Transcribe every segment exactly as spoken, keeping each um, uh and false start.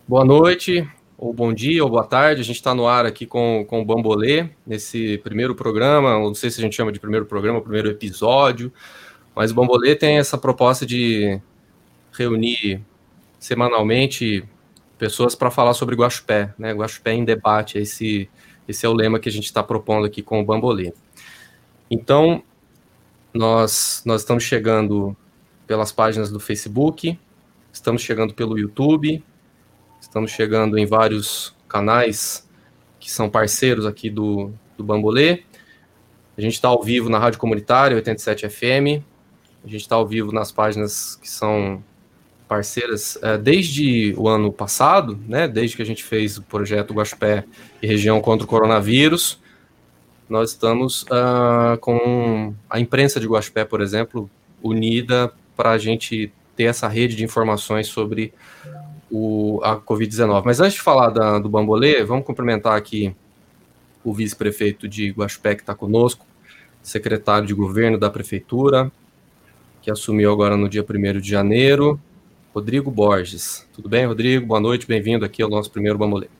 Boa noite, ou bom dia, ou boa tarde. A gente está no ar aqui com, com o Bambolê, nesse primeiro programa, não sei se a gente chama de primeiro programa, primeiro episódio, mas o Bambolê tem essa proposta de reunir semanalmente pessoas para falar sobre Guaxupé, né? Guaxupé em debate, esse, esse é o lema que a gente está propondo aqui com o Bambolê. Então, nós, nós estamos chegando pelas páginas do Facebook, estamos chegando pelo YouTube, estamos chegando em vários canais que são parceiros aqui do, do Bambolê. A gente está ao vivo na Rádio Comunitária, oitenta e sete F M. A gente está ao vivo nas páginas que são parceiras é, desde o ano passado, né? Desde que a gente fez o projeto Guaxupé e Região contra o Coronavírus. Nós estamos uh, com a imprensa de Guaxupé, por exemplo, unida para a gente ter essa rede de informações sobre o, a covid dezenove. Mas antes de falar da, do Bambolê, vamos cumprimentar aqui o vice-prefeito de Guaxupé, que está conosco, secretário de governo da prefeitura, que assumiu agora no dia primeiro de janeiro, Rodrigo Borges. Tudo bem, Rodrigo? Boa noite, bem-vindo aqui ao nosso primeiro Bambolê.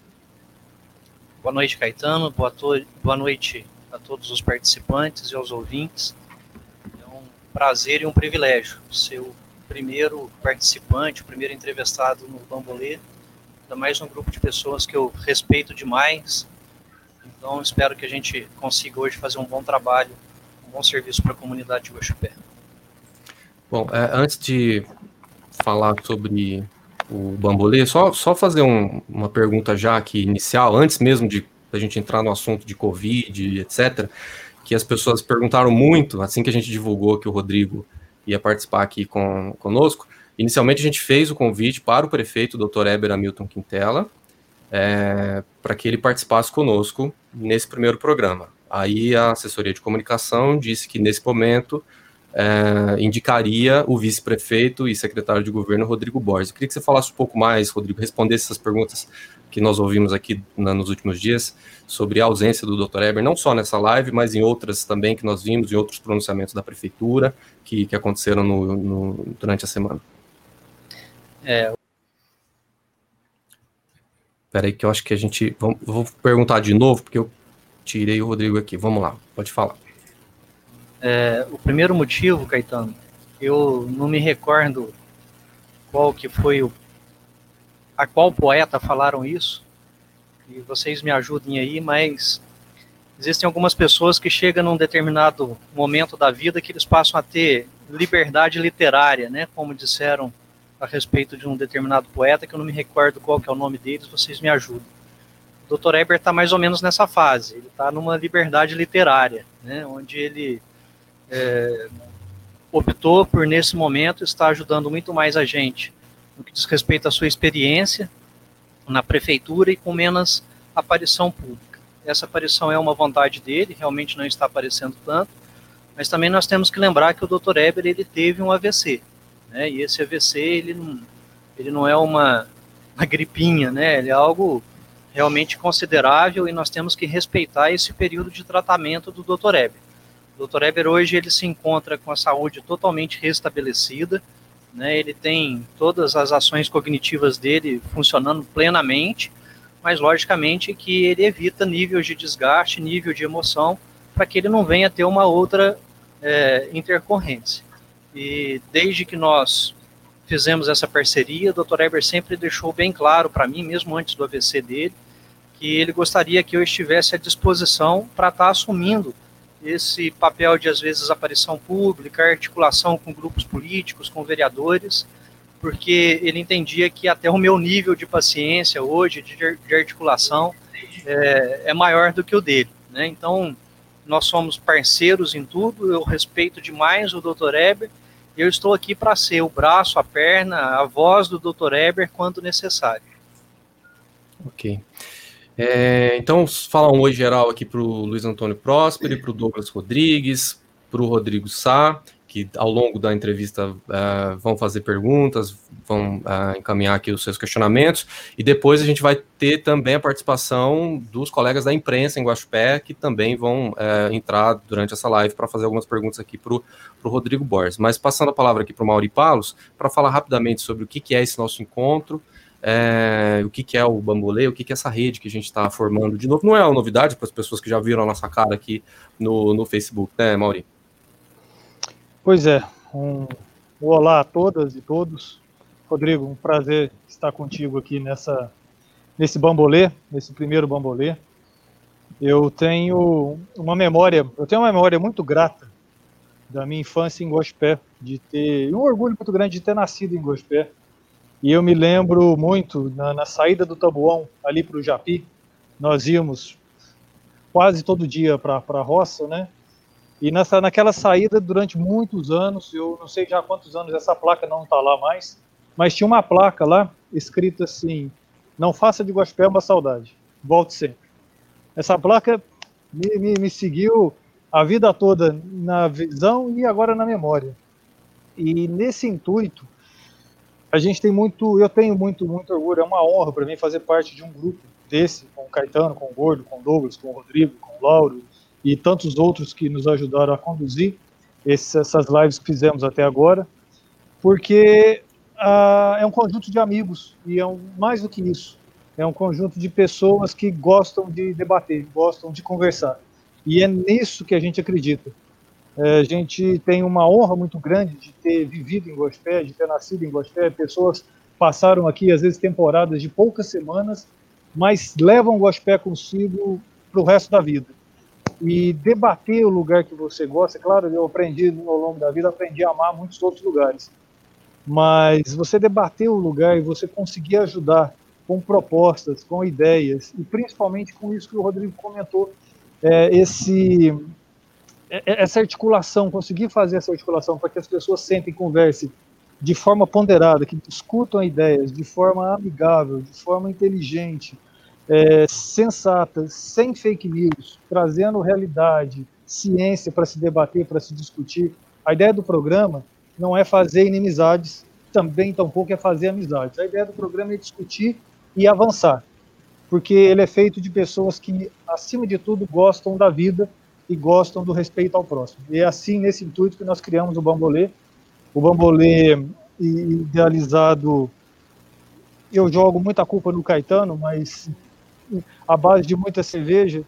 Boa noite, Caetano. Boa, to- boa noite a todos os participantes e aos ouvintes. É um prazer e um privilégio ser o primeiro participante, o primeiro entrevistado no Bambolê, ainda mais um grupo de pessoas que eu respeito demais. Então, espero que a gente consiga hoje fazer um bom trabalho, um bom serviço para a comunidade de Guaxupé. Bom, é, antes de falar sobre o Bambolê, só, só fazer um, uma pergunta já aqui inicial, antes mesmo de a gente entrar no assunto de Covid, etcétera, que as pessoas perguntaram muito, assim que a gente divulgou que o Rodrigo ia participar aqui com, conosco. Inicialmente a gente fez o convite para o prefeito, doutor Heber Hamilton Quintela, É, para que ele participasse conosco nesse primeiro programa. Aí a assessoria de comunicação disse que nesse momento é, indicaria o vice-prefeito e secretário de governo Rodrigo Borges. Eu queria que você falasse um pouco mais, Rodrigo, respondesse essas perguntas que nós ouvimos aqui na, nos últimos dias sobre a ausência do doutor Heber, não só nessa live, mas em outras também que nós vimos, em outros pronunciamentos da prefeitura que, que aconteceram no, no, durante a semana. É, Peraí que eu acho que a gente... Vamos, vou perguntar de novo, porque eu tirei o Rodrigo aqui. Vamos lá, pode falar. É, o primeiro motivo, Caetano, eu não me recordo qual que foi o... a qual poeta falaram isso, e vocês me ajudem aí, mas existem algumas pessoas que chegam num determinado momento da vida que eles passam a ter liberdade literária, né, como disseram a respeito de um determinado poeta, que eu não me recordo qual que é o nome deles, vocês me ajudam. O doutor Heber está mais ou menos nessa fase, ele está numa liberdade literária, né, onde ele é, optou por, nesse momento, estar ajudando muito mais a gente no que diz respeito à sua experiência na prefeitura e com menos aparição pública. Essa aparição é uma vontade dele, realmente não está aparecendo tanto, mas também nós temos que lembrar que o doutor Heber ele teve um A V C, né, e esse A V C ele não, ele não é uma, uma gripinha, né, ele é algo realmente considerável e nós temos que respeitar esse período de tratamento do doutor Heber. O doutor Heber hoje ele se encontra com a saúde totalmente restabelecida, né, ele tem todas as ações cognitivas dele funcionando plenamente, mas logicamente que ele evita nível de desgaste, nível de emoção, para que ele não venha ter uma outra é, intercorrência. E desde que nós fizemos essa parceria, o doutor Heber sempre deixou bem claro para mim, mesmo antes do A V C dele, que ele gostaria que eu estivesse à disposição para estar assumindo esse papel de, às vezes, aparição pública, articulação com grupos políticos, com vereadores, porque ele entendia que até o meu nível de paciência hoje, de, de articulação, é, é maior do que o dele, né? Então, nós somos parceiros em tudo, eu respeito demais o doutor Heber, e eu estou aqui para ser o braço, a perna, a voz do doutor Heber quando necessário. Ok. É, então, fala um oi geral aqui para o Luiz Antônio Próspero, para o Douglas Rodrigues, para o Rodrigo Sá que ao longo da entrevista uh, vão fazer perguntas, vão uh, encaminhar aqui os seus questionamentos, e depois a gente vai ter também a participação dos colegas da imprensa em Guaxupé, que também vão uh, entrar durante essa live para fazer algumas perguntas aqui para o Rodrigo Borges. Mas passando a palavra aqui para o Mauri Palos, para falar rapidamente sobre o que, que é esse nosso encontro, é, o que, que é o Bambolê, o que, que é essa rede que a gente está formando. De novo, não é uma novidade para as pessoas que já viram a nossa cara aqui no, no Facebook, né, Mauri? Pois é, um, um olá a todas e todos. Rodrigo, um prazer estar contigo aqui nessa, nesse Bambolê, nesse primeiro Bambolê. Eu tenho uma memória, eu tenho uma memória muito grata da minha infância em Guaxupé, de ter um orgulho muito grande de ter nascido em Guaxupé. E eu me lembro muito, na, na saída do Tabuão, ali para o Japi, nós íamos quase todo dia para a roça, né? E nessa, naquela saída, durante muitos anos, eu não sei já há quantos anos essa placa não está lá mais, mas tinha uma placa lá, escrita assim, não faça de Guaxupé uma saudade, volte sempre. Essa placa me, me, me seguiu a vida toda na visão e agora na memória. E nesse intuito, a gente tem muito, eu tenho muito, muito orgulho, é uma honra para mim fazer parte de um grupo desse, com o Caetano, com o Gordo, com o Douglas, com o Rodrigo, com o Lauro, e tantos outros que nos ajudaram a conduzir esse, essas lives que fizemos até agora, porque ah, é um conjunto de amigos, e é um, mais do que isso, é um conjunto de pessoas que gostam de debater, gostam de conversar, e é nisso que a gente acredita. É, a gente tem uma honra muito grande de ter vivido em Guaxupé, de ter nascido em Guaxupé, pessoas passaram aqui, às vezes, temporadas de poucas semanas, mas levam Guaxupé consigo para o resto da vida. E debater o lugar que você gosta, claro, eu aprendi ao longo da vida, aprendi a amar muitos outros lugares, mas você debater o lugar e você conseguir ajudar com propostas, com ideias, e principalmente com isso que o Rodrigo comentou, é, esse, essa articulação, conseguir fazer essa articulação para que as pessoas sentem e conversem de forma ponderada, que discutam ideias de forma amigável, de forma inteligente, É, sensatas, sem fake news, trazendo realidade, ciência para se debater, para se discutir. A ideia do programa não é fazer inimizades, também tampouco é fazer amizades. A ideia do programa é discutir e avançar, porque ele é feito de pessoas que, acima de tudo, gostam da vida e gostam do respeito ao próximo. E é assim, nesse intuito, que nós criamos o Bambolê. O Bambolê idealizado, eu jogo muita culpa no Caetano, mas à base de muita cerveja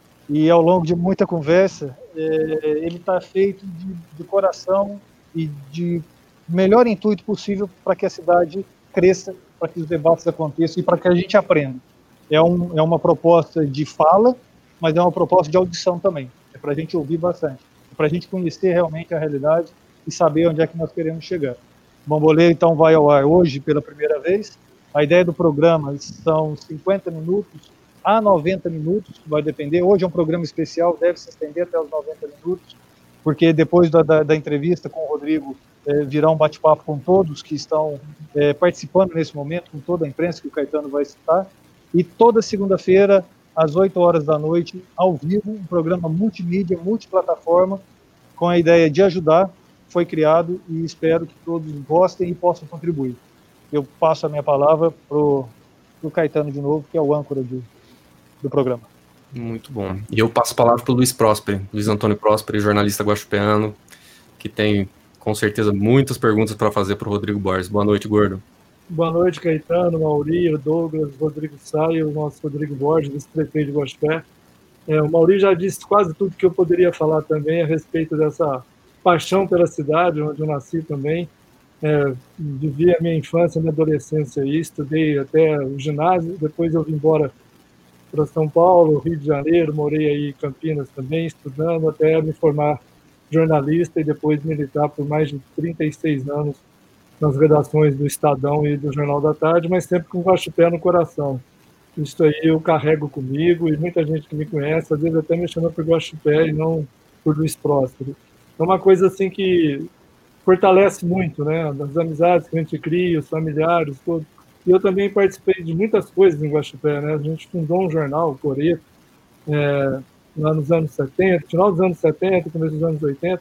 e ao longo de muita conversa, é, ele está feito de, de coração e de melhor intuito possível para que a cidade cresça, para que os debates aconteçam e para que a gente aprenda. É, um, é uma proposta de fala, mas é uma proposta de audição também. É para a gente ouvir bastante, é para a gente conhecer realmente a realidade e saber onde é que nós queremos chegar. O Bambolê, então, vai ao ar hoje pela primeira vez. A ideia do programa são cinquenta minutos a noventa minutos, vai depender. Hoje é um programa especial, deve se estender até os noventa minutos, porque depois da, da, da entrevista com o Rodrigo, é, virá um bate-papo com todos que estão é, participando nesse momento, com toda a imprensa que o Caetano vai citar, e toda segunda-feira, às oito horas da noite, ao vivo, um programa multimídia, multiplataforma, com a ideia de ajudar, foi criado, e espero que todos gostem e possam contribuir. Eu passo a minha palavra para o Caetano de novo, que é o âncora de do programa. Muito bom. E eu passo a palavra para o Luiz Prósperi, Luiz Antônio Prósperi, jornalista guaxupeano, que tem, com certeza, muitas perguntas para fazer para o Rodrigo Borges. Boa noite, Gordo. Boa noite, Caetano, Mauri, Douglas, Rodrigo Saio, o nosso Rodrigo Borges, vice-prefeito de Guaxupé. É, o Mauri já disse quase tudo que eu poderia falar também a respeito dessa paixão pela cidade, onde eu nasci também. É, vivi a minha infância, a minha adolescência aí, estudei até o ginásio, depois eu vim embora para São Paulo, Rio de Janeiro, morei aí em Campinas também, estudando até me formar jornalista e depois militar por mais de trinta e seis anos nas redações do Estadão e do Jornal da Tarde, mas sempre com o Guaxupé no coração. Isso aí eu carrego comigo e muita gente que me conhece, às vezes até me chama por Guaxupé e não por Luiz Prósperi. É uma coisa assim que fortalece muito, né, das amizades que a gente cria, os familiares, todos. E eu também participei de muitas coisas em Guaxupé, né? A gente fundou um jornal, o Coreto, é, lá nos anos setenta, final dos anos setenta, começo dos anos oitenta,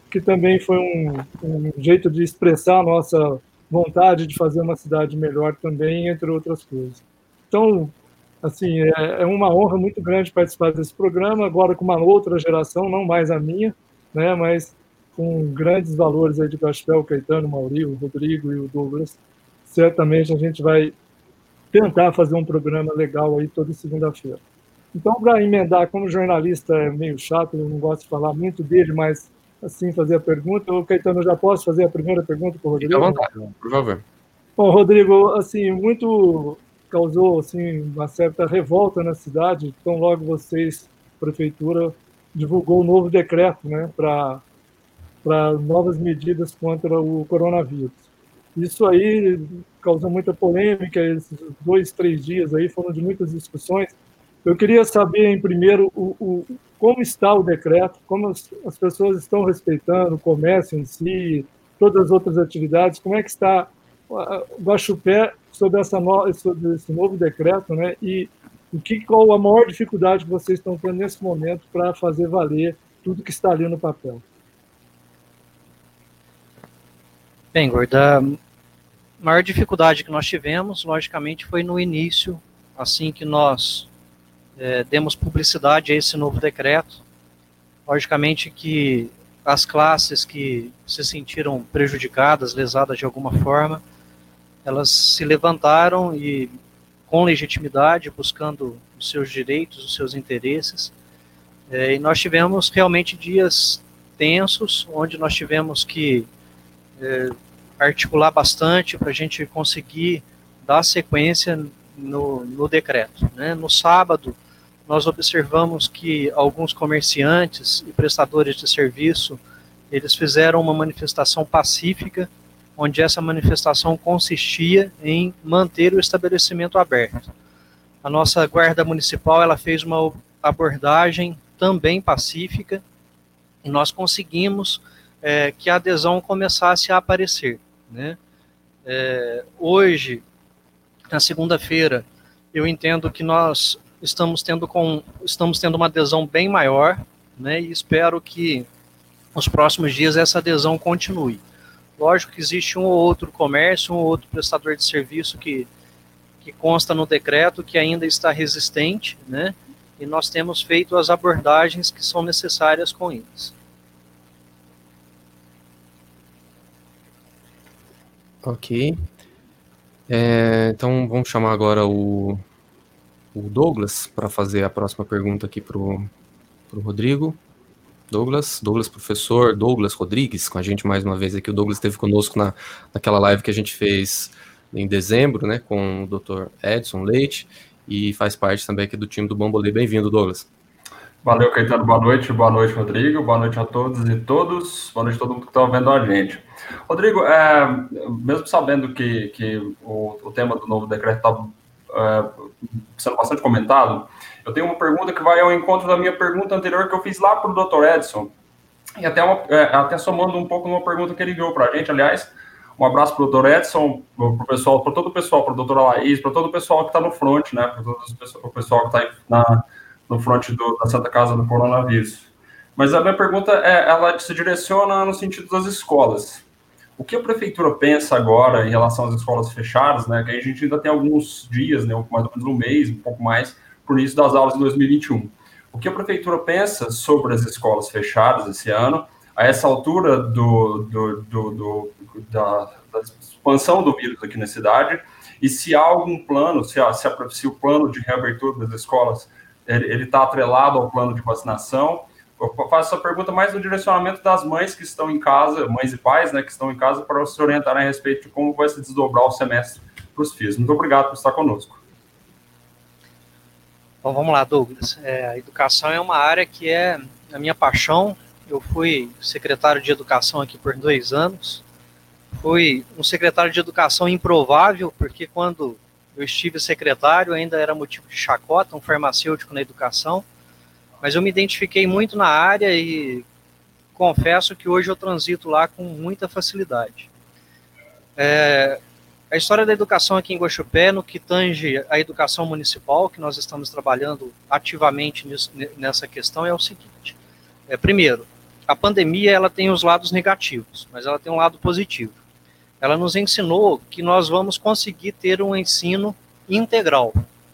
que também foi um, um jeito de expressar a nossa vontade de fazer uma cidade melhor também, entre outras coisas. Então, assim, é, é uma honra muito grande participar desse programa, agora com uma outra geração, não mais a minha, né, mas com grandes valores aí de Guaxupé, o Caetano, o Mauri, o Rodrigo e o Douglas. Certamente a gente vai tentar fazer um programa legal aí toda segunda-feira. Então, para emendar, como jornalista é meio chato, eu não gosto de falar muito dele, mas assim, fazer a pergunta. O Caetano, já posso fazer a primeira pergunta para o Rodrigo? Fique à vontade, por favor. Bom, Rodrigo, assim, muito causou assim, uma certa revolta na cidade, então logo vocês, prefeitura, divulgou um novo decreto, né, para para novas medidas contra o coronavírus. Isso aí causou muita polêmica, esses dois, três dias aí foram de muitas discussões. Eu queria saber, em primeiro, o, o, como está o decreto, como as, as pessoas estão respeitando o comércio em si, todas as outras atividades, como é que está o Guaxupé sobre, essa no, sobre esse novo decreto, né? E o que, qual a maior dificuldade que vocês estão tendo nesse momento para fazer valer tudo que está ali no papel? Bem, Gorda, a maior dificuldade que nós tivemos, logicamente, foi no início, assim que nós é, demos publicidade a esse novo decreto. Logicamente que as classes que se sentiram prejudicadas, lesadas de alguma forma, elas se levantaram e, com legitimidade, buscando os seus direitos, os seus interesses, é, e nós tivemos realmente dias tensos, onde nós tivemos que É, articular bastante para a gente conseguir dar sequência no, no decreto, né? No sábado, nós observamos que alguns comerciantes e prestadores de serviço, eles fizeram uma manifestação pacífica, onde essa manifestação consistia em manter o estabelecimento aberto. A nossa guarda municipal, ela fez uma abordagem também pacífica, e nós conseguimos É, que a adesão começasse a aparecer, né? É, hoje, na segunda-feira, eu entendo que nós estamos tendo, com, estamos tendo uma adesão bem maior, né? E espero que nos próximos dias essa adesão continue. Lógico que existe um ou outro comércio, um ou outro prestador de serviço que, que consta no decreto que ainda está resistente, né? E nós temos feito as abordagens que são necessárias com eles. Ok. É, então vamos chamar agora o, o Douglas para fazer a próxima pergunta aqui para o Rodrigo. Douglas, Douglas professor, Douglas Rodrigues, com a gente mais uma vez aqui. O Douglas esteve conosco na, naquela live que a gente fez em dezembro, né, com o doutor Edson Leite, e faz parte também aqui do time do Bambolê. Bem-vindo, Douglas. Valeu, Caetano. Boa noite. Boa noite, Rodrigo. Boa noite a todos e todos. Boa noite a todo mundo que está vendo a gente. Rodrigo, é, mesmo sabendo que, que o, o tema do novo decreto está é, sendo bastante comentado, eu tenho uma pergunta que vai ao encontro da minha pergunta anterior que eu fiz lá para o doutor Edson, e até, uma, é, até somando um pouco numa pergunta que ele enviou para a gente. Aliás, um abraço para o doutor Edson, para pessoal, para todo o pessoal, para a doutora Laís, para todo o pessoal que está no front, né, para todo o pessoal que está na no front do, da Santa Casa do Coronavírus. Mas a minha pergunta, é, ela se direciona no sentido das escolas. O que a prefeitura pensa agora em relação às escolas fechadas, né, que a gente ainda tem alguns dias, né, mais ou menos um mês, um pouco mais, por início das aulas de dois mil e vinte e um. O que a prefeitura pensa sobre as escolas fechadas esse ano, a essa altura do, do, do, do, da, da expansão do vírus aqui na cidade, e se há algum plano, se, há, se, há, se o plano de reabertura das escolas ele está atrelado ao plano de vacinação. Eu faço essa pergunta mais no direcionamento das mães que estão em casa, mães e pais, né, que estão em casa, para se orientarem a respeito de como vai se desdobrar o semestre para os filhos. Muito obrigado por estar conosco. Bom, vamos lá, Douglas. É, a educação é uma área que é a minha paixão. Eu fui secretário de educação aqui por dois anos. Fui um secretário de educação improvável, porque quando eu estive secretário, ainda era motivo de chacota, um farmacêutico na educação, mas eu me identifiquei muito na área e confesso que hoje eu transito lá com muita facilidade. É, a história da educação aqui em Guaxupé, no que tange a educação municipal, que nós estamos trabalhando ativamente nisso, nessa questão, é o seguinte. É, primeiro, a pandemia ela tem os lados negativos, mas ela tem um lado positivo. Ela nos ensinou que nós vamos conseguir ter um ensino integral.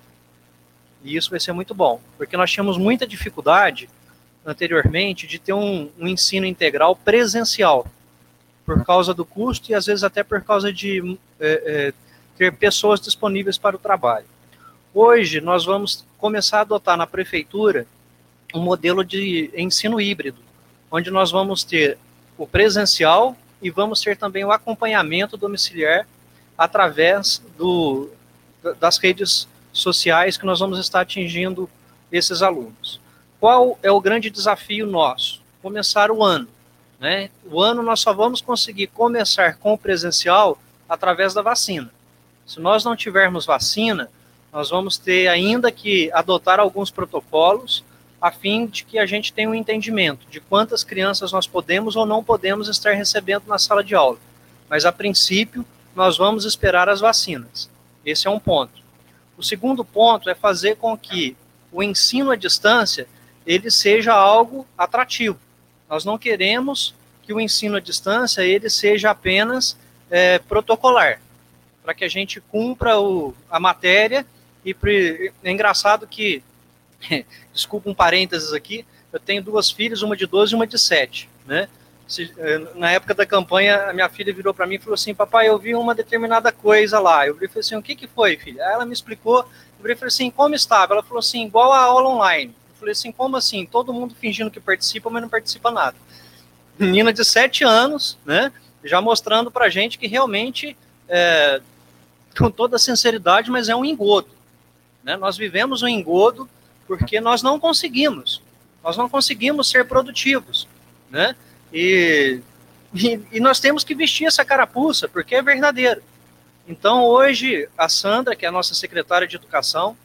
E isso vai ser muito bom, porque nós tínhamos muita dificuldade anteriormente de ter um, um ensino integral presencial, por causa do custo e às vezes até por causa de é, é, ter pessoas disponíveis para o trabalho. Hoje nós vamos começar a adotar na prefeitura um modelo de ensino híbrido, onde nós vamos ter o presencial e vamos ter também o acompanhamento domiciliar através do, das redes sociais que nós vamos estar atingindo esses alunos. Qual é o grande desafio nosso? Começar o ano. Né? O ano nós só vamos conseguir começar com o presencial através da vacina. Se nós não tivermos vacina, nós vamos ter ainda que adotar alguns protocolos a fim de que a gente tenha um entendimento de quantas crianças nós podemos ou não podemos estar recebendo na sala de aula. Mas, a princípio, nós vamos esperar as vacinas. Esse é um ponto. O segundo ponto é fazer com que o ensino à distância ele seja algo atrativo. Nós não queremos que o ensino à distância ele seja apenas é, protocolar, para que a gente cumpra o, a matéria. E é engraçado que, desculpa um parênteses aqui, eu tenho duas filhas, uma de doze e uma de sete, né? Se, na época da campanha, a minha filha virou para mim e falou assim, papai, eu vi uma determinada coisa lá. Eu falei assim, o que, que foi, filha? Aí ela me explicou, eu falei assim, como estava? Ela falou assim, igual a aula online. Eu falei assim, como assim? Todo mundo fingindo que participa, mas não participa nada. Menina de sete anos, né? Já mostrando pra gente que realmente, é, com toda sinceridade, mas é um engodo. Né? Nós vivemos um engodo porque nós não conseguimos. Nós não conseguimos ser produtivos. Né? E, e, e nós temos que vestir essa carapuça, porque é verdadeiro. Então, hoje, a Sandra, que é a nossa secretária de Educação,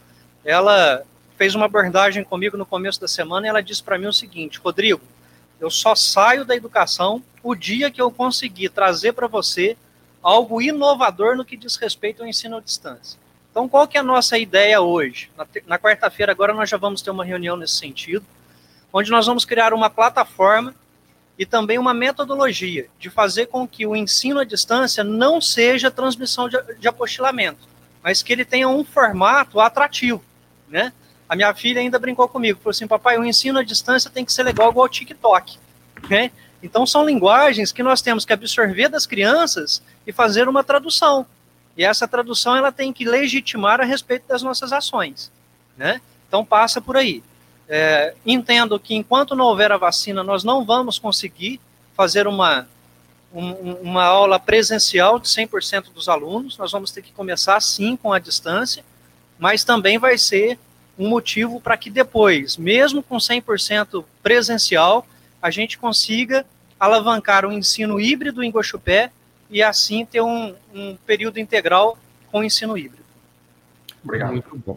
ela fez uma abordagem comigo no começo da semana e ela disse para mim o seguinte, Rodrigo, eu só saio da educação o dia que eu conseguir trazer para você algo inovador no que diz respeito ao ensino à distância. Então, qual que é a nossa ideia hoje? Na, na quarta-feira, agora, nós já vamos ter uma reunião nesse sentido, onde nós vamos criar uma plataforma e também uma metodologia de fazer com que o ensino à distância não seja transmissão de, de apostilamento, mas que ele tenha um formato atrativo, né? A minha filha ainda brincou comigo, falou assim, papai, o ensino à distância tem que ser legal igual ao TikTok, né? Então, são linguagens que nós temos que absorver das crianças e fazer uma tradução. E essa tradução ela tem que legitimar a respeito das nossas ações. Né? Então, passa por aí. É, entendo que enquanto não houver a vacina, nós não vamos conseguir fazer uma, um, uma aula presencial de cem por cento dos alunos. Nós vamos ter que começar, sim, com a distância, mas também vai ser um motivo para que depois, mesmo com cem por cento presencial, a gente consiga alavancar o ensino híbrido em Guaxupé e assim ter um, um período integral com o ensino híbrido. Obrigado. Muito bom.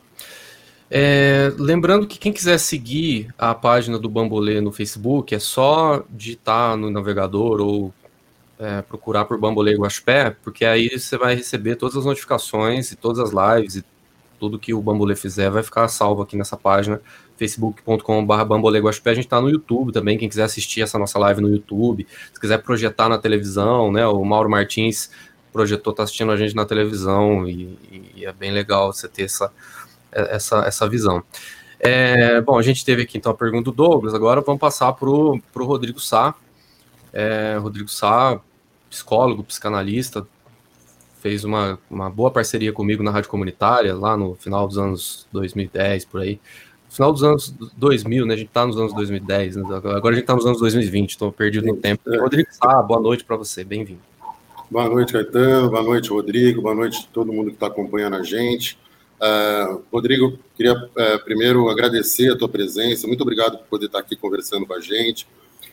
É, lembrando que quem quiser seguir a página do Bambolê no Facebook, é só digitar no navegador ou é, procurar por Bambolê Guaxupé, porque aí você vai receber todas as notificações e todas as lives e tudo que o Bambolê fizer vai ficar salvo aqui nessa página, facebook ponto com barra Bambolê Guaxupé. A gente está no YouTube também, quem quiser assistir essa nossa live no YouTube, se quiser projetar na televisão, né, o Mauro Martins projetou, está assistindo a gente na televisão e, e é bem legal você ter essa, essa, essa visão. É, bom, a gente teve aqui então a pergunta do Douglas, agora vamos passar para o Rodrigo Sá. É, Rodrigo Sá, psicólogo, psicanalista, fez uma, uma boa parceria comigo na Rádio Comunitária, lá no final dos anos dois mil e dez, por aí. No final dos anos dois mil, né? A gente tá nos anos dois mil e dez, né? Agora a gente tá nos anos dois mil e vinte, estou perdido no tempo. É. Rodrigo Sá, boa noite para você, bem-vindo. Boa noite, Caetano, boa noite, Rodrigo, boa noite a todo mundo que está acompanhando a gente. Uh, Rodrigo, queria uh, primeiro agradecer a tua presença, muito obrigado por poder estar aqui conversando com a gente,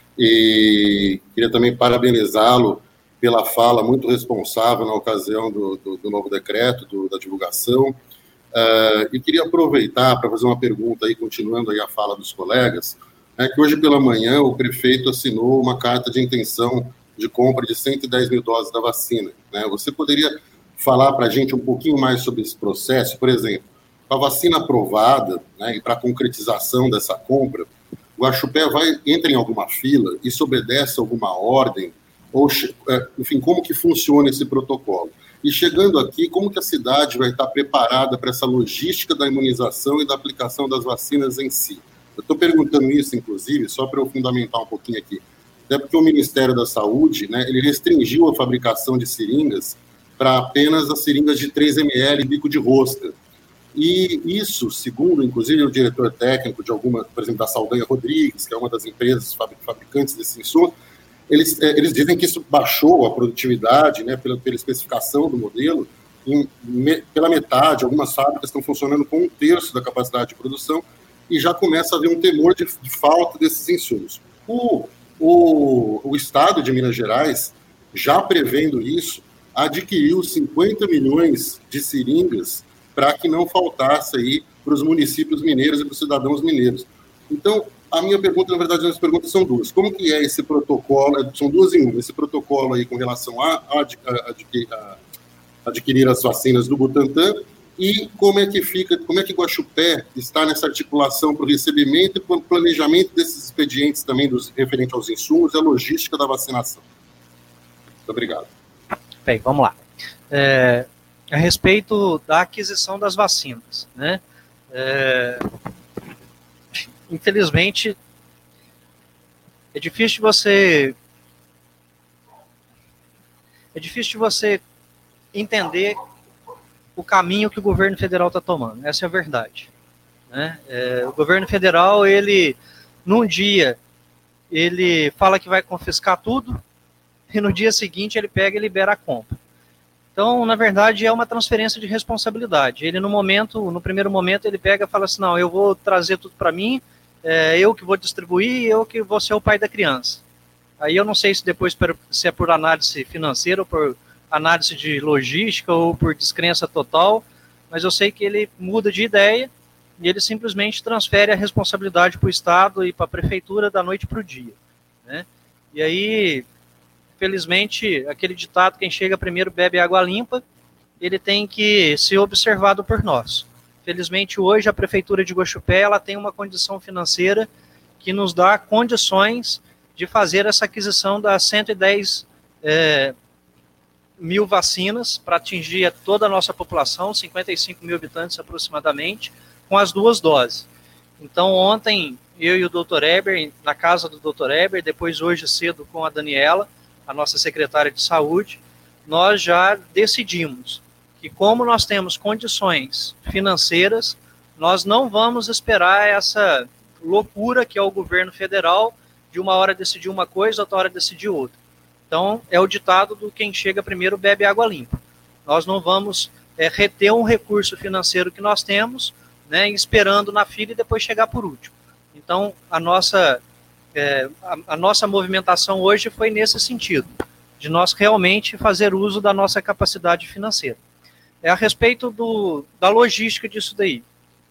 e queria também parabenizá-lo pela fala muito responsável na ocasião do, do, do novo decreto, do, da divulgação, uh, e queria aproveitar para fazer uma pergunta aí, continuando aí a fala dos colegas, né, que hoje pela manhã o prefeito assinou uma carta de intenção de compra de cento e dez mil doses da vacina, né? Você poderia falar para a gente um pouquinho mais sobre esse processo? Por exemplo, com a vacina aprovada, né, e para a concretização dessa compra, Guaxupé vai, entra em alguma fila, isso obedece a alguma ordem? Ou, enfim, como que funciona esse protocolo? E chegando aqui, como que a cidade vai estar preparada para essa logística da imunização e da aplicação das vacinas em si? Eu estou perguntando isso, inclusive, só para eu fundamentar um pouquinho aqui, até porque o Ministério da Saúde, né, ele restringiu a fabricação de seringas para apenas as seringas de três mililitros bico de rosca. E isso, segundo, inclusive, o diretor técnico de alguma, por exemplo, da Saldanha Rodrigues, que é uma das empresas fabricantes desse insumo, eles, eles dizem que isso baixou a produtividade, né, pela, pela especificação do modelo, em, me, pela metade. Algumas fábricas estão funcionando com um terço da capacidade de produção e já começa a haver um temor de, de falta desses insumos. O, o, o Estado de Minas Gerais, já prevendo isso, adquiriu cinquenta milhões de seringas para que não faltasse aí para os municípios mineiros e para os cidadãos mineiros. Então, a minha pergunta, na verdade, as perguntas são duas. Como que é esse protocolo? São duas em uma. Esse protocolo aí com relação a, a, a, a adquirir as vacinas do Butantan e como é que fica, como é que Guaxupé está nessa articulação para o recebimento e para o planejamento desses expedientes também dos, referente aos insumos e a logística da vacinação. Muito obrigado. Bem, vamos lá. É, a respeito da aquisição das vacinas, né? É, infelizmente, é difícil de você é difícil de você entender o caminho que o governo federal está tomando. Essa é a verdade, né? É, o governo federal, ele, num dia, ele fala que vai confiscar tudo e no dia seguinte ele pega e libera a compra. Então, na verdade, é uma transferência de responsabilidade. Ele, no momento, no primeiro momento, ele pega e fala assim, não, eu vou trazer tudo para mim, é, eu que vou distribuir, eu que vou ser o pai da criança. Aí eu não sei se depois se é por análise financeira ou por análise de logística ou por descrença total, mas eu sei que ele muda de ideia e ele simplesmente transfere a responsabilidade para o Estado e para a Prefeitura da noite para o dia, né? E aí, felizmente, aquele ditado, quem chega primeiro bebe água limpa, ele tem que ser observado por nós. Felizmente, hoje, a Prefeitura de Guaxupé, ela tem uma condição financeira que nos dá condições de fazer essa aquisição das cento e dez é, mil vacinas para atingir toda a nossa população, cinquenta e cinco mil habitantes aproximadamente, com as duas doses. Então, ontem, eu e o doutor Eber, na casa do doutor Eber, depois hoje cedo com a Daniela, a nossa secretária de saúde, nós já decidimos que, como nós temos condições financeiras, nós não vamos esperar essa loucura que é o governo federal, de uma hora decidir uma coisa, outra hora decidir outra. Então, é o ditado do quem chega primeiro bebe água limpa. Nós não vamos é, reter um recurso financeiro que nós temos, né, esperando na fila e depois chegar por último. Então, a nossa, é, a, a nossa movimentação hoje foi nesse sentido, de nós realmente fazer uso da nossa capacidade financeira. É a respeito do, da logística disso daí.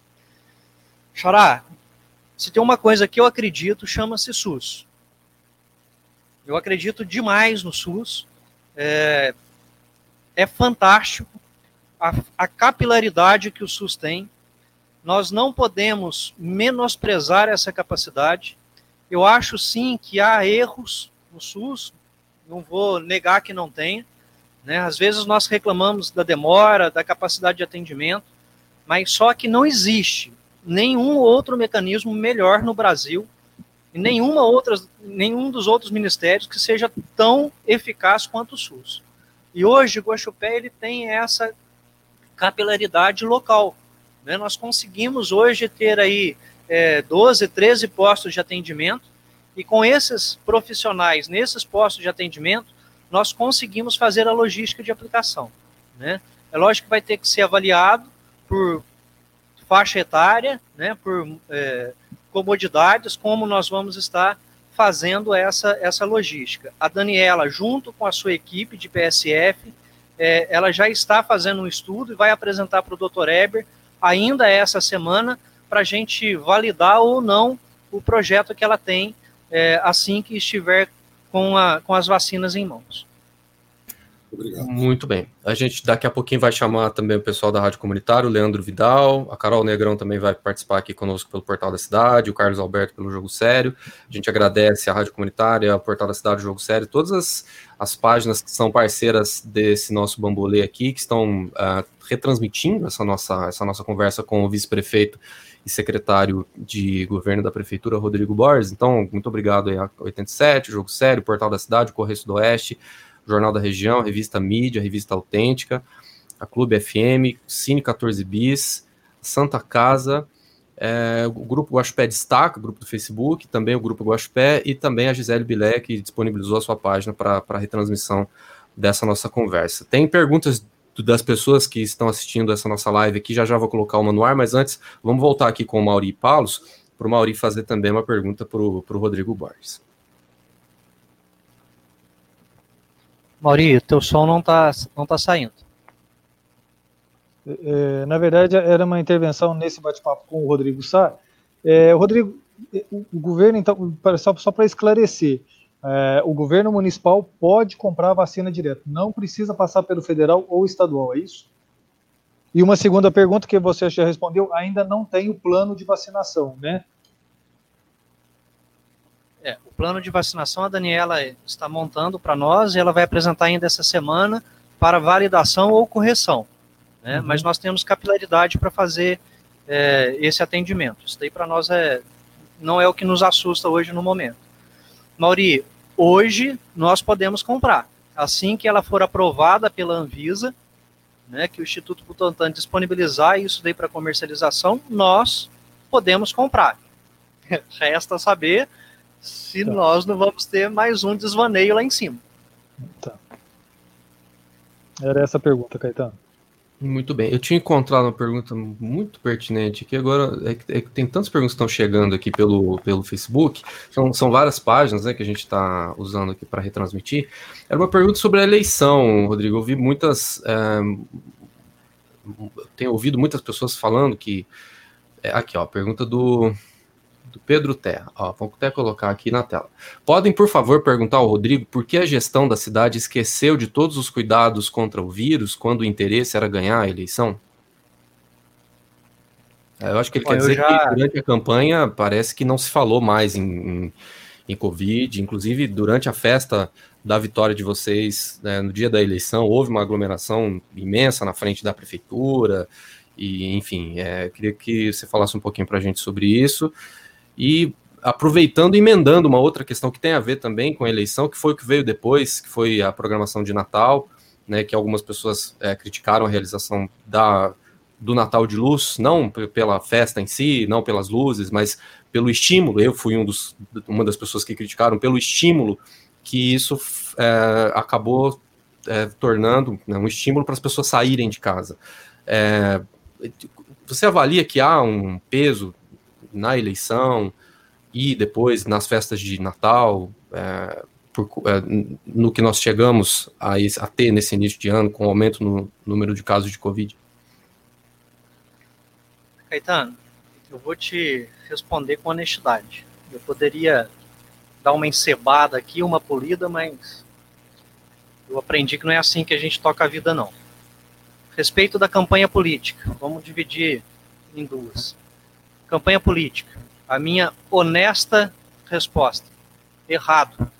Xará, se tem uma coisa que eu acredito, chama-se SUS. Eu acredito demais no SUS. É, é fantástico a, a capilaridade que o SUS tem. Nós não podemos menosprezar essa capacidade. Eu acho, sim, que há erros no SUS. Não vou negar que não tenha, né? Às vezes nós reclamamos da demora, da capacidade de atendimento, mas só que não existe nenhum outro mecanismo melhor no Brasil, e nenhuma outra, nenhum dos outros ministérios que seja tão eficaz quanto o SUS. E hoje o Guaxupé, ele tem essa capilaridade local, né? Nós conseguimos hoje ter aí é, doze, treze postos de atendimento, e com esses profissionais, nesses postos de atendimento, nós conseguimos fazer a logística de aplicação, né? É lógico que vai ter que ser avaliado por faixa etária, né, por é, comodidades, como nós vamos estar fazendo essa, essa logística. A Daniela, junto com a sua equipe de P S F, é, ela já está fazendo um estudo e vai apresentar para o doutor Eber ainda essa semana para a gente validar ou não o projeto que ela tem é, assim que estiver com, a, com as vacinas em mãos. Obrigado. Muito bem. A gente daqui a pouquinho vai chamar também o pessoal da Rádio Comunitária, o Leandro Vidal, a Carol Negrão também vai participar aqui conosco pelo Portal da Cidade, o Carlos Alberto pelo Jogo Sério. A gente agradece a Rádio Comunitária, o Portal da Cidade, o Jogo Sério, todas as, as páginas que são parceiras desse nosso bambolê aqui, que estão uh, retransmitindo essa nossa, essa nossa conversa com o vice-prefeito e secretário de governo da prefeitura, Rodrigo Borges. Então, muito obrigado aí a oitenta e sete, o Jogo Sério, o Portal da Cidade, o Correio Sudoeste, Jornal da Região, a Revista Mídia, a Revista Autêntica, a Clube F M, Cine quatorze Bis, Santa Casa, é, o Grupo Guaxupé Destaca, o grupo do Facebook, também o Grupo Guaxupé e também a Gisele Bilé, que disponibilizou a sua página para a retransmissão dessa nossa conversa. Tem perguntas das pessoas que estão assistindo essa nossa live aqui, já já vou colocar uma no ar, mas antes vamos voltar aqui com o Mauri e Paulos, para o Mauri fazer também uma pergunta para o Rodrigo Borges. Mauri, teu som não está não tá saindo. É, na verdade, era uma intervenção nesse bate-papo com o Rodrigo Sá. É, o Rodrigo, o, o governo, então, só, só para esclarecer, é, o governo municipal pode comprar a vacina direto, não precisa passar pelo federal ou estadual, é isso? E uma segunda pergunta que você já respondeu, ainda não tem o plano de vacinação, né? É, o plano de vacinação a Daniela está montando para nós e ela vai apresentar ainda essa semana para validação ou correção, né? Uhum. Mas nós temos capilaridade para fazer é, esse atendimento. Isso daí para nós é, não é o que nos assusta hoje no momento. Mauri, hoje nós podemos comprar. Assim que ela for aprovada pela Anvisa, né, que o Instituto Butantan disponibilizar isso daí para comercialização, nós podemos comprar. Resta saber se tá. Nós não vamos ter mais um desvaneio lá em cima. Tá. Era essa a pergunta, Caetano. Muito bem. Eu tinha encontrado uma pergunta muito pertinente aqui. Agora, é que, é que tem tantas perguntas que estão chegando aqui pelo, pelo Facebook. São, são várias páginas, né, que a gente está usando aqui para retransmitir. Era uma pergunta sobre a eleição, Rodrigo. Eu ouvi muitas... É, tenho ouvido muitas pessoas falando que... É, aqui, ó, a pergunta do... do Pedro Terra. Ó, vamos até colocar aqui na tela. Podem, por favor, perguntar ao Rodrigo por que a gestão da cidade esqueceu de todos os cuidados contra o vírus quando o interesse era ganhar a eleição? Eu acho que ele Bom, quer dizer já... que durante a campanha parece que não se falou mais em, em, em Covid, inclusive durante a festa da vitória de vocês, né, no dia da eleição, houve uma aglomeração imensa na frente da prefeitura, e enfim, é, queria que você falasse um pouquinho para a gente sobre isso. E aproveitando e emendando uma outra questão que tem a ver também com a eleição, que foi o que veio depois, que foi a programação de Natal, né, que algumas pessoas é, criticaram a realização da, do Natal de luz, não p- pela festa em si, não pelas luzes, mas pelo estímulo. Eu fui um dos, uma das pessoas que criticaram pelo estímulo que isso é, acabou é, tornando, né, um estímulo para as pessoas saírem de casa. É, você avalia que há um peso na eleição e depois nas festas de Natal, é, por, é, no que nós chegamos a, a ter nesse início de ano, com o aumento no número de casos de Covid? Caetano, eu vou te responder com honestidade. Eu poderia dar uma encebada aqui, uma polida, mas eu aprendi que não é assim que a gente toca a vida, não. Respeito da campanha política, vamos dividir em duas. Campanha política, a minha honesta resposta, errado.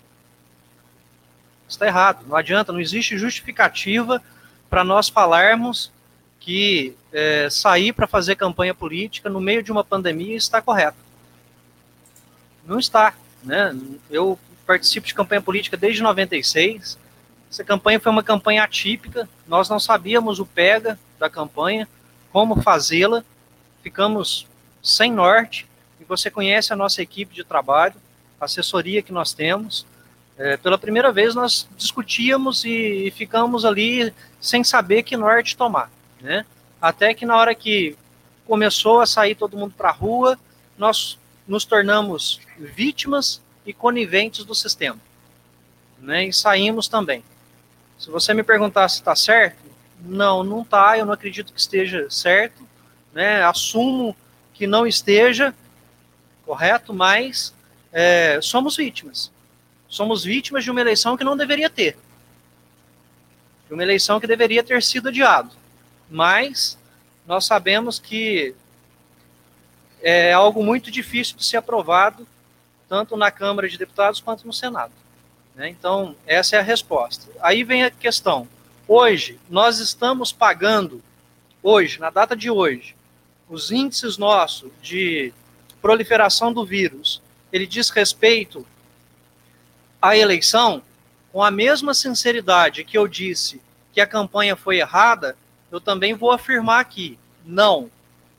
Está errado, não adianta, não existe justificativa para nós falarmos que é, sair para fazer campanha política no meio de uma pandemia está correto. Não está, né? Eu participo de campanha política desde noventa e seis, essa campanha foi uma campanha atípica, nós não sabíamos o pega da campanha, como fazê-la, ficamos sem norte, e você conhece a nossa equipe de trabalho, a assessoria que nós temos. É, pela primeira vez nós discutíamos e, e ficamos ali sem saber que norte tomar, né? Até que na hora que começou a sair todo mundo para a rua, nós nos tornamos vítimas e coniventes do sistema, né? E saímos também. Se você me perguntar se está certo, não, não está, eu não acredito que esteja certo, né? Assumo que não esteja correto, mas é, somos vítimas. Somos vítimas de uma eleição que não deveria ter. de uma eleição que deveria ter sido adiada. Mas nós sabemos que é algo muito difícil de ser aprovado, tanto na Câmara de Deputados quanto no Senado. Né? Então, essa é a resposta. Aí vem a questão. Hoje, nós estamos pagando, hoje, na data de hoje, os índices nossos de proliferação do vírus, ele diz respeito à eleição, com a mesma sinceridade que eu disse que a campanha foi errada, eu também vou afirmar aqui, não.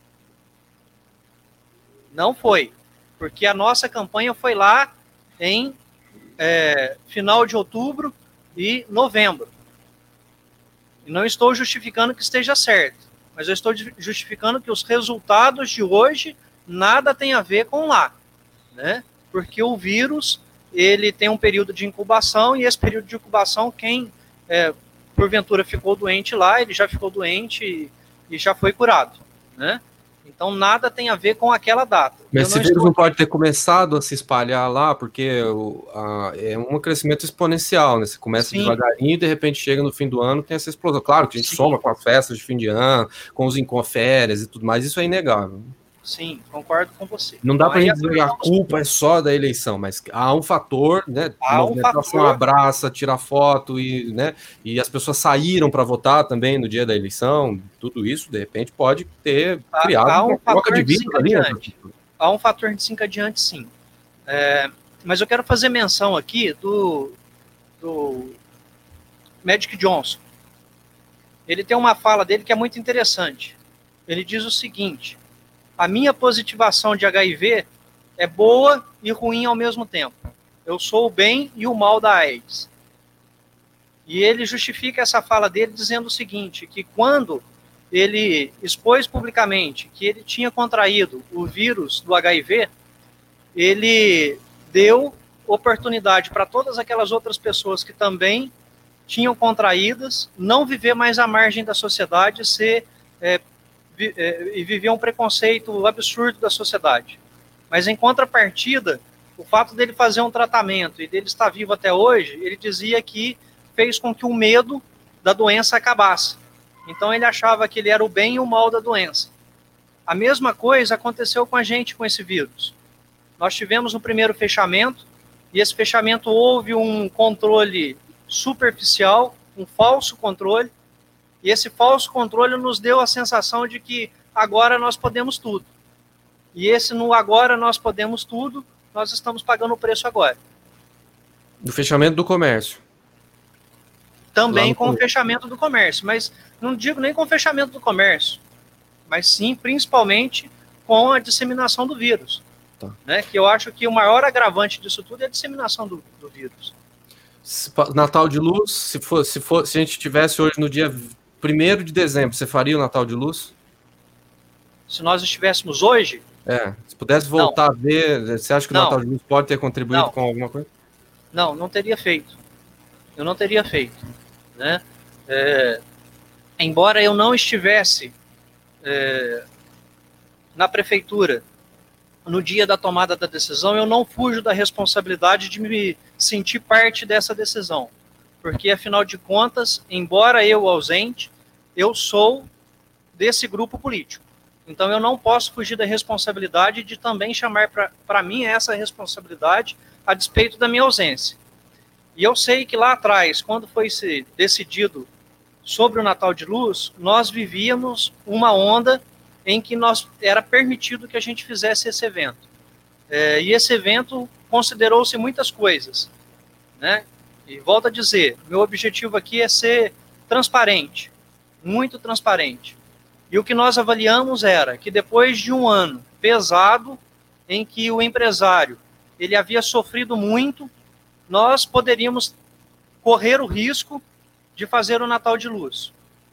Não foi, porque a nossa campanha foi lá em é, final de outubro e novembro. E não estou justificando que esteja certo, mas eu estou justificando que os resultados de hoje nada tem a ver com lá, né? Porque o vírus, ele tem um período de incubação, e esse período de incubação, quem é, porventura ficou doente lá, ele já ficou doente e, e já foi curado, né? Então, nada tem a ver com aquela data. Mas esse vírus não pode ter começado a se espalhar lá, porque o, a, é um crescimento exponencial, né? Você começa Sim. devagarinho e, de repente, chega no fim do ano, tem essa explosão. Claro que a gente Sim. soma com as festas de fim de ano, com os férias e tudo mais, isso é inegável. Sim, concordo com você. Não dá então, para gente dizer que a culpa é só da eleição, mas há um fator, né? Há um fator. Abraça, tira foto e, né? E as pessoas saíram para votar também no dia da eleição. Tudo isso, de repente, pode ter há, criado há um uma troca de vírus ali. Né? Há um fator desencadeante, sim. É, mas eu quero fazer menção aqui do, do Magic Johnson. Ele tem uma fala dele que é muito interessante. Ele diz o seguinte: a minha positivação de H I V é boa e ruim ao mesmo tempo. Eu sou o bem e o mal da AIDS. E ele justifica essa fala dele dizendo o seguinte, que quando ele expôs publicamente que ele tinha contraído o vírus do H I V, ele deu oportunidade para todas aquelas outras pessoas que também tinham contraídas não viver mais à margem da sociedade, ser... É, e vivia um preconceito absurdo da sociedade. Mas, em contrapartida, o fato dele fazer um tratamento e dele estar vivo até hoje, ele dizia que fez com que o medo da doença acabasse. Então, ele achava que ele era o bem e o mal da doença. A mesma coisa aconteceu com a gente com esse vírus. Nós tivemos um primeiro fechamento, e esse fechamento houve um controle superficial, um falso controle, e esse falso controle nos deu a sensação de que agora nós podemos tudo. E esse no agora nós podemos tudo, nós estamos pagando o preço agora. Do fechamento do comércio. Também com o fechamento do comércio, mas não digo nem com o fechamento do comércio, mas sim, principalmente, com a disseminação do vírus. Tá. Né? Que eu acho que o maior agravante disso tudo é a disseminação do, do vírus. Natal de luz, se, for, se, for, se a gente tivesse hoje no dia primeiro de dezembro, você faria o Natal de luz? Se nós estivéssemos hoje? É, se pudesse voltar não. a ver, você acha que não. o Natal de luz pode ter contribuído não. com alguma coisa? Não, não teria feito. Eu não teria feito. Né? É, embora eu não estivesse é, na prefeitura no dia da tomada da decisão, eu não fujo da responsabilidade de me sentir parte dessa decisão. Porque, afinal de contas, embora eu ausente, eu sou desse grupo político. Então, eu não posso fugir da responsabilidade de também chamar para mim essa responsabilidade a despeito da minha ausência. E eu sei que lá atrás, quando foi se decidido sobre o Natal de Luz, nós vivíamos uma onda em que nós, era permitido que a gente fizesse esse evento. É, e esse evento considerou-se muitas coisas, né? E volto a dizer, meu objetivo aqui é ser transparente, muito transparente. E o que nós avaliamos era que depois de um ano pesado, em que o empresário ele havia sofrido muito, nós poderíamos correr o risco de fazer o Natal de Luz.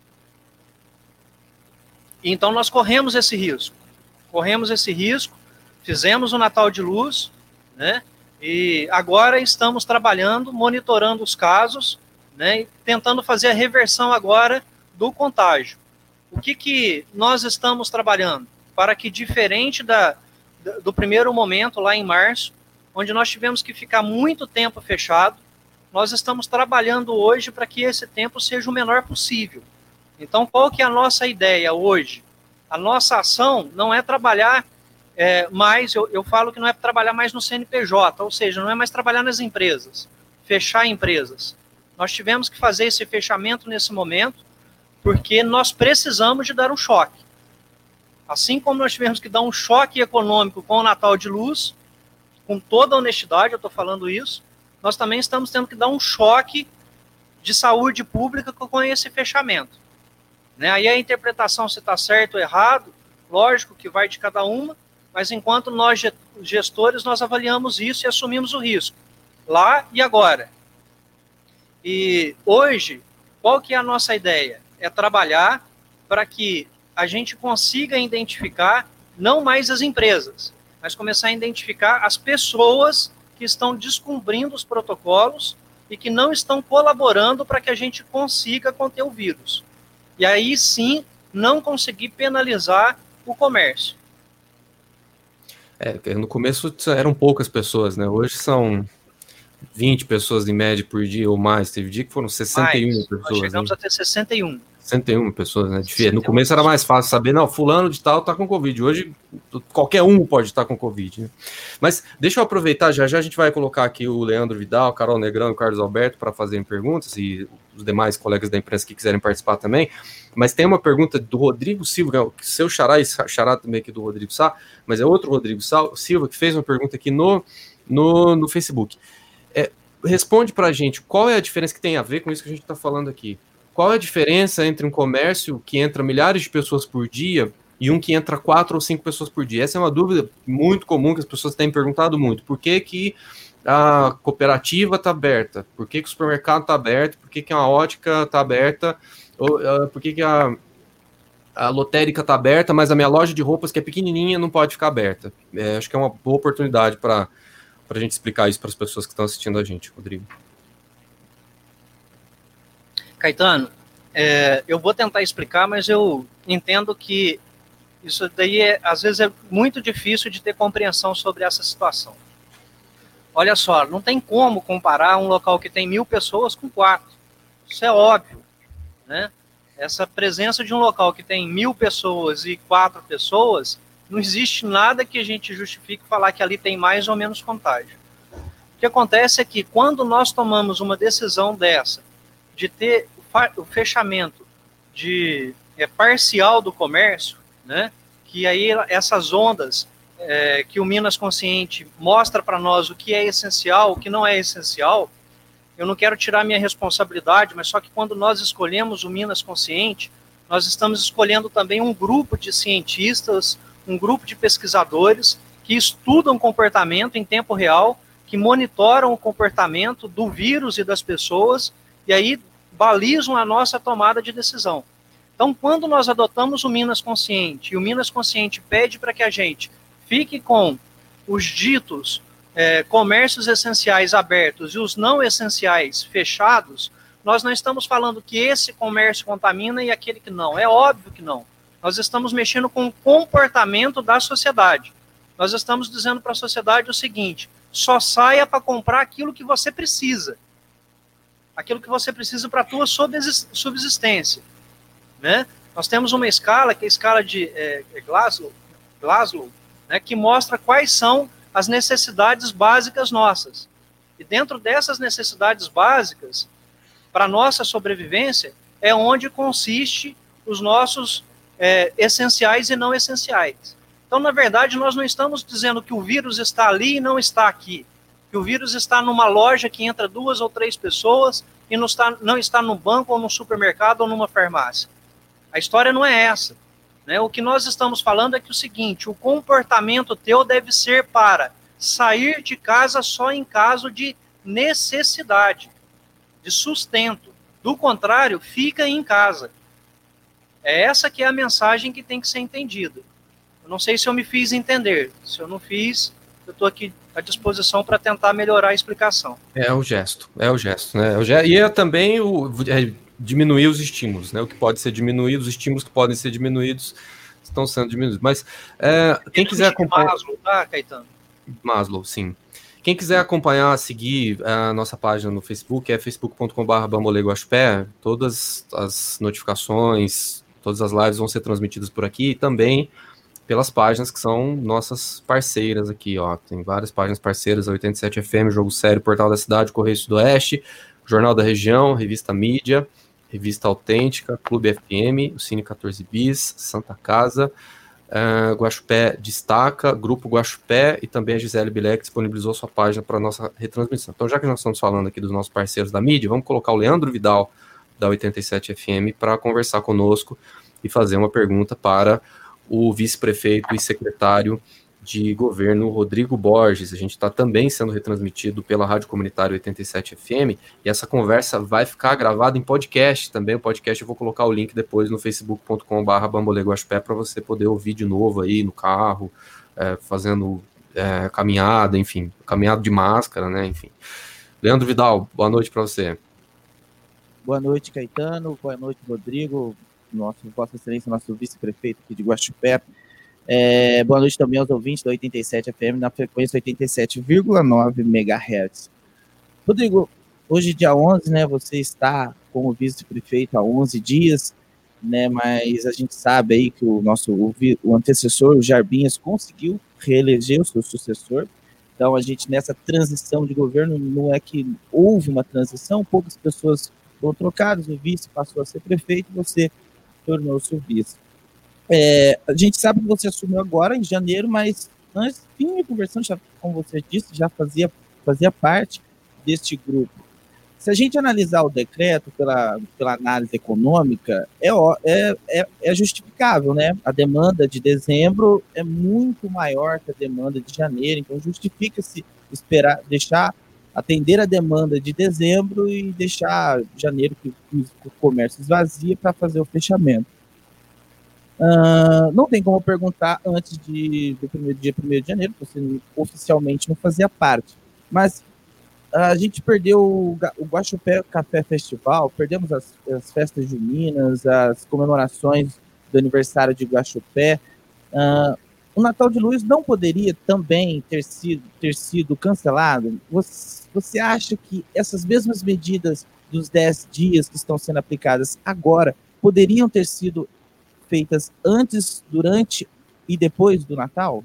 Então nós corremos esse risco. Corremos esse risco, fizemos o Natal de Luz, né? E agora estamos trabalhando, monitorando os casos, né, e tentando fazer a reversão agora do contágio. O que, que nós estamos trabalhando? Para que, diferente da, do primeiro momento, lá em março, onde nós tivemos que ficar muito tempo fechado, nós estamos trabalhando hoje para que esse tempo seja o menor possível. Então, qual que é a nossa ideia hoje? A nossa ação não é trabalhar é, mais, eu, eu falo que não é trabalhar mais no C N P J, ou seja, não é mais trabalhar nas empresas, fechar empresas. Nós tivemos que fazer esse fechamento nesse momento, porque nós precisamos de dar um choque. Assim como nós tivemos que dar um choque econômico com o Natal de Luz, com toda a honestidade, eu estou falando isso, nós também estamos tendo que dar um choque de saúde pública com esse fechamento. Né? Aí a interpretação se está certo ou errado, lógico que vai de cada uma, mas enquanto nós gestores, nós avaliamos isso e assumimos o risco, lá e agora. E hoje, qual que é a nossa ideia? É trabalhar para que a gente consiga identificar não mais as empresas, mas começar a identificar as pessoas que estão descumprindo os protocolos e que não estão colaborando para que a gente consiga conter o vírus. E aí sim, não conseguir penalizar o comércio. É, no começo eram poucas pessoas, né? Hoje são vinte pessoas em média por dia ou mais. Teve dia que foram sessenta e uma mais, pessoas. Nós chegamos né? a ter sessenta e um. sessenta e uma pessoas, né? No começo era mais fácil saber, não, fulano de tal tá com Covid. Hoje, qualquer um pode estar com Covid, né? Mas deixa eu aproveitar, já já a gente vai colocar aqui o Leandro Vidal, Carol Negrão e o Carlos Alberto para fazerem perguntas, e os demais colegas da imprensa que quiserem participar também. Mas tem uma pergunta do Rodrigo Silva, que seu xará e xará também aqui do Rodrigo Sá, mas é outro Rodrigo Silva que fez uma pergunta aqui no, no, no Facebook. É, responde para a gente qual é a diferença que tem a ver com isso que a gente está falando aqui. Qual é a diferença entre um comércio que entra milhares de pessoas por dia e um que entra quatro ou cinco pessoas por dia? Essa é uma dúvida muito comum que as pessoas têm perguntado muito. Por que que a cooperativa está aberta? Por que que o supermercado está aberto? Por que que a ótica está aberta? Ou, uh, por que que a, a lotérica está aberta, mas a minha loja de roupas, que é pequenininha, não pode ficar aberta? É, acho que é uma boa oportunidade para a gente explicar isso para as pessoas que estão assistindo a gente, Rodrigo. Caetano, é, eu vou tentar explicar, mas eu entendo que isso daí, é, às vezes, é muito difícil de ter compreensão sobre essa situação. Olha só, não tem como comparar um local que tem mil pessoas com quatro. Isso é óbvio, né? Essa presença de um local que tem mil pessoas e quatro pessoas, não existe nada que a gente justifique falar que ali tem mais ou menos contágio. O que acontece é que quando nós tomamos uma decisão dessa, de ter o fechamento de, é, parcial do comércio, né, que aí essas ondas é, que o Minas Consciente mostra para nós o que é essencial, o que não é essencial, eu não quero tirar minha responsabilidade, mas só que quando nós escolhemos o Minas Consciente, nós estamos escolhendo também um grupo de cientistas, um grupo de pesquisadores que estudam comportamento em tempo real, que monitoram o comportamento do vírus e das pessoas, e aí balizam a nossa tomada de decisão. Então, quando nós adotamos o Minas Consciente, e o Minas Consciente pede para que a gente fique com os ditos é, comércios essenciais abertos e os não essenciais fechados, nós não estamos falando que esse comércio contamina e aquele que não. É óbvio que não. Nós estamos mexendo com o comportamento da sociedade. Nós estamos dizendo para a sociedade o seguinte: só saia para comprar aquilo que você precisa. Aquilo que você precisa para a tua subsistência, né? Nós temos uma escala, que é a escala de é, Glasgow, Glasgow, né, que mostra quais são as necessidades básicas nossas. E dentro dessas necessidades básicas, para a nossa sobrevivência, é onde consiste os nossos é, essenciais e não essenciais. Então, na verdade, nós não estamos dizendo que o vírus está ali e não está aqui. Que o vírus está numa loja que entra duas ou três pessoas e não está, não está no banco ou no supermercado ou numa farmácia. A história não é essa, né? O que nós estamos falando é que o seguinte: o comportamento teu deve ser para sair de casa só em caso de necessidade, de sustento. Do contrário, fica em casa. É essa que é a mensagem que tem que ser entendida. Eu não sei se eu me fiz entender. Se eu não fiz, eu estou aqui à disposição para tentar melhorar a explicação. É o gesto, é o gesto, né? É o gesto, e é também o, é diminuir os estímulos, né? O que pode ser diminuído, os estímulos que podem ser diminuídos estão sendo diminuídos. Mas é, quem quiser acompanhar... Maslow, tá, Caetano? Maslow, sim. Quem quiser acompanhar, seguir a nossa página no Facebook, é facebook ponto com barra bambolê guaxupé. Todas as notificações, todas as lives vão ser transmitidas por aqui e também pelas páginas que são nossas parceiras aqui, ó. Tem várias páginas parceiras, a oitenta e sete F M, Jogo Sério, Portal da Cidade, Correio Sudoeste, Jornal da Região, Revista Mídia, Revista Autêntica, Clube F M, o Cine quatorze Bis, Santa Casa, uh, Guaxupé Destaca, Grupo Guaxupé e também a Gisele Bilek disponibilizou sua página para a nossa retransmissão. Então, já que nós estamos falando aqui dos nossos parceiros da mídia, vamos colocar o Leandro Vidal, da oitenta e sete F M, para conversar conosco e fazer uma pergunta para o vice-prefeito e secretário de governo Rodrigo Borges. A gente está também sendo retransmitido pela Rádio Comunitária oitenta e sete F M e essa conversa vai ficar gravada em podcast também. O podcast eu vou colocar o link depois no facebook ponto com barra bambolê guaxupé para você poder ouvir de novo aí no carro, é, fazendo é, caminhada, enfim, caminhada de máscara, né, enfim. Leandro Vidal, boa noite para você. Boa noite, Caetano, boa noite, Rodrigo, nosso, Vossa Excelência, nosso vice-prefeito aqui de Guaxupé. É, boa noite também aos ouvintes da oitenta e sete F M na frequência oitenta e sete vírgula nove megahertz. Rodrigo, hoje dia onze, né, você está como vice-prefeito há onze dias, né, mas a gente sabe aí que o nosso o, o antecessor, o Jarbinhas, conseguiu reeleger o seu sucessor. Então a gente nessa transição de governo, não é que houve uma transição, poucas pessoas foram trocadas, o vice passou a ser prefeito, você tornou-se o vice. É, a gente sabe que você assumiu agora, em janeiro, mas antes, vinha conversando, já, como você disse, já fazia, fazia parte deste grupo. Se a gente analisar o decreto pela, pela análise econômica, é, é, é, é justificável, né? A demanda de dezembro é muito maior que a demanda de janeiro, então justifica-se esperar, deixar, atender a demanda de dezembro e deixar janeiro que, que o comércio esvazia para fazer o fechamento. Uh, não tem como perguntar antes de, do primeiro dia primeiro de janeiro, porque você oficialmente não fazia parte. Mas uh, a gente perdeu o, o Guaxupé Café Festival, perdemos as, as festas juninas, as comemorações do aniversário de Guaxupé. Uh, o Natal de Luz não poderia também ter sido, ter sido cancelado? Você, você acha que essas mesmas medidas dos dez dias que estão sendo aplicadas agora poderiam ter sido feitas antes, durante e depois do Natal?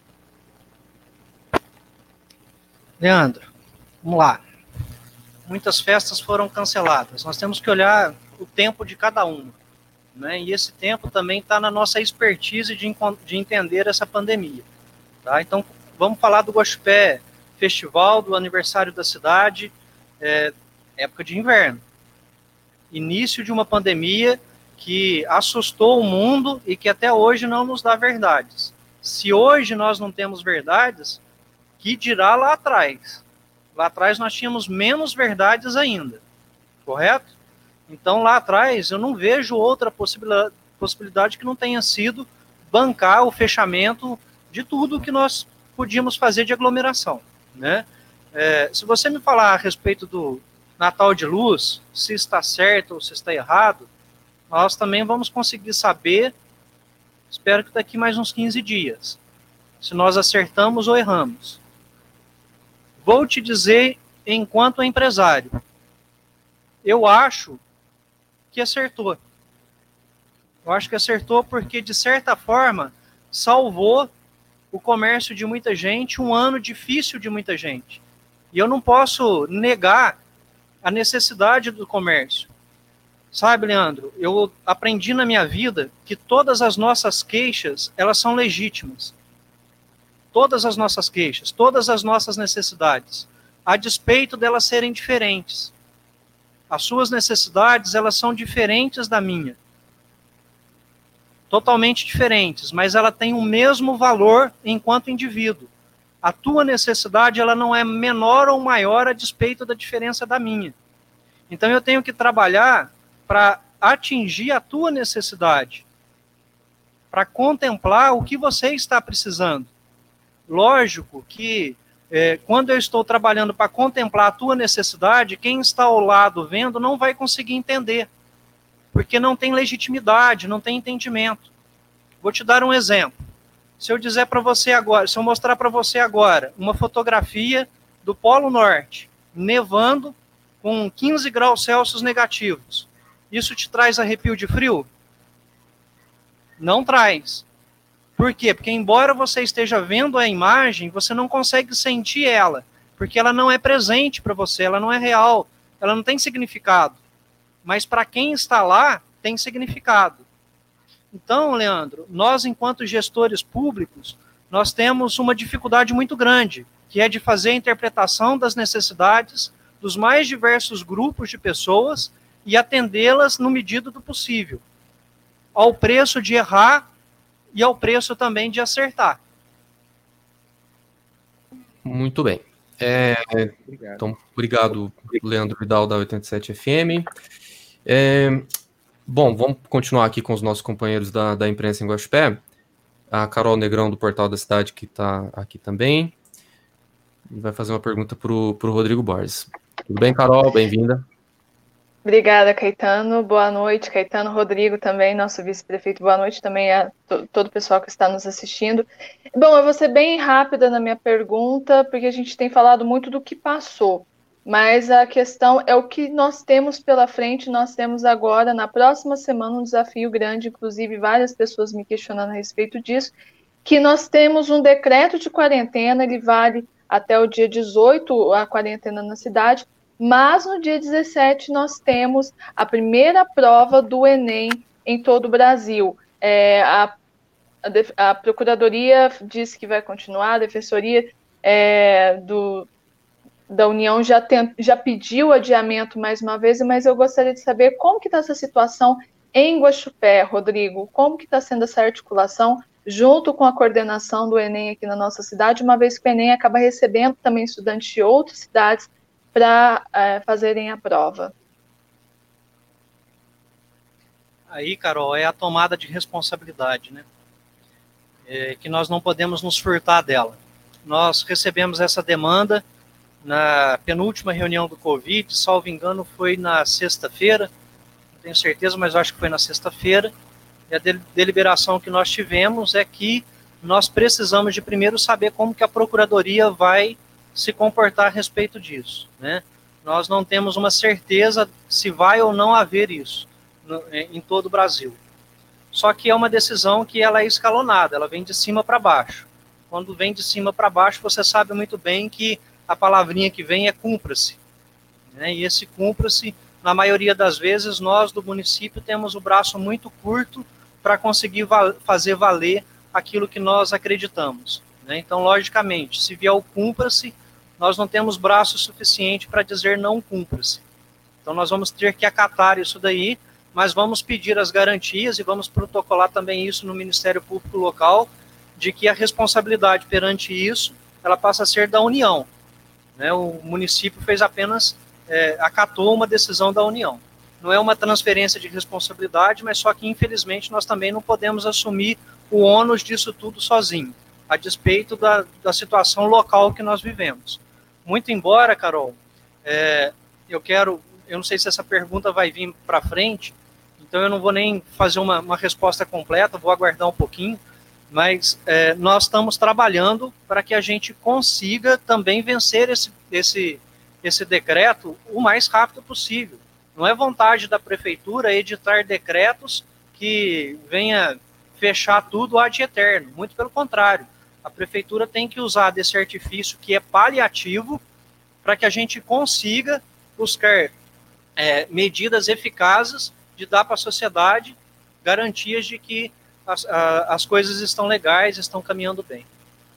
Leandro, vamos lá. Muitas festas foram canceladas. Nós temos que olhar o tempo de cada uma, né? E esse tempo também está na nossa expertise de, de entender essa pandemia. Tá? Então, vamos falar do Guaxupé Festival, do aniversário da cidade, é, época de inverno. Início de uma pandemia que assustou o mundo e que até hoje não nos dá verdades. Se hoje nós não temos verdades, que dirá lá atrás? Lá atrás nós tínhamos menos verdades ainda, correto? Então lá atrás eu não vejo outra possibilidade, possibilidade que não tenha sido bancar o fechamento de tudo que nós podíamos fazer de aglomeração, né? É, se você me falar a respeito do Natal de Luz, se está certo ou se está errado, nós também vamos conseguir saber, espero que daqui mais uns quinze dias, se nós acertamos ou erramos. Vou te dizer, enquanto empresário, eu acho que acertou. Eu acho que acertou porque, de certa forma, salvou o comércio de muita gente, um ano difícil de muita gente. E eu não posso negar a necessidade do comércio. Sabe, Leandro, eu aprendi na minha vida que todas as nossas queixas, elas são legítimas. Todas as nossas queixas, todas as nossas necessidades, a despeito delas serem diferentes. As suas necessidades, elas são diferentes da minha. Totalmente diferentes, mas ela tem o mesmo valor enquanto indivíduo. A tua necessidade, ela não é menor ou maior a despeito da diferença da minha. Então eu tenho que trabalhar para atingir a tua necessidade, para contemplar o que você está precisando. Lógico que é, quando eu estou trabalhando para contemplar a tua necessidade, quem está ao lado vendo não vai conseguir entender, porque não tem legitimidade, não tem entendimento. Vou te dar um exemplo. Se eu dizer para você agora, se eu mostrar para você agora uma fotografia do Polo Norte, nevando com quinze graus Celsius negativos, isso te traz arrepio de frio? Não traz. Por quê? Porque embora você esteja vendo a imagem, você não consegue sentir ela, porque ela não é presente para você, ela não é real, ela não tem significado. Mas para quem está lá, tem significado. Então, Leandro, nós, enquanto gestores públicos, nós temos uma dificuldade muito grande, que é de fazer a interpretação das necessidades dos mais diversos grupos de pessoas e atendê-las no medida do possível, ao preço de errar e ao preço também de acertar. Muito bem. É, obrigado. Então, obrigado, Leandro Vidal, da oitenta e sete F M. É, bom, vamos continuar aqui com os nossos companheiros da, da imprensa em Guaxupé. A Carol Negrão, do Portal da Cidade, que está aqui também. E vai fazer uma pergunta para o Rodrigo Borges. Tudo bem, Carol? Bem-vinda. Obrigada, Caetano. Boa noite, Caetano. Rodrigo também, nosso vice-prefeito. Boa noite também a to- todo o pessoal que está nos assistindo. Bom, eu vou ser bem rápida na minha pergunta, porque a gente tem falado muito do que passou, mas a questão é o que nós temos pela frente. Nós temos agora, na próxima semana, um desafio grande, inclusive várias pessoas me questionando a respeito disso, que nós temos um decreto de quarentena, ele vale até o dia dezoito, a quarentena na cidade, mas no dia dezessete nós temos a primeira prova do Enem em todo o Brasil. É, a, a, a Procuradoria disse que vai continuar, a Defensoria é, do, da União já, tem, já pediu adiamento mais uma vez, mas eu gostaria de saber como que está essa situação em Guaxupé, Rodrigo, como que está sendo essa articulação junto com a coordenação do Enem aqui na nossa cidade, uma vez que o Enem acaba recebendo também estudantes de outras cidades para é, fazerem a prova. Aí, Carol, é a tomada de responsabilidade, né? É, que nós não podemos nos furtar dela. Nós recebemos essa demanda na penúltima reunião do Covid, salvo engano, foi na sexta-feira, não tenho certeza, mas eu acho que foi na sexta-feira, e a deliberação que nós tivemos é que nós precisamos de primeiro saber como que a Procuradoria vai se comportar a respeito disso, né? Nós não temos uma certeza se vai ou não haver isso no, em todo o Brasil. Só que é uma decisão que ela é escalonada, ela vem de cima para baixo. Quando vem de cima para baixo, você sabe muito bem que a palavrinha que vem é cumpra-se, né? E esse cumpra-se, na maioria das vezes, nós do município temos o braço muito curto para conseguir val- fazer valer aquilo que nós acreditamos, né? Então, logicamente, se vier o cumpra-se, nós não temos braço suficiente para dizer não cumpra-se. Então, nós vamos ter que acatar isso daí, mas vamos pedir as garantias e vamos protocolar também isso no Ministério Público Local, de que a responsabilidade perante isso, ela passa a ser da União, né? O município fez apenas, é, acatou uma decisão da União. Não é uma transferência de responsabilidade, mas só que, infelizmente, nós também não podemos assumir o ônus disso tudo sozinho, a despeito da, da situação local que nós vivemos. Muito embora, Carol, é, eu quero, eu não sei se essa pergunta vai vir para frente, então eu não vou nem fazer uma, uma resposta completa, vou aguardar um pouquinho, mas é, nós estamos trabalhando para que a gente consiga também vencer esse, esse, esse decreto o mais rápido possível. Não é vontade da prefeitura editar decretos que venha fechar tudo ad eterno, muito pelo contrário. A prefeitura tem que usar desse artifício que é paliativo para que a gente consiga buscar é, medidas eficazes de dar para a sociedade garantias de que as, a, as coisas estão legais, estão caminhando bem.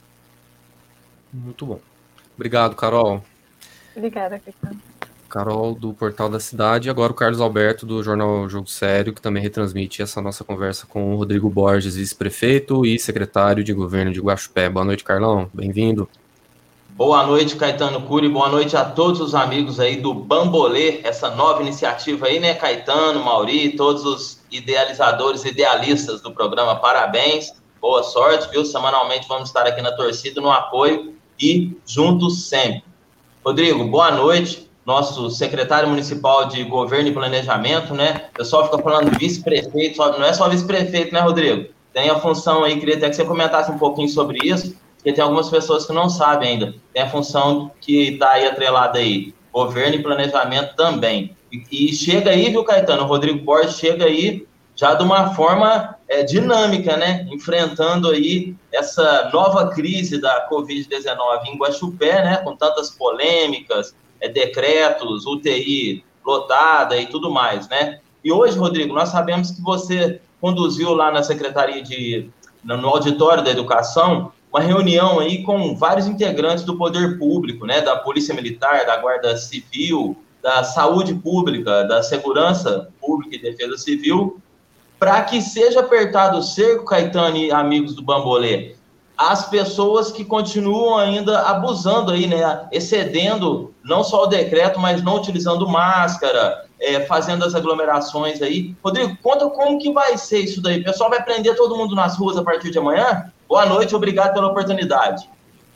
Muito bom. Obrigado, Carol. Obrigada, Caetano. Carol, do Portal da Cidade, e agora o Carlos Alberto, do jornal Jogo Sério, que também retransmite essa nossa conversa com o Rodrigo Borges, vice-prefeito e secretário de governo de Guaxupé. Boa noite, Carlão. Bem-vindo. Boa noite, Caetano Cury. Boa noite a todos os amigos aí do Bambolê, essa nova iniciativa aí, né, Caetano, Mauri, todos os idealizadores, idealistas do programa. Parabéns, boa sorte, viu? Semanalmente vamos estar aqui na torcida, no apoio e juntos sempre. Rodrigo, boa noite. Nosso secretário municipal de governo e planejamento, né? O pessoal fica falando vice-prefeito, não é só vice-prefeito, né, Rodrigo? Tem a função aí, queria até que você comentasse um pouquinho sobre isso, porque tem algumas pessoas que não sabem ainda. Tem a função que está aí atrelada aí, governo e planejamento também. E, e chega aí, viu, Caetano? O Rodrigo Borges chega aí já de uma forma é, dinâmica, né? Enfrentando aí essa nova crise da covid dezenove em Guaxupé, né? Com tantas polêmicas, é, decretos, U T I lotada e tudo mais, né? E hoje, Rodrigo, nós sabemos que você conduziu lá na Secretaria de... no Auditório da Educação, uma reunião aí com vários integrantes do poder público, né? Da Polícia Militar, da Guarda Civil, da Saúde Pública, da Segurança Pública e Defesa Civil, para que seja apertado o cerco, Caetano e amigos do Bambolê, as pessoas que continuam ainda abusando aí, né, excedendo não só o decreto, mas não utilizando máscara, é, fazendo as aglomerações aí. Rodrigo, conta como que vai ser isso daí. O pessoal vai prender todo mundo nas ruas a partir de amanhã? Boa noite, obrigado pela oportunidade.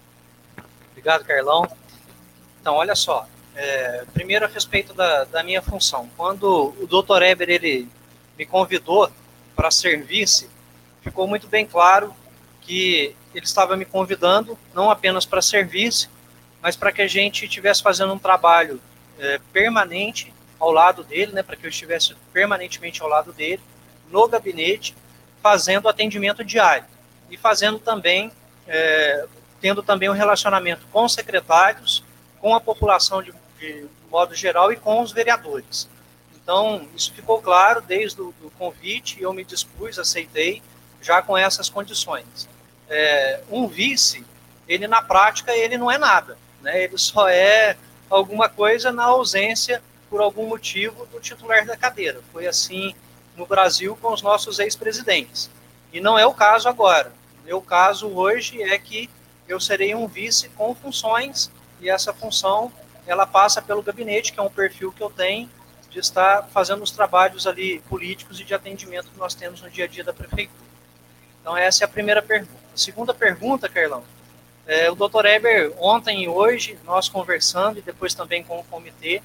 Obrigado, Carlão. Então, olha só, é, primeiro a respeito da, da minha função. Quando o doutor Eber, ele me convidou para ser vice, ficou muito bem claro que ele estava me convidando não apenas para ser vice, mas para que a gente estivesse fazendo um trabalho é, permanente ao lado dele, né, para que eu estivesse permanentemente ao lado dele, no gabinete, fazendo atendimento diário e fazendo também, é, tendo também um relacionamento com os secretários, com a população de, de modo geral e com os vereadores. Então, isso ficou claro desde o do convite e eu me dispus, aceitei, já com essas condições. É, um vice, ele na prática, ele não é nada, né? Ele só é alguma coisa na ausência, por algum motivo, do titular da cadeira. Foi assim no Brasil com os nossos ex-presidentes. E não é o caso agora. O meu caso hoje é que eu serei um vice com funções, e essa função, ela passa pelo gabinete, que é um perfil que eu tenho, de estar fazendo os trabalhos ali políticos e de atendimento que nós temos no dia a dia da prefeitura. Então, essa é a primeira pergunta. A segunda pergunta, Carlão, é, o doutor Eber, ontem e hoje, nós conversando, e depois também com o comitê,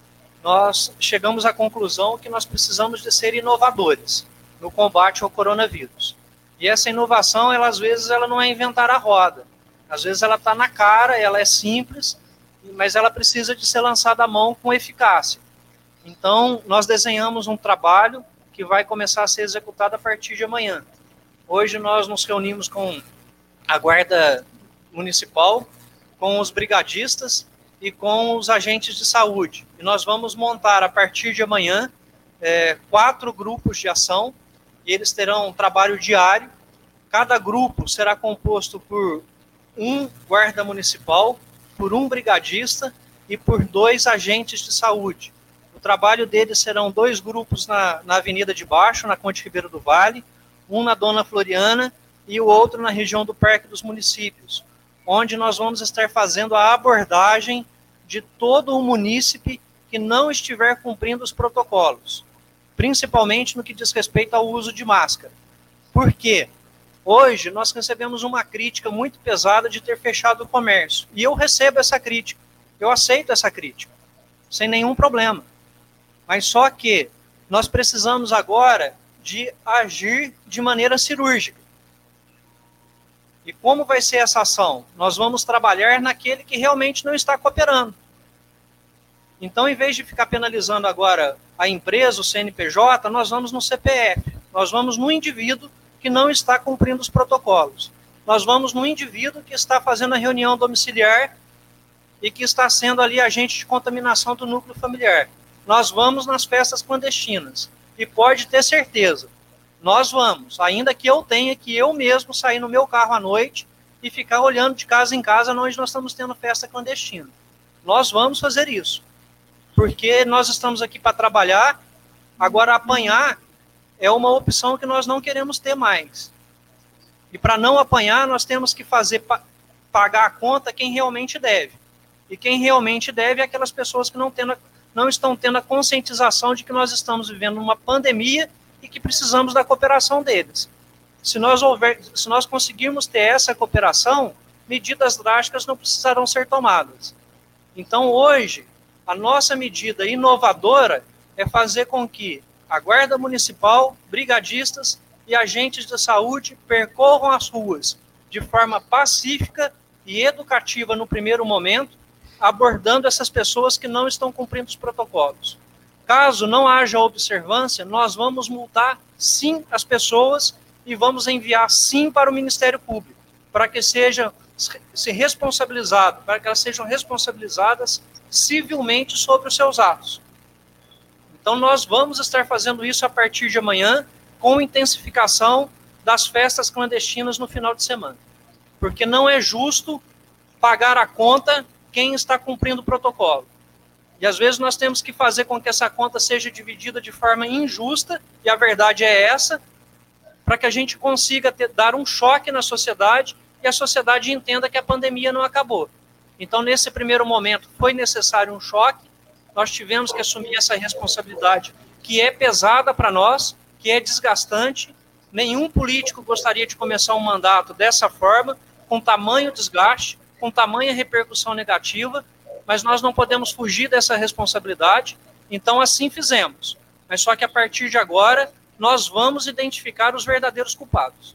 nós chegamos à conclusão que nós precisamos de ser inovadores no combate ao coronavírus. E essa inovação, ela, às vezes, ela não é inventar a roda. Às vezes, ela está na cara, ela é simples, mas ela precisa de ser lançada à mão com eficácia. Então, nós desenhamos um trabalho que vai começar a ser executado a partir de amanhã. Hoje nós nos reunimos com a Guarda Municipal, com os brigadistas e com os agentes de saúde. E nós vamos montar, a partir de amanhã, é, quatro grupos de ação, e eles terão um trabalho diário. Cada grupo será composto por um guarda municipal, por um brigadista e por dois agentes de saúde. O trabalho deles serão dois grupos na, na Avenida de Baixo, na Conde Ribeiro do Vale, um na Dona Floriana e o outro na região do Parque dos Municípios, onde nós vamos estar fazendo a abordagem de todo o munícipe que não estiver cumprindo os protocolos, principalmente no que diz respeito ao uso de máscara. Por quê? Hoje nós recebemos uma crítica muito pesada de ter fechado o comércio, e eu recebo essa crítica, eu aceito essa crítica, sem nenhum problema. Mas só que nós precisamos agora de agir de maneira cirúrgica. E como vai ser essa ação? Nós vamos trabalhar naquele que realmente não está cooperando. Então, em vez de ficar penalizando agora a empresa, o C N P J, nós vamos no C P F. Nós vamos no indivíduo que não está cumprindo os protocolos. Nós vamos no indivíduo que está fazendo a reunião domiciliar e que está sendo ali agente de contaminação do núcleo familiar. Nós vamos nas festas clandestinas. E pode ter certeza, nós vamos, ainda que eu tenha que eu mesmo sair no meu carro à noite e ficar olhando de casa em casa onde nós estamos tendo festa clandestina. Nós vamos fazer isso. Porque nós estamos aqui para trabalhar, agora apanhar é uma opção que nós não queremos ter mais. E para não apanhar, nós temos que fazer pagar a conta quem realmente deve. E quem realmente deve é aquelas pessoas que não, tendo, não estão tendo a conscientização de que nós estamos vivendo uma pandemia e que precisamos da cooperação deles. Se nós, houver, se nós conseguirmos ter essa cooperação, medidas drásticas não precisarão ser tomadas. Então, hoje, a nossa medida inovadora é fazer com que a Guarda Municipal, brigadistas e agentes de saúde percorram as ruas de forma pacífica e educativa no primeiro momento, abordando essas pessoas que não estão cumprindo os protocolos. Caso não haja observância, nós vamos multar, sim, as pessoas e vamos enviar, sim, para o Ministério Público, para que sejam se responsabilizados, para que elas sejam responsabilizadas civilmente sobre os seus atos. Então, nós vamos estar fazendo isso a partir de amanhã, com intensificação das festas clandestinas no final de semana. Porque não é justo pagar a conta quem está cumprindo o protocolo. E, às vezes, nós temos que fazer com que essa conta seja dividida de forma injusta, e a verdade é essa, para que a gente consiga ter, dar um choque na sociedade e a sociedade entenda que a pandemia não acabou. Então, nesse primeiro momento, foi necessário um choque, nós tivemos que assumir essa responsabilidade, que é pesada para nós, que é desgastante. Nenhum político gostaria de começar um mandato dessa forma, com tamanho desgaste, com tamanha repercussão negativa, mas nós não podemos fugir dessa responsabilidade, então assim fizemos. Mas só que a partir de agora, nós vamos identificar os verdadeiros culpados.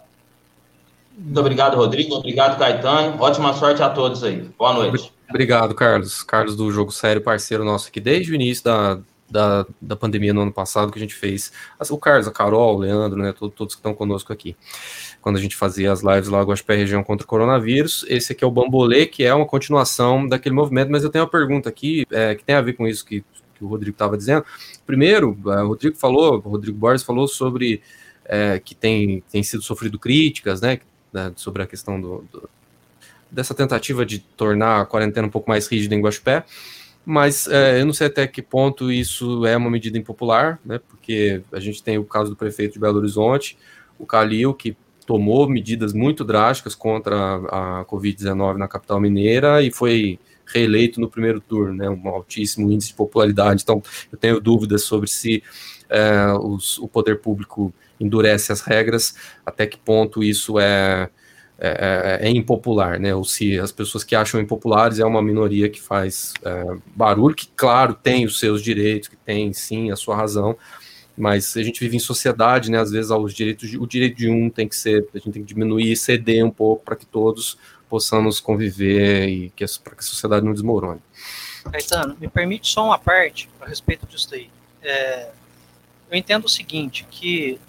Muito obrigado, Rodrigo. Obrigado, Caetano. Ótima sorte a todos aí. Boa noite. Obrigado, Carlos. Carlos do Jogo Sério, parceiro nosso aqui desde o início da, da, da pandemia no ano passado que a gente fez. O Carlos, a Carol, o Leandro, né, todos, todos que estão conosco aqui. Quando a gente fazia as lives lá, Guaxupé Região contra o Coronavírus. Esse aqui é o Bambolê, que é uma continuação daquele movimento, mas eu tenho uma pergunta aqui é, que tem a ver com isso que, que o Rodrigo estava dizendo. Primeiro, o Rodrigo falou, o Rodrigo Borges falou sobre é, que tem, tem sido sofrido críticas, né, né, sobre a questão do, do, dessa tentativa de tornar a quarentena um pouco mais rígida em Guaxupé, mas é, eu não sei até que ponto isso é uma medida impopular, né, porque a gente tem o caso do prefeito de Belo Horizonte, o Calil, que tomou medidas muito drásticas contra a, a covid dezenove na capital mineira e foi reeleito no primeiro turno, né, um altíssimo índice de popularidade. Então, eu tenho dúvidas sobre se é, os, o poder público endurece as regras, até que ponto isso é, é, é impopular, né? Ou se as pessoas que acham impopulares é uma minoria que faz é, barulho, que, claro, tem os seus direitos, que tem, sim, a sua razão, mas a gente vive em sociedade, né? Às vezes os direitos de, o direito de um tem que ser, a gente tem que diminuir, ceder um pouco para que todos possamos conviver e que para que a sociedade não desmorone. Caetano, me permite só uma parte a respeito disso daí. É, eu entendo o seguinte, que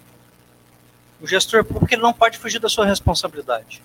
o gestor público ele não pode fugir da sua responsabilidade.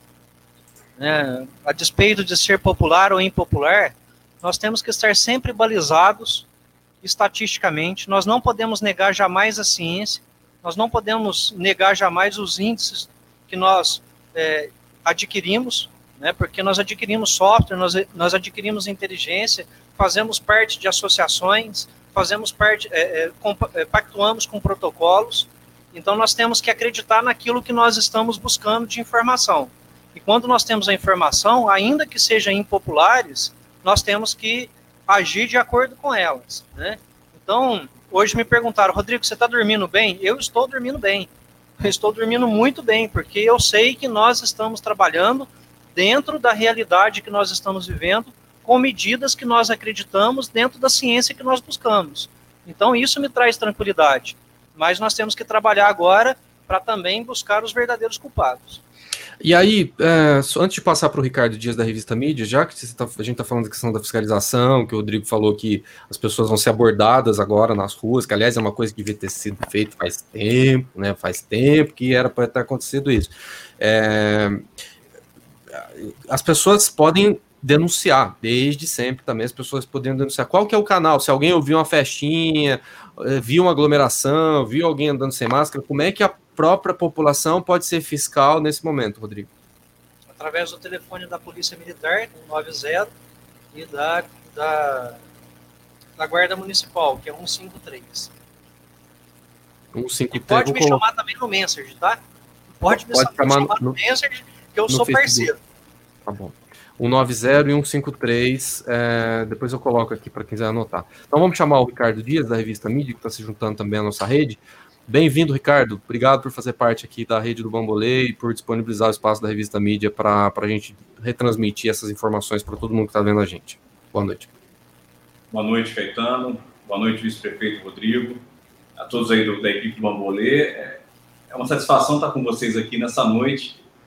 Né? A despeito de ser popular ou impopular, nós temos que estar sempre balizados estatisticamente, nós não podemos negar jamais a ciência, nós não podemos negar jamais os índices que nós é, adquirimos, né? Porque nós adquirimos software, nós, nós adquirimos inteligência, fazemos parte de associações, fazemos parte, é, é, pactuamos com protocolos. Então, nós temos que acreditar naquilo que nós estamos buscando de informação. E quando nós temos a informação, ainda que sejam impopulares, nós temos que agir de acordo com elas, né? Então, hoje me perguntaram, Rodrigo, você está dormindo bem? Eu estou dormindo bem. Eu estou dormindo muito bem, porque eu sei que nós estamos trabalhando dentro da realidade que nós estamos vivendo, com medidas que nós acreditamos dentro da ciência que nós buscamos. Então, isso me traz tranquilidade. Mas nós temos que trabalhar agora para também buscar os verdadeiros culpados. E aí, é, antes de passar para o Ricardo Dias da Revista Mídia, já que você tá, a gente está falando da questão da fiscalização, que o Rodrigo falou que as pessoas vão ser abordadas agora nas ruas, que aliás é uma coisa que devia ter sido feita faz tempo, né? Faz tempo que era para ter acontecido isso. É, as pessoas podem denunciar, desde sempre também as pessoas podem denunciar. Qual que é o canal? Se alguém ouviu uma festinha, viu uma aglomeração, viu alguém andando sem máscara, como é que a própria população pode ser fiscal nesse momento, Rodrigo? Através do telefone da Polícia Militar, noventa, e da, da, da Guarda Municipal, que é cento e cinquenta e três. cento e cinquenta e três. E pode me chamar também no Messenger, tá? Pode, pode me chamar, chamar no, no Messenger, que eu sou Facebook. Parceiro. Tá bom. cento e noventa e e cento e cinquenta e três, é, depois eu coloco aqui para quem quiser anotar. Então vamos chamar o Ricardo Dias, da Revista Mídia, que está se juntando também à nossa rede. Bem-vindo, Ricardo. Obrigado por fazer parte aqui da rede do Bambolê e por disponibilizar o espaço da Revista Mídia para a gente retransmitir essas informações para todo mundo que está vendo a gente. Boa noite. Boa noite, Caetano. Boa noite, vice-prefeito Rodrigo. A todos aí do, da equipe do Bambolê. É, é uma satisfação estar com vocês aqui nessa noite.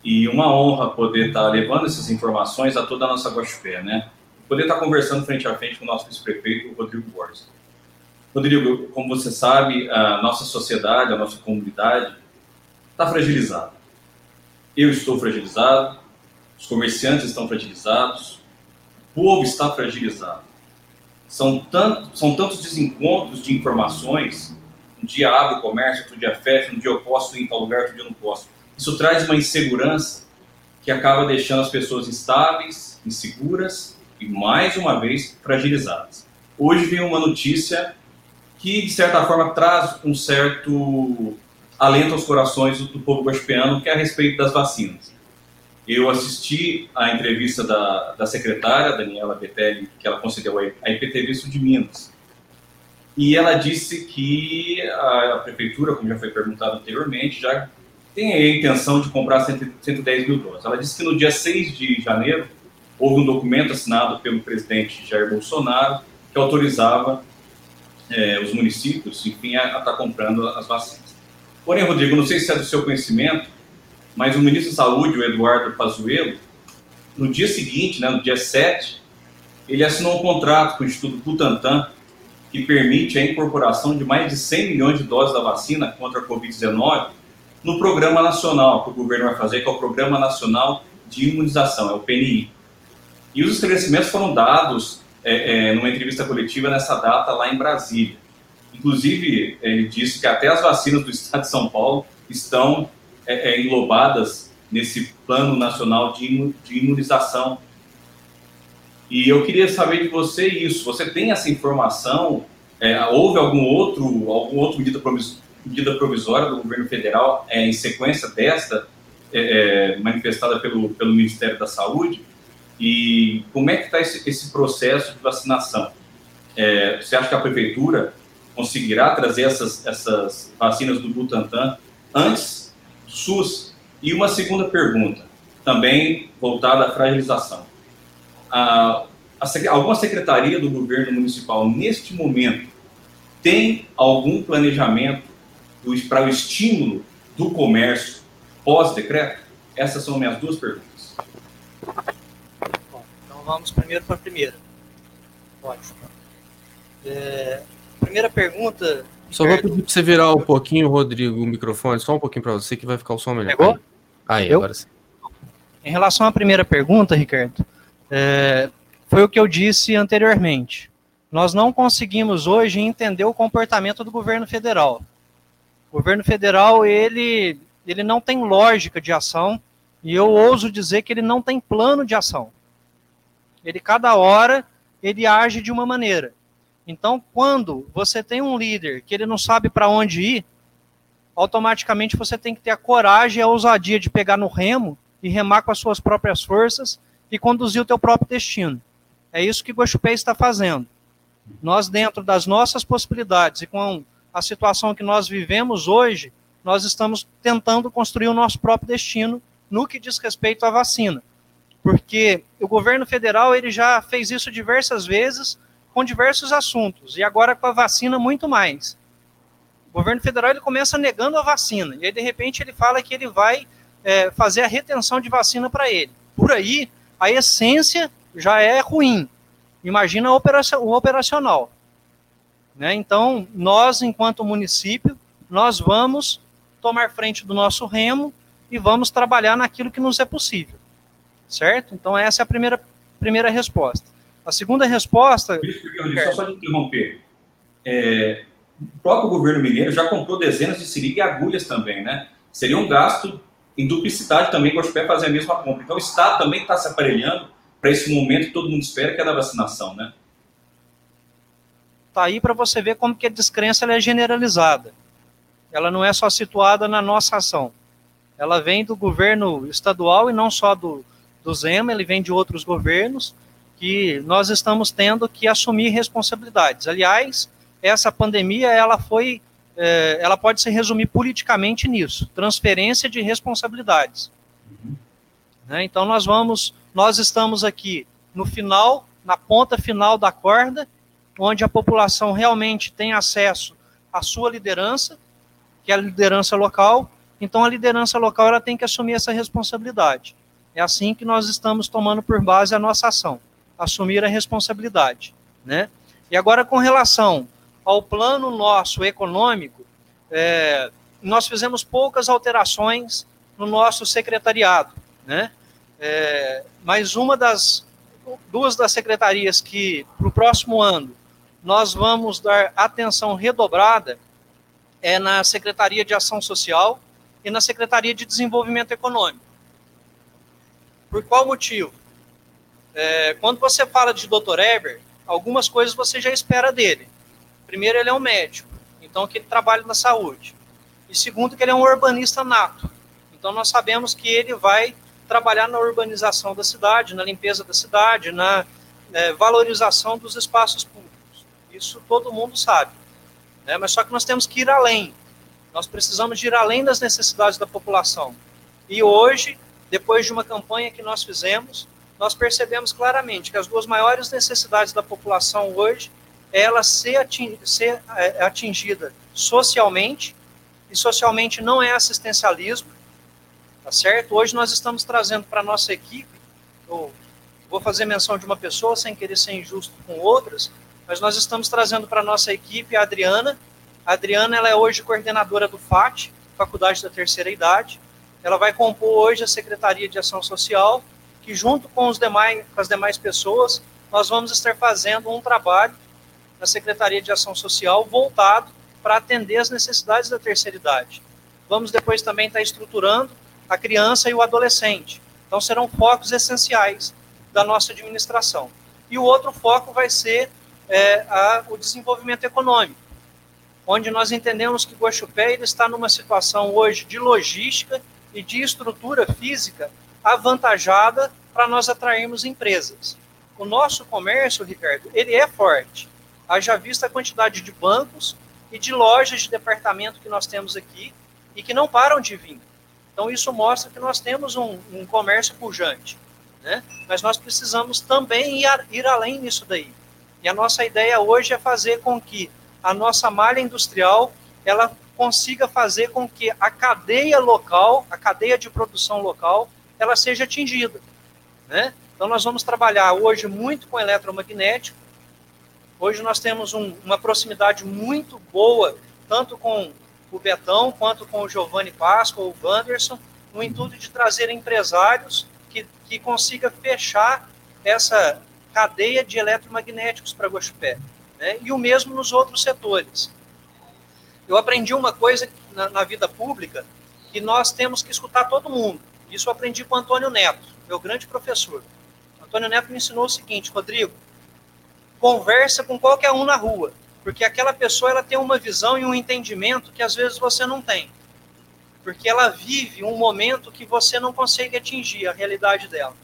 E uma honra poder estar levando essas informações a toda a nossa Guaxupé, né? Poder estar conversando frente a frente com o nosso vice-prefeito, o Rodrigo Borges. Rodrigo, como você sabe, a nossa sociedade, a nossa comunidade está fragilizada. Eu estou fragilizado, os comerciantes estão fragilizados, o povo está fragilizado. São, tanto, são tantos desencontros de informações, um dia abre o comércio, outro dia fecha, um dia eu posso ir em tal lugar, outro dia eu não posso. Isso traz uma insegurança que acaba deixando as pessoas instáveis, inseguras e, mais uma vez, fragilizadas. Hoje veio uma notícia que, de certa forma, traz um certo alento aos corações do, do povo guaxupeano, que é a respeito das vacinas. Eu assisti à entrevista da, da secretária, Daniela Betelli, que ela concedeu à I P T V Sul de Minas. E ela disse que a, a prefeitura, como já foi perguntado anteriormente, já tem a intenção de comprar cento e dez mil doses. Ela disse que no dia seis de janeiro houve um documento assinado pelo presidente Jair Bolsonaro que autorizava é, os municípios, enfim, a estar comprando as vacinas. Porém, Rodrigo, não sei se é do seu conhecimento, mas o ministro da Saúde, o Eduardo Pazuello, no dia seguinte, né, no dia sete, ele assinou um contrato com o Instituto Butantan que permite a incorporação de mais de cem milhões de doses da vacina contra a covid dezenove no Programa Nacional que o governo vai fazer, que é o Programa Nacional de Imunização, é o P N I. E os esclarecimentos foram dados é, é, numa entrevista coletiva nessa data lá em Brasília. Inclusive, ele disse que até as vacinas do estado de São Paulo estão é, é, englobadas nesse Plano Nacional de Imunização. E eu queria saber de você isso. Você tem essa informação? É, houve algum outro, algum outro medida, provis, medida provisória do governo federal é, em sequência desta é, é, manifestada pelo, pelo Ministério da Saúde? E como é que está esse, esse processo de vacinação? É, você acha que a prefeitura conseguirá trazer essas, essas vacinas do Butantan antes do SUS? E uma segunda pergunta, também voltada à fragilização. A, a, alguma secretaria do governo municipal, neste momento, tem algum planejamento para o estímulo do comércio pós-decreto? Essas são minhas duas perguntas. Bom, então vamos primeiro para a primeira. Ótimo. É, primeira pergunta... Só vou pedir para você virar um pouquinho, Rodrigo, o microfone, só um pouquinho para você, que vai ficar o som melhor. Pegou? Aí, Eu? agora sim. Em relação à primeira pergunta, Ricardo, é, foi o que eu disse anteriormente. Nós não conseguimos hoje entender o comportamento do governo federal. O governo federal, ele, ele não tem lógica de ação, e eu ouso dizer que ele não tem plano de ação. Ele, cada hora, ele age de uma maneira. Então, quando você tem um líder que ele não sabe para onde ir, automaticamente você tem que ter a coragem e a ousadia de pegar no remo e remar com as suas próprias forças e conduzir o teu próprio destino. É isso que o Guaxupé está fazendo. Nós, dentro das nossas possibilidades e com a situação que nós vivemos hoje, nós estamos tentando construir o nosso próprio destino no que diz respeito à vacina. Porque o governo federal ele já fez isso diversas vezes com diversos assuntos, e agora com a vacina muito mais. O governo federal ele começa negando a vacina, e aí de repente ele fala que ele vai é, fazer a retenção de vacina para ele. Por aí, a essência já é ruim. Imagina o operacional. Né? Então, nós, enquanto município, nós vamos tomar frente do nosso remo e vamos trabalhar naquilo que nos é possível. Certo? Então, essa é a primeira, primeira resposta. A segunda resposta... Só só de interromper. É, o próprio governo mineiro já comprou dezenas de seringas e agulhas também, né? Seria um gasto em duplicidade também, o Guaxupé fazer a mesma compra. Então, o Estado também está se aparelhando para esse momento que todo mundo espera, que é da vacinação, né? Está aí para você ver como que a descrença ela é generalizada. Ela não é só situada na nossa ação. Ela vem do governo estadual e não só do, do Zema, ele vem de outros governos, que nós estamos tendo que assumir responsabilidades. Aliás, essa pandemia, ela foi, é, ela pode se resumir politicamente nisso, transferência de responsabilidades. Uhum. Né? Então nós vamos, nós estamos aqui no final, na ponta final da corda, onde a população realmente tem acesso à sua liderança, que é a liderança local, Então, a liderança local ela tem que assumir essa responsabilidade. É assim que nós estamos tomando por base a nossa ação, assumir a responsabilidade, né? E agora, com relação ao plano nosso econômico, é, nós fizemos poucas alterações no nosso secretariado, né? É, mas uma das, duas das secretarias que, para o próximo ano, nós vamos dar atenção redobrada é na Secretaria de Ação Social e na Secretaria de Desenvolvimento Econômico. Por qual motivo? É, quando você fala de doutor Heber, algumas coisas você já espera dele. Primeiro, ele é um médico, então que ele trabalha na saúde. E segundo, que ele é um urbanista nato. Então nós sabemos que ele vai trabalhar na urbanização da cidade, na limpeza da cidade, na é, valorização dos espaços públicos. Isso todo mundo sabe. Né? Mas só que nós temos que ir além. Nós precisamos de ir além das necessidades da população. E hoje, depois de uma campanha que nós fizemos, nós percebemos claramente que as duas maiores necessidades da população hoje é ela ser, ating, ser é, atingida socialmente, e socialmente não é assistencialismo, tá certo? Hoje nós estamos trazendo para a nossa equipe, eu vou fazer menção de uma pessoa sem querer ser injusto com outras, mas nós estamos trazendo para a nossa equipe a Adriana. A Adriana ela é hoje coordenadora do F A T, Faculdade da Terceira Idade. Ela vai compor hoje a Secretaria de Ação Social, que junto com, os demais, com as demais pessoas, nós vamos estar fazendo um trabalho na Secretaria de Ação Social voltado para atender as necessidades da terceira idade. Vamos depois também estar estruturando a criança e o adolescente. Então serão focos essenciais da nossa administração. E o outro foco vai ser é, a, o desenvolvimento econômico, onde nós entendemos que Guaxupé ele está numa situação hoje de logística e de estrutura física avantajada para nós atrairmos empresas. O nosso comércio, Ricardo, ele é forte. Haja vista a quantidade de bancos e de lojas de departamento que nós temos aqui e que não param de vir. Então, isso mostra que nós temos um, um comércio pujante, né? Mas nós precisamos também ir, ir além nisso daí. E a nossa ideia hoje é fazer com que a nossa malha industrial ela consiga fazer com que a cadeia local, a cadeia de produção local, ela seja atingida, né? Então, nós vamos trabalhar hoje muito com eletromagnético. Hoje nós temos um, uma proximidade muito boa, tanto com o Betão, quanto com o Giovanni Páscoa, o Wanderson, no intuito de trazer empresários que, que consiga fechar essa cadeia de eletromagnéticos para Guaxupé, né? E o mesmo nos outros setores. Eu aprendi uma coisa na, na vida pública, que nós temos que escutar todo mundo. Isso eu aprendi com o Antônio Neto, meu grande professor. O Antônio Neto me ensinou o seguinte: Rodrigo, conversa com qualquer um na rua, porque aquela pessoa ela tem uma visão e um entendimento que às vezes você não tem, porque ela vive um momento que você não consegue atingir a realidade dela.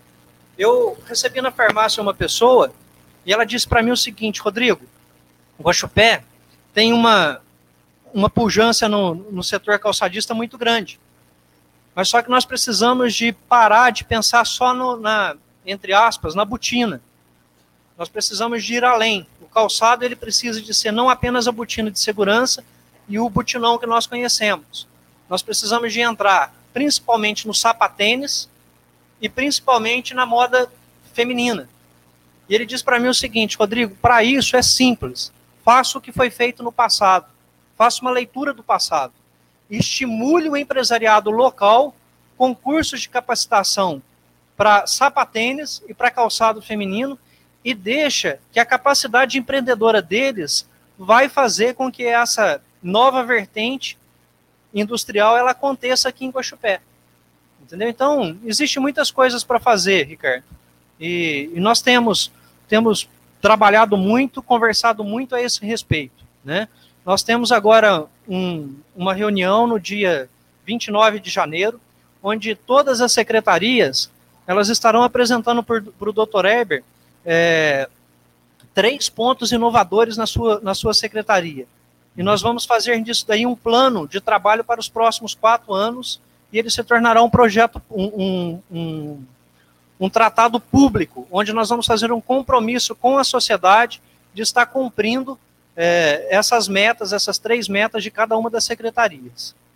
Eu recebi na farmácia uma pessoa e ela disse para mim o seguinte: Rodrigo, o Guaxupé tem uma, uma pujança no, no setor calçadista muito grande, mas só que nós precisamos de parar de pensar só no, na, entre aspas, na botina. Nós precisamos de ir além. O calçado ele precisa de ser não apenas a botina de segurança e o botinão que nós conhecemos. Nós precisamos de entrar principalmente no sapatênis e principalmente na moda feminina. E ele diz para mim o seguinte: Rodrigo, para isso é simples. Faça o que foi feito no passado. Faça uma leitura do passado. Estimule o empresariado local com cursos de capacitação para sapatênis e para calçado feminino, e deixa que a capacidade empreendedora deles vai fazer com que essa nova vertente industrial ela aconteça aqui em Guaxupé. Entendeu? Então, existe muitas coisas para fazer, Ricardo. E, e nós temos, temos trabalhado muito, conversado muito a esse respeito, né? Nós temos agora um, uma reunião no dia vinte e nove de janeiro, onde todas as secretarias elas estarão apresentando para o doutor Heber É, três pontos inovadores na sua, na sua secretaria. E nós vamos fazer disso daí um plano de trabalho para os próximos quatro anos, e ele se tornará um projeto, um, um, um, um tratado público, onde nós vamos fazer um compromisso com a sociedade de estar cumprindo é, essas metas, essas três metas de cada uma das secretarias.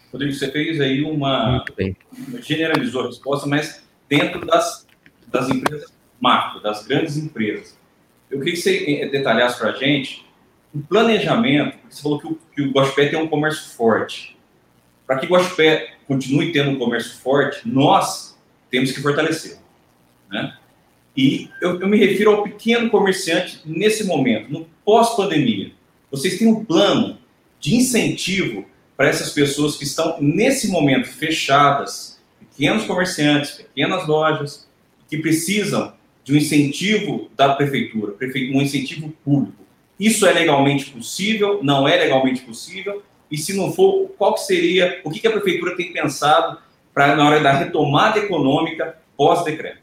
Rodrigo, você fez aí uma... generalizou a resposta, mas dentro das, das empresas macro, das grandes empresas. Eu queria que você detalhasse para a gente o planejamento, porque você falou que o, que o Guaxupé tem um comércio forte. Para que o Guaxupé continue tendo um comércio forte, nós temos que fortalecer, né? E eu, eu me refiro ao pequeno comerciante nesse momento, no pós-pandemia. Vocês têm um plano de incentivo para essas pessoas que estão, nesse momento, fechadas, pequenos comerciantes, pequenas lojas, que precisam de um incentivo da prefeitura, um incentivo público. Isso é legalmente possível? Não é legalmente possível? E se não for, qual que seria, o que a prefeitura tem pensado para na hora da retomada econômica pós-decreto?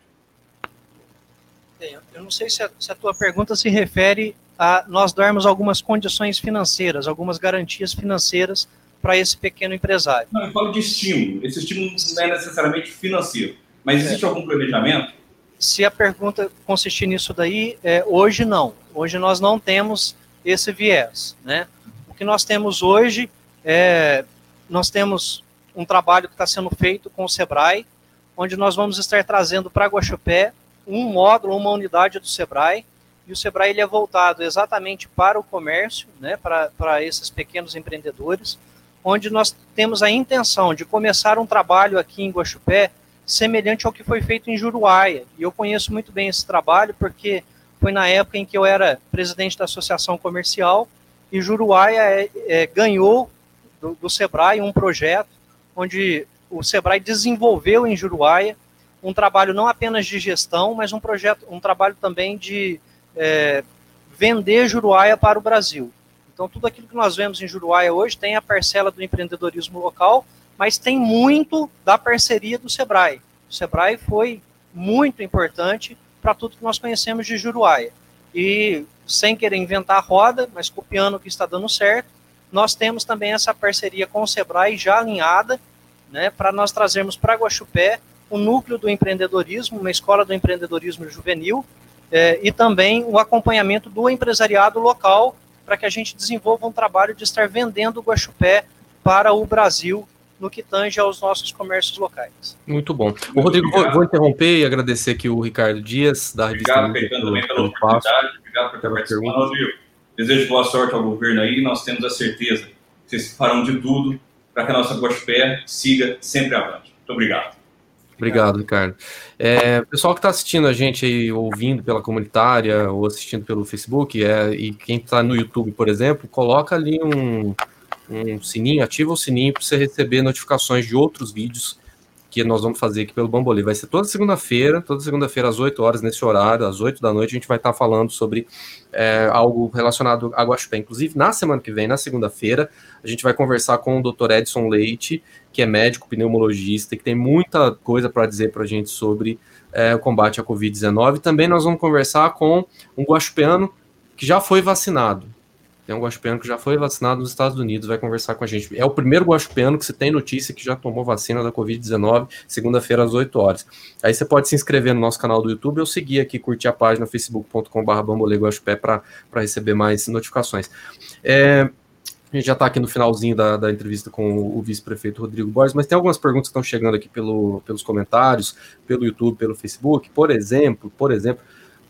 Eu não sei se a, se a tua pergunta se refere a nós darmos algumas condições financeiras, algumas garantias financeiras para esse pequeno empresário. Não, eu falo de estímulo. Esse estímulo não é necessariamente financeiro, mas existe é. algum planejamento? Se a pergunta consistir nisso daí, é, hoje não. Hoje nós não temos esse viés, né? O que nós temos hoje é, nós temos um trabalho que está sendo feito com o Sebrae, onde nós vamos estar trazendo para Guaxupé um módulo, uma unidade do Sebrae, e o Sebrae ele é voltado exatamente para o comércio, né, para, para esses pequenos empreendedores, onde nós temos a intenção de começar um trabalho aqui em Guaxupé semelhante ao que foi feito em Juruáia. E eu conheço muito bem esse trabalho, porque foi na época em que eu era presidente da Associação Comercial, e Juruáia é, é, ganhou do, do Sebrae um projeto onde o Sebrae desenvolveu em Juruáia um trabalho não apenas de gestão, mas um projeto, um trabalho também de é, vender Juruáia para o Brasil. Então, tudo aquilo que nós vemos em Juruáia hoje tem a parcela do empreendedorismo local, mas tem muito da parceria do Sebrae. O Sebrae foi muito importante para tudo que nós conhecemos de Juruáia. E, sem querer inventar a roda, mas copiando o que está dando certo, nós temos também essa parceria com o Sebrae já alinhada, né, para nós trazermos para Guaxupé o núcleo do empreendedorismo, uma escola do empreendedorismo juvenil, eh, e também o acompanhamento do empresariado local, para que a gente desenvolva um trabalho de estar vendendo o Guaxupé para o Brasil, no que tange aos nossos comércios locais. Muito bom. O Rodrigo, vou, vou interromper e agradecer aqui o Ricardo Dias, da revista... Obrigado, Caetano, também pela oportunidade. Obrigado por ter participado, Rodrigo. Desejo boa sorte ao governo aí, nós temos a certeza que vocês farão de tudo para que a nossa Guaxupé siga sempre avante. Muito obrigado. Obrigado, Ricardo. É, pessoal que está assistindo a gente aí, ouvindo pela comunitária ou assistindo pelo Facebook, é, e quem está no YouTube, por exemplo, coloca ali um, um sininho, ativa o sininho para você receber notificações de outros vídeos que nós vamos fazer aqui pelo Bambolê. Vai ser toda segunda-feira, toda segunda-feira às oito horas, nesse horário, às oito da noite, a gente vai estar tá falando sobre é, algo relacionado a Guaxupé. Inclusive, na semana que vem, na segunda-feira, a gente vai conversar com o doutor Edson Leite, que é médico pneumologista e que tem muita coisa para dizer para a gente sobre é, o combate à covid dezenove. Também nós vamos conversar com um guaxupeano que já foi vacinado. Tem um guaxupeano que já foi vacinado nos Estados Unidos, vai conversar com a gente. É o primeiro guaxupeano que você tem notícia que já tomou vacina da covid dezenove, segunda-feira às oito horas. Aí você pode se inscrever no nosso canal do YouTube ou seguir aqui, curtir a página facebook ponto com barra bambolê guaxupé para receber mais notificações. É... A gente já está aqui no finalzinho da, da entrevista com o, o vice-prefeito Rodrigo Borges, mas tem algumas perguntas que estão chegando aqui pelo, pelos comentários, pelo YouTube, pelo Facebook. Por exemplo, por exemplo,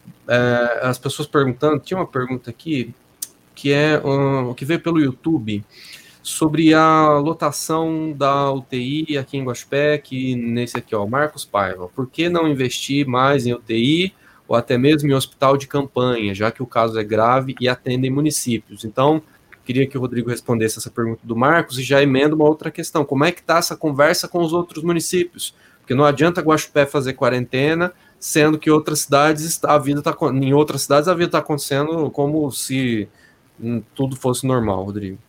é, as pessoas perguntando, tinha uma pergunta aqui que é um, que veio pelo YouTube sobre a lotação da U T I aqui em Guaxupé, que nesse aqui, ó, Marcos Paiva. Por que não investir mais em U T I ou até mesmo em hospital de campanha, já que o caso é grave e atendem municípios? Então, queria que o Rodrigo respondesse essa pergunta do Marcos e já emenda uma outra questão. Como é que está essa conversa com os outros municípios? Porque não adianta Guaxupé fazer quarentena, sendo que outras cidades, a vida tá, em outras cidades a vida está acontecendo como se hum, tudo fosse normal, Rodrigo.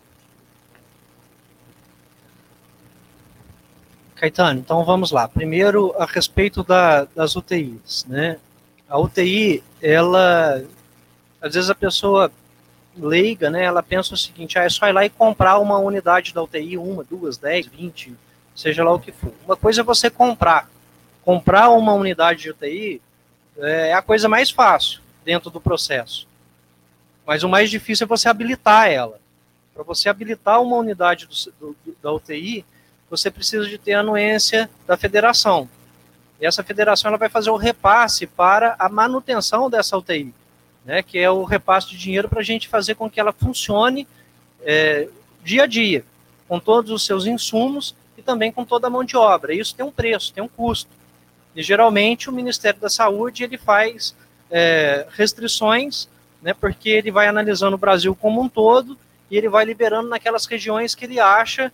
Caetano, então vamos lá. Primeiro, a respeito da, das U T Is, né? A U T I, ela, às vezes a pessoa leiga, né, ela pensa o seguinte, ah, é só ir lá e comprar uma unidade da U T I, uma, duas, dez, vinte, seja lá o que for. Uma coisa é você comprar. Comprar uma unidade de U T I é a coisa mais fácil dentro do processo. Mas o mais difícil é você habilitar ela. Para você habilitar uma unidade do, do, da U T I, você precisa de ter a anuência da federação. E essa federação ela vai fazer o repasse para a manutenção dessa U T I, né, que é o repasse de dinheiro para a gente fazer com que ela funcione é, dia a dia, com todos os seus insumos e também com toda a mão de obra. Isso tem um preço, tem um custo. E geralmente o Ministério da Saúde ele faz é, restrições, né, porque ele vai analisando o Brasil como um todo e ele vai liberando naquelas regiões que ele acha,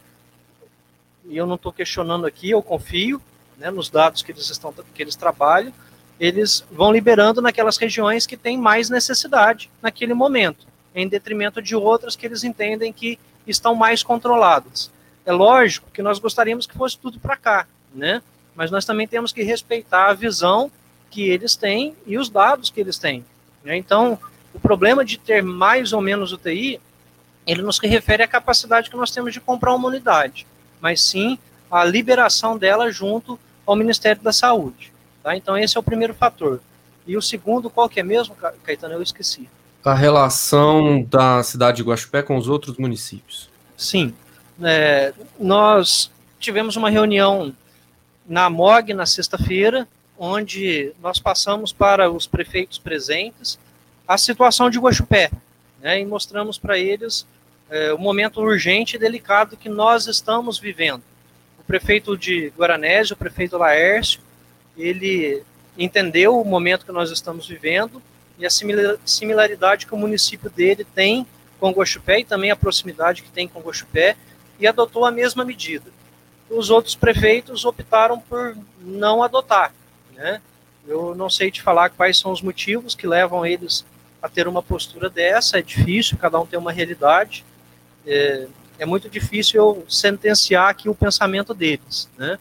e eu não estou questionando aqui, eu confio, né, nos dados que eles, estão, que eles trabalham, eles vão liberando naquelas regiões que têm mais necessidade naquele momento, em detrimento de outras que eles entendem que estão mais controladas. É lógico que nós gostaríamos que fosse tudo para cá, né? Mas nós também temos que respeitar a visão que eles têm e os dados que eles têm, né? Então, o problema de ter mais ou menos U T I, ele não se refere à capacidade que nós temos de comprar uma unidade, mas sim a liberação dela junto ao Ministério da Saúde. Tá? Então, esse é o primeiro fator. E o segundo, qual que é mesmo, Caetano? Eu esqueci. A relação da cidade de Guaxupé com os outros municípios. Sim. É, nós tivemos uma reunião na M O G na sexta-feira, onde nós passamos para os prefeitos presentes a situação de Guaxupé, né, e mostramos para eles é, o momento urgente e delicado que nós estamos vivendo. O prefeito de Guaranés, o prefeito Laércio, ele entendeu o momento que nós estamos vivendo e a similaridade que o município dele tem com Guaxupé e também a proximidade que tem com Guaxupé, e adotou a mesma medida. Os outros prefeitos optaram por não adotar, né? Eu não sei te falar quais são os motivos que levam eles a ter uma postura dessa, é difícil, cada um tem uma realidade, é, é muito difícil eu sentenciar aqui o pensamento deles, né?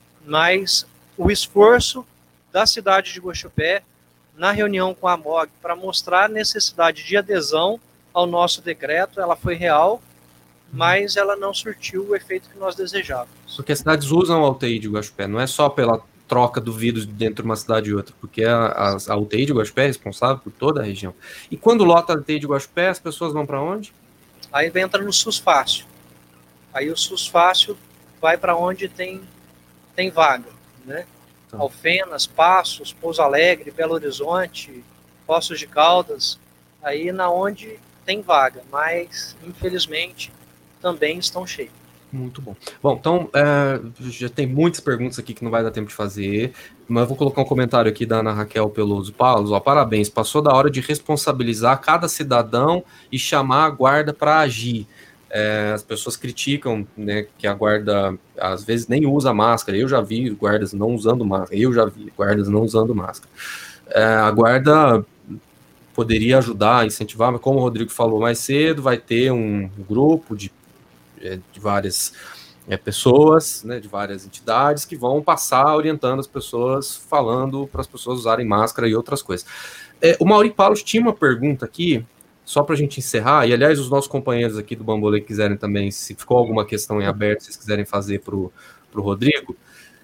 Mas o esforço da cidade de Guaxupé, na reunião com a M O G, para mostrar a necessidade de adesão ao nosso decreto, ela foi real, mas ela não surtiu o efeito que nós desejávamos. Porque as cidades usam a U T I de Guaxupé, não é só pela troca do vírus dentro de uma cidade e outra, porque a, a, a U T I de Guaxupé é responsável por toda a região. E quando lota a U T I de Guaxupé, as pessoas vão para onde? Aí entra no SUS Fácil. Aí o SUS Fácil vai para onde tem, tem vaga, né? Tá. Alfenas, Passos, Pouso Alegre, Belo Horizonte, Poços de Caldas, aí na onde tem vaga, mas infelizmente também estão cheios. Muito bom. Bom, então, é, já tem muitas perguntas aqui que não vai dar tempo de fazer, mas eu vou colocar um comentário aqui da Ana Raquel Peloso Paulo. Ó, parabéns, passou da hora de responsabilizar cada cidadão e chamar a guarda para agir. É, as pessoas criticam, né, que a guarda às vezes nem usa máscara. Eu já vi guardas não usando máscara. Eu já vi guardas não usando máscara. É, a guarda poderia ajudar, incentivar, mas como o Rodrigo falou mais cedo, vai ter um grupo de de várias é, pessoas, né, de várias entidades que vão passar orientando as pessoas, falando para as pessoas usarem máscara e outras coisas. É, o Mauri Paulos tinha uma pergunta aqui, só para a gente encerrar, e aliás os nossos companheiros aqui do Bambolê quiserem também, se ficou alguma questão em aberto, se vocês quiserem fazer para o Rodrigo,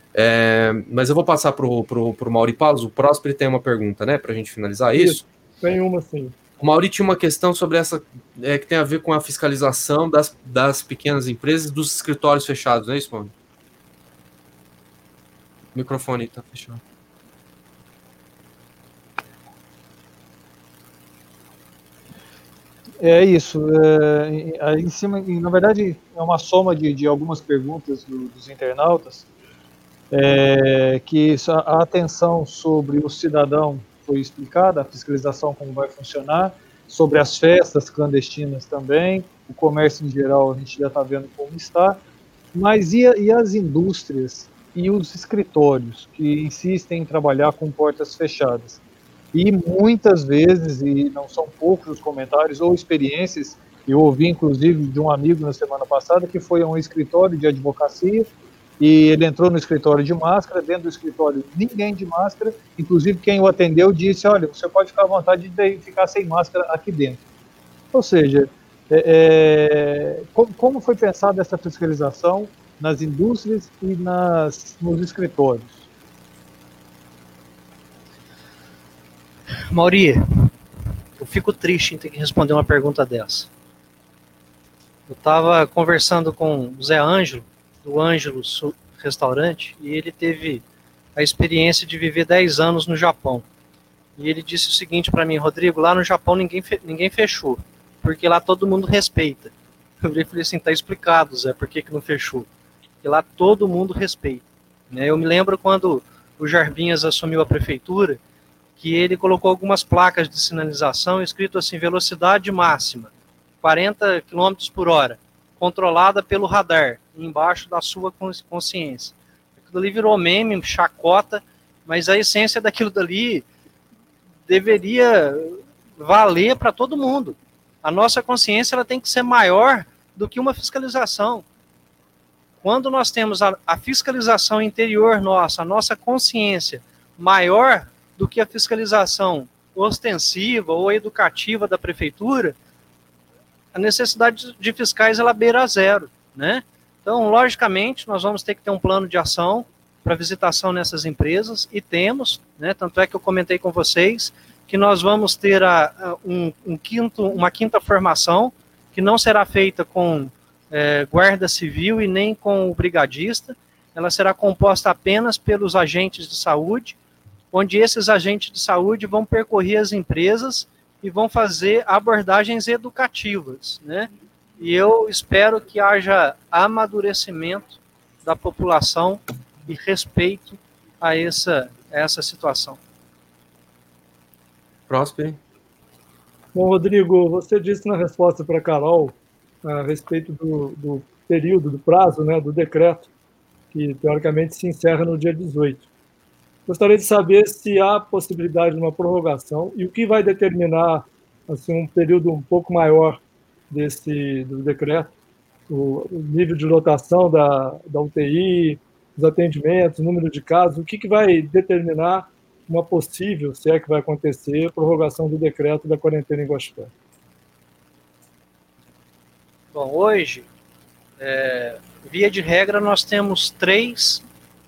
é, mas eu vou passar para o Mauri Paulos. O Próspero tem uma pergunta, né, para a gente finalizar isso? Isso, tem uma sim. O Mauri tinha uma questão sobre essa, é, que tem a ver com a fiscalização das, das pequenas empresas, dos escritórios fechados, não é isso, Mauri? O microfone está fechado. É isso. É, em cima, na verdade, é uma soma de, de algumas perguntas do, dos internautas, é, que a atenção sobre o cidadão foi explicada, a fiscalização como vai funcionar, sobre as festas clandestinas também, o comércio em geral a gente já está vendo como está, mas e, a, e as indústrias e os escritórios que insistem em trabalhar com portas fechadas? E muitas vezes, e não são poucos os comentários ou experiências, eu ouvi inclusive de um amigo na semana passada que foi a um escritório de advocacia, e ele entrou no escritório de máscara, dentro do escritório ninguém de máscara, inclusive quem o atendeu disse, olha, você pode ficar à vontade de ficar sem máscara aqui dentro. Ou seja, é, como, como foi pensada essa fiscalização nas indústrias e nas, nos escritórios? Mauri, eu fico triste em ter que responder uma pergunta dessa. Eu estava conversando com o Zé Ângelo, do Ângelo Restaurante, e ele teve a experiência de viver dez anos no Japão. E ele disse o seguinte para mim: Rodrigo, lá no Japão ninguém, fe ninguém fechou, porque lá todo mundo respeita. Eu falei assim, tá explicado, Zé, por que, que não fechou? Porque lá todo mundo respeita. Né? Eu me lembro quando o Jarbinhas assumiu a prefeitura, que ele colocou algumas placas de sinalização escrito assim, velocidade máxima, quarenta quilômetros por hora, controlada pelo radar, embaixo da sua consciência. Aquilo ali virou meme, chacota, mas a essência daquilo dali deveria valer para todo mundo. A nossa consciência ela tem que ser maior do que uma fiscalização. Quando nós temos a, a fiscalização interior nossa, a nossa consciência maior do que a fiscalização ostensiva ou educativa da prefeitura, a necessidade de fiscais ela beira a zero, né? Então, logicamente, nós vamos ter que ter um plano de ação para visitação nessas empresas, e temos, né? Tanto é que eu comentei com vocês que nós vamos ter a, a, um, um quinto, uma quinta formação, que não será feita com é, guarda civil e nem com o brigadista, ela será composta apenas pelos agentes de saúde, onde esses agentes de saúde vão percorrer as empresas e vão fazer abordagens educativas, né? E eu espero que haja amadurecimento da população e respeito a essa, a essa situação. Próspero. Bom, Rodrigo, você disse na resposta para a Carol a respeito do, do período, do prazo, né, do decreto, que teoricamente se encerra no dia dezoito. Gostaria de saber se há possibilidade de uma prorrogação e o que vai determinar assim, um período um pouco maior desse do decreto, o, o nível de lotação da, da U T I, os atendimentos, o número de casos, o que, que vai determinar uma possível, se é que vai acontecer, prorrogação do decreto da quarentena em Guaxupé? Bom, hoje, é, via de regra, nós temos três,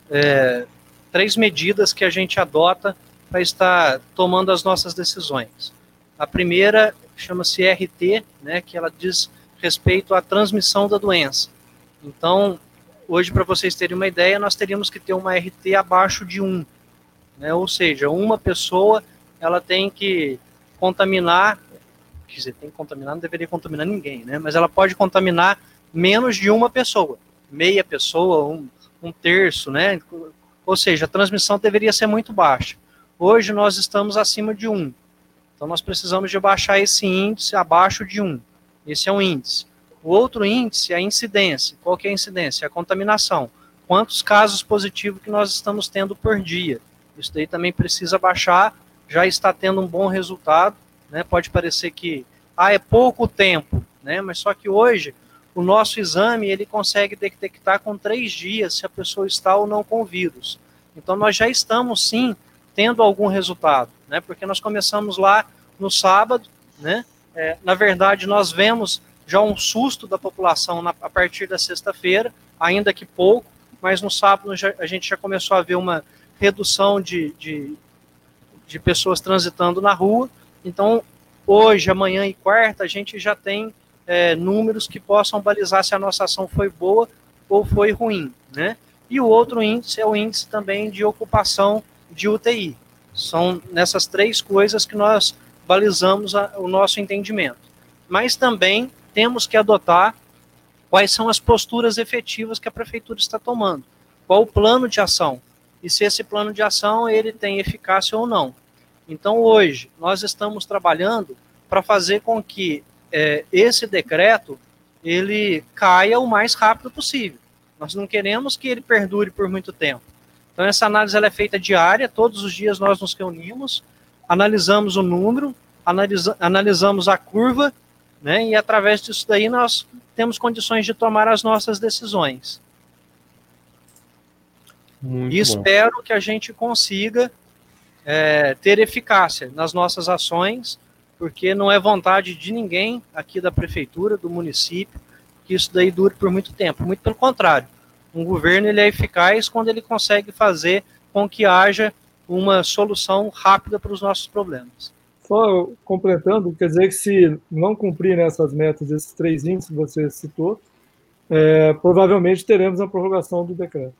é, três medidas que a gente adota para estar tomando as nossas decisões. A primeira chama-se R T, né, que ela diz respeito à transmissão da doença. Então, hoje, para vocês terem uma ideia, nós teríamos que ter uma R T abaixo de um. Né, ou seja, uma pessoa ela tem que contaminar, quer dizer, tem que contaminar, não deveria contaminar ninguém, né, mas ela pode contaminar menos de uma pessoa, meia pessoa, um, um terço, né, ou seja, a transmissão deveria ser muito baixa. Hoje nós estamos acima de um, então nós precisamos de baixar esse índice abaixo de um, esse é um índice. O outro índice é a incidência. Qual que é a incidência? É a contaminação. Quantos casos positivos que nós estamos tendo por dia? Isso daí também precisa baixar, já está tendo um bom resultado, né? Pode parecer que ah, é pouco tempo, né? Mas só que hoje o nosso exame ele consegue detectar com três dias se a pessoa está ou não com o vírus. Então nós já estamos sim tendo algum resultado, né? Porque nós começamos lá no sábado, né? É, na verdade nós vemos já um susto da população na, a partir da sexta-feira, ainda que pouco, mas no sábado já, a gente já começou a ver uma redução de, de, de pessoas transitando na rua. Então, hoje, amanhã e quarta, a gente já tem é, números que possam balizar se a nossa ação foi boa ou foi ruim, né? E o outro índice é o índice também de ocupação de U T I. São nessas três coisas que nós balizamos a, o nosso entendimento. Mas também temos que adotar quais são as posturas efetivas que a prefeitura está tomando. Qual o plano de ação? E se esse plano de ação ele tem eficácia ou não. Então, hoje, nós estamos trabalhando para fazer com que é, esse decreto ele caia o mais rápido possível. Nós não queremos que ele perdure por muito tempo. Então, essa análise ela é feita diária, todos os dias nós nos reunimos, analisamos o número, analisa, analisamos a curva, né, e através disso daí nós temos condições de tomar as nossas decisões. Muito e espero bom. que a gente consiga é, ter eficácia nas nossas ações, porque não é vontade de ninguém aqui da prefeitura, do município, que isso daí dure por muito tempo. Muito pelo contrário, um governo ele é eficaz quando ele consegue fazer com que haja uma solução rápida para os nossos problemas. só completando, quer dizer que se não cumprirem essas metas, esses três índices que você citou, é, provavelmente teremos a prorrogação do decreto.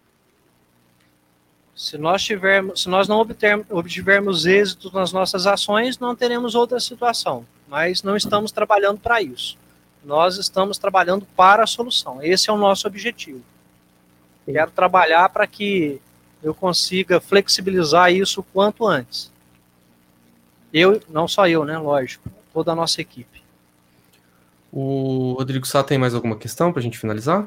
Se nós, tivermos, se nós não obtermos, obtivermos êxito nas nossas ações, não teremos outra situação. Mas não estamos trabalhando para isso. Nós estamos trabalhando para a solução. Esse é o nosso objetivo. Quero trabalhar para que eu consiga flexibilizar isso o quanto antes. Eu, não só eu, né? Lógico. Toda a nossa equipe. O Rodrigo Sá tem mais alguma questão para a gente finalizar?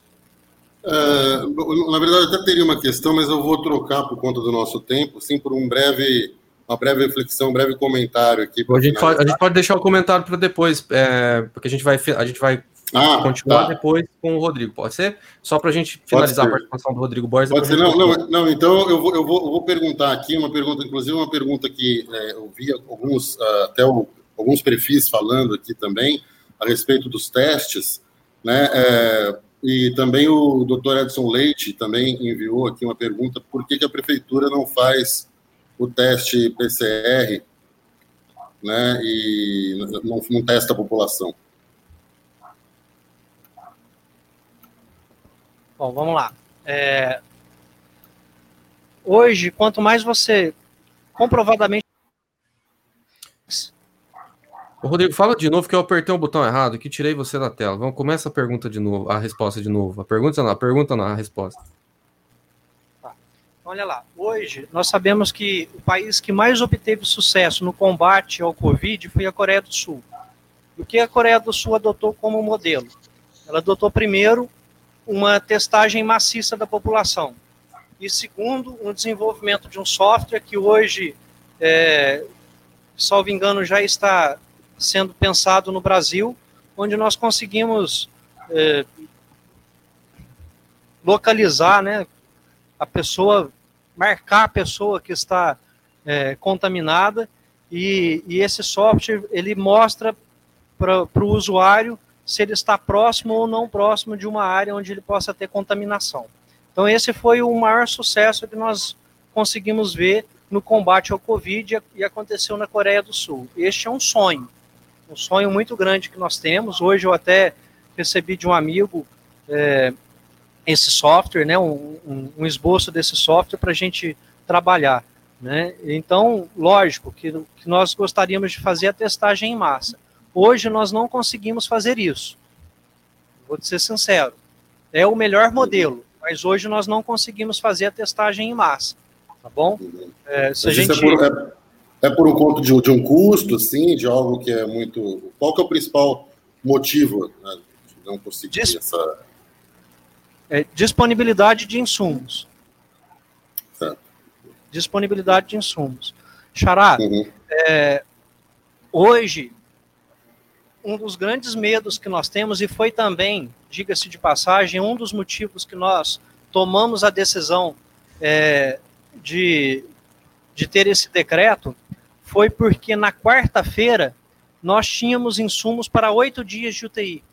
Uh, na verdade, até teria uma questão, mas eu vou trocar por conta do nosso tempo, sim, por um breve, uma breve reflexão, um breve comentário aqui. A gente, pode, a gente pode deixar o comentário para depois, é, porque a gente vai, a gente vai ah, continuar tá. depois com o Rodrigo, pode ser? Só para a gente finalizar a participação do Rodrigo Borges. Pode ser, não, não, não, então eu vou, eu, vou, eu vou perguntar aqui, uma pergunta, inclusive uma pergunta que é, eu vi alguns, uh, até o, alguns perfis falando aqui também, a respeito dos testes, né, é, e também o doutor Edson Leite também enviou aqui uma pergunta, por que, que a prefeitura não faz o teste P C R, né, e não, não testa a população? Bom, vamos lá. É... Hoje, quanto mais você comprovadamente... Ô, Rodrigo, fala de novo que eu apertei o botão errado, que tirei você da tela. Vamos, começa a pergunta de novo, a resposta de novo. A pergunta não, a pergunta não, a resposta. Tá. Olha lá, hoje nós sabemos que o país que mais obteve sucesso no combate ao Covid foi a Coreia do Sul. O que a Coreia do Sul adotou como modelo? Ela adotou primeiro uma testagem maciça da população. E segundo, um desenvolvimento de um software que hoje, é, salvo engano, já está sendo pensado no Brasil, onde nós conseguimos é, localizar, né, a pessoa, marcar a pessoa que está é, contaminada, e, e esse software ele mostra para o usuário se ele está próximo ou não próximo de uma área onde ele possa ter contaminação. Então esse foi o maior sucesso que nós conseguimos ver no combate ao Covid e aconteceu na Coreia do Sul. Este é um sonho, um sonho muito grande que nós temos. Hoje eu até recebi de um amigo é, esse software, né, um, um, um esboço desse software para a gente trabalhar, né? Então, lógico que, que nós gostaríamos de fazer a testagem em massa. Hoje nós não conseguimos fazer isso. Vou ser sincero. É o melhor modelo, mas hoje nós não conseguimos fazer a testagem em massa. Tá bom? É, se a gente... é, por, é, é por um conto de, de um custo, sim, de algo que é muito... Qual que é o principal motivo, né, de não conseguir Dis... essa... É, disponibilidade de insumos. Certo. Disponibilidade de insumos. Xará, uhum. é, hoje, um dos grandes medos que nós temos, e foi também, diga-se de passagem, um dos motivos que nós tomamos a decisão é, de, de ter esse decreto, foi porque na quarta-feira nós tínhamos insumos para oito dias de U T I.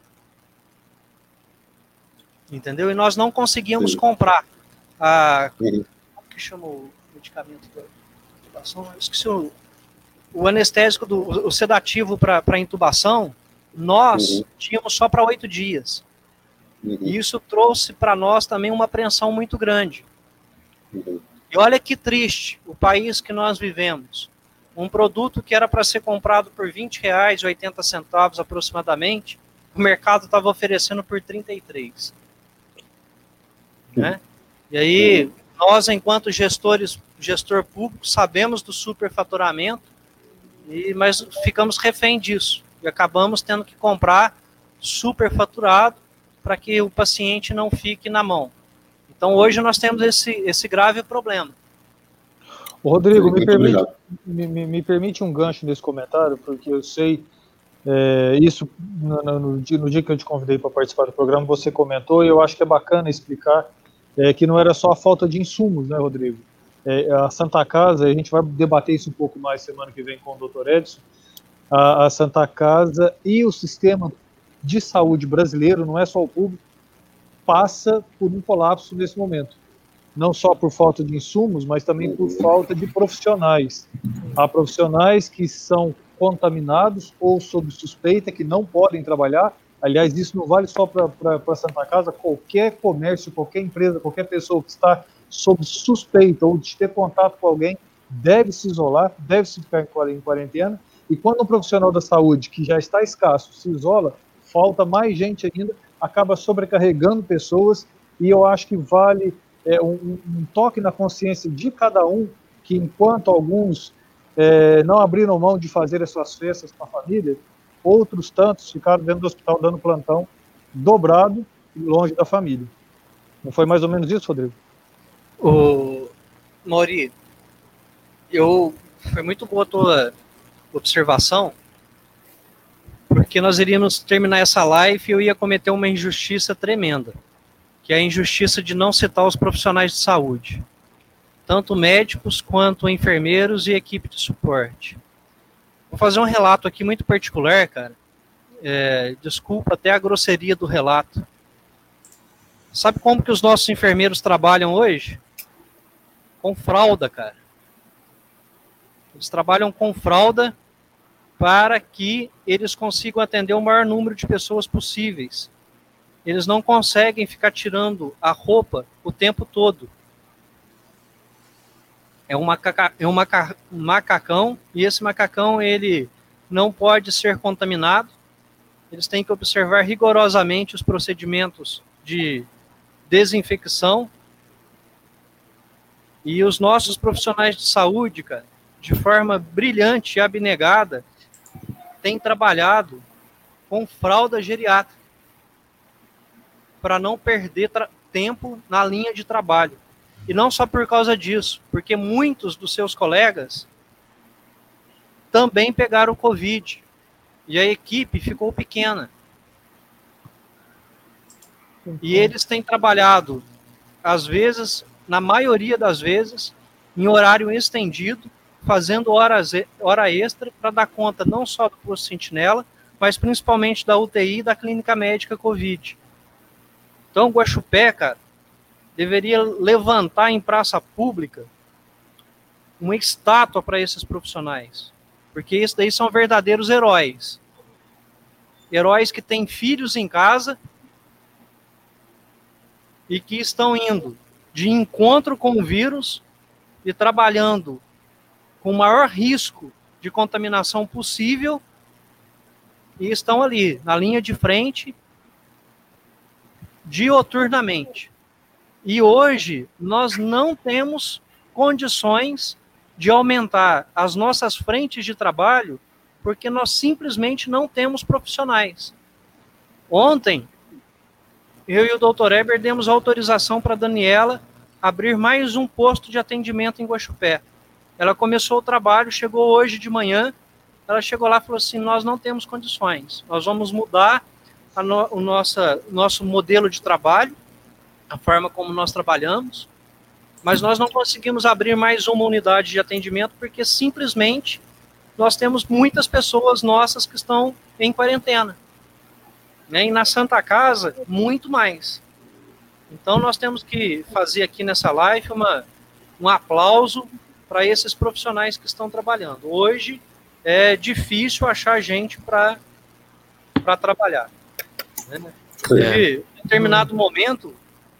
Entendeu? E nós não conseguíamos Sim. comprar. A, Sim. Como que chama o medicamento da intubação? Eu esqueci o, o anestésico, do, o sedativo para intubação, nós uhum. tínhamos só para oito dias. Uhum. E isso trouxe para nós também uma apreensão muito grande. Uhum. E olha que triste o país que nós vivemos. Um produto que era para ser comprado por vinte reais e oitenta centavos aproximadamente, o mercado estava oferecendo por trinta e três. Né? E aí, nós, enquanto gestores, gestor público, sabemos do superfaturamento, e, mas ficamos refém disso. E acabamos tendo que comprar superfaturado para que o paciente não fique na mão. Então, hoje nós temos esse, esse grave problema. Ô, Rodrigo, me permite, me, me, me permite um gancho nesse comentário, porque eu sei, é, isso no, no, no, dia, no dia que eu te convidei para participar do programa, você comentou, e eu acho que é bacana explicar é, que não era só a falta de insumos, né, Rodrigo? É, a Santa Casa, a gente vai debater isso um pouco mais semana que vem com o doutor Edson, a, a Santa Casa e o sistema de saúde brasileiro, não é só o público, passa por um colapso nesse momento. não só por falta de insumos, mas também por falta de profissionais. Há profissionais que são contaminados ou sob suspeita, que não podem trabalhar. Aliás, isso não vale só para a Santa Casa, qualquer comércio, qualquer empresa, qualquer pessoa que está sob suspeita ou de ter contato com alguém, deve se isolar, deve se ficar em quarentena. E quando um profissional da saúde, que já está escasso, se isola, falta mais gente ainda, acaba sobrecarregando pessoas, e eu acho que vale é, um, um toque na consciência de cada um, que enquanto alguns é, não abriram mão de fazer as suas festas com a família, outros tantos ficaram dentro do hospital dando plantão dobrado e longe da família. Não foi mais ou menos isso, Rodrigo? Ô, Mauri, eu, foi muito boa a tua observação, porque nós iríamos terminar essa live e eu ia cometer uma injustiça tremenda, que é a injustiça de não citar os profissionais de saúde, tanto médicos quanto enfermeiros e equipe de suporte. Vou fazer um relato aqui muito particular, cara. É, desculpa até a grosseria do relato. Sabe como que os nossos enfermeiros trabalham hoje? Com fralda, cara. Eles trabalham com fralda para que eles consigam atender o maior número de pessoas possíveis. Eles não conseguem ficar tirando a roupa o tempo todo. É um, macaca, é um, maca, um macacão, e esse macacão ele não pode ser contaminado. Eles têm que observar rigorosamente os procedimentos de desinfecção. E os nossos profissionais de saúde, cara, de forma brilhante e abnegada, têm trabalhado com fralda geriátrica para não perder tempo na linha de trabalho. E não só por causa disso, porque muitos dos seus colegas também pegaram o Covid. E a equipe ficou pequena. Uhum. E eles têm trabalhado, às vezes, na maioria das vezes, em horário estendido, fazendo horas, hora extra para dar conta não só do posto Sentinela, mas principalmente da U T I e da clínica médica Covid. Então, Guaxupé, cara, deveria levantar em praça pública uma estátua para esses profissionais. Porque isso daí são verdadeiros heróis. Heróis que têm filhos em casa e que estão indo de encontro com o vírus e trabalhando com o maior risco de contaminação possível e estão ali, na linha de frente, dioturnamente. E hoje nós não temos condições de aumentar as nossas frentes de trabalho porque nós simplesmente não temos profissionais. Ontem, eu e o doutor Eber demos autorização para a Daniela abrir mais um posto de atendimento em Guaxupé. Ela começou o trabalho, chegou hoje de manhã, ela chegou lá e falou assim, nós não temos condições, nós vamos mudar a no, o nossa, nosso modelo de trabalho, a forma como nós trabalhamos, mas nós não conseguimos abrir mais uma unidade de atendimento porque simplesmente nós temos muitas pessoas nossas que estão em quarentena. Né? E na Santa Casa, muito mais. Então nós temos que fazer aqui nessa live uma, um aplauso para esses profissionais que estão trabalhando. Hoje é difícil achar gente para para trabalhar. Né? Teve um determinado momento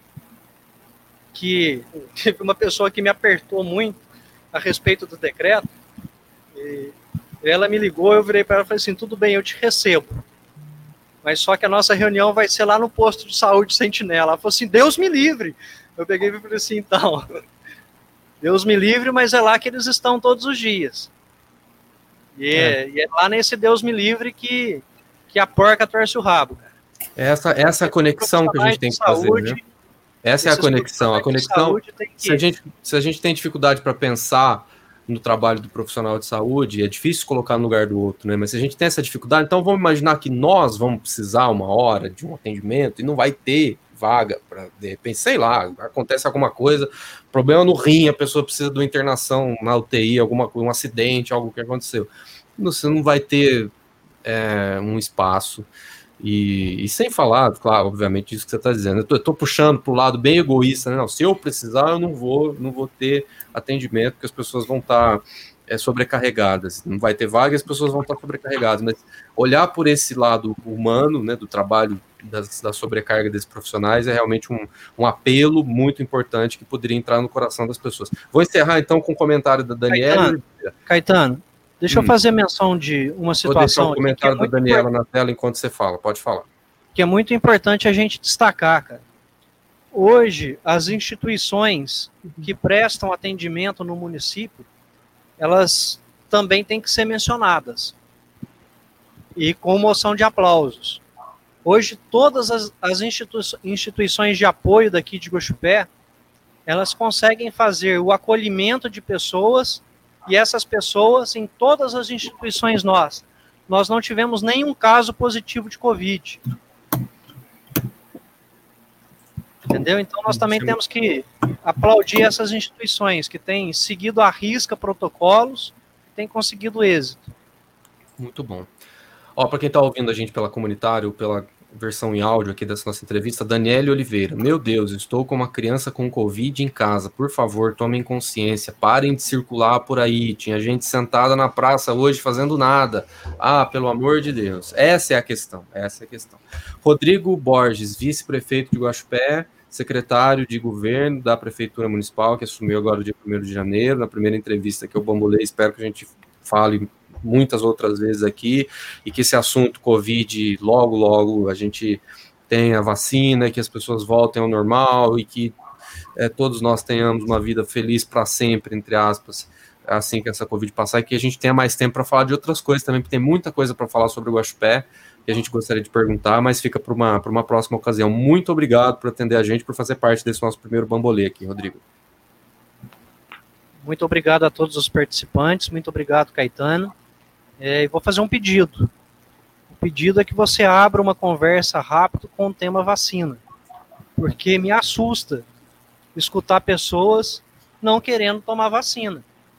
que teve uma pessoa que me apertou muito a respeito do decreto, e ela me ligou, eu virei para ela e falei assim, tudo bem, eu te recebo, mas só que a nossa reunião vai ser lá no posto de saúde Sentinela. Ela falou assim, Deus me livre. Eu peguei e falei assim, então, Deus me livre, mas é lá que eles estão todos os dias. E é, é, e é lá nesse Deus me livre que, que a porca torce o rabo, cara. Essa, essa é a conexão que a gente tem que fazer, né? Essa é a conexão. A conexão, se a gente, se a gente tem dificuldade para pensar no trabalho do profissional de saúde, é difícil colocar no lugar do outro, né? Mas se a gente tem essa dificuldade, então vamos imaginar que nós vamos precisar uma hora de um atendimento e não vai ter vaga para, de repente, sei lá, acontece alguma coisa, problema no rim, a pessoa precisa de uma internação na U T I, alguma, um acidente, algo que aconteceu. Você não vai ter é, um espaço. E, e sem falar, claro, obviamente, isso que você está dizendo. Eu estou puxando para o lado bem egoísta, né? Não, se eu precisar, eu não vou, não vou ter atendimento, porque as pessoas vão estar é, sobrecarregadas. Não vai ter vaga e as pessoas vão estar sobrecarregadas. Mas olhar por esse lado humano, né, do trabalho, das, da sobrecarga desses profissionais, é realmente um, um apelo muito importante que poderia entrar no coração das pessoas. Vou encerrar, então, com o comentário da Daniela. Caetano, Caetano deixa hum. eu fazer menção de uma situação... Vou deixar o comentário aqui, é da Daniela na tela enquanto você fala. Pode falar. Que é muito importante a gente destacar, cara. Hoje, as instituições que prestam atendimento no município, elas também têm que ser mencionadas. E com moção de aplausos. Hoje, todas as, as institui instituições de apoio daqui de Guaxupé, elas conseguem fazer o acolhimento de pessoas, e essas pessoas, em todas as instituições nossas, nós não tivemos nenhum caso positivo de Covid. Entendeu? Então, nós também temos que aplaudir essas instituições que têm seguido à risca protocolos e têm conseguido êxito. Muito bom. Ó, para quem está ouvindo a gente pela comunitária ou pela versão em áudio aqui dessa nossa entrevista, Daniele Oliveira. Meu Deus, estou com uma criança com Covid em casa. Por favor, tomem consciência. Parem de circular por aí. Tinha gente sentada na praça hoje fazendo nada. Ah, pelo amor de Deus. Essa é a questão. Essa é a questão. Rodrigo Borges, vice-prefeito de Guaxupé, secretário de governo da Prefeitura Municipal, que assumiu agora o dia primeiro de janeiro. Na primeira entrevista que eu bambolei, espero que a gente fale muitas outras vezes aqui, e que esse assunto Covid, logo, logo, a gente tenha vacina, que as pessoas voltem ao normal, e que é, todos nós tenhamos uma vida feliz para sempre, entre aspas, assim que essa Covid passar, e que a gente tenha mais tempo para falar de outras coisas também, porque tem muita coisa para falar sobre o Guaxupé, que a gente gostaria de perguntar, mas fica para uma, para uma próxima ocasião. Muito obrigado por atender a gente, por fazer parte desse nosso primeiro bambolê aqui, Rodrigo. Muito obrigado a todos os participantes, muito obrigado, Caetano. É, e vou fazer um pedido. O pedido é que você abra uma conversa rápido com o tema vacina, porque me assusta escutar pessoas não querendo tomar vacina.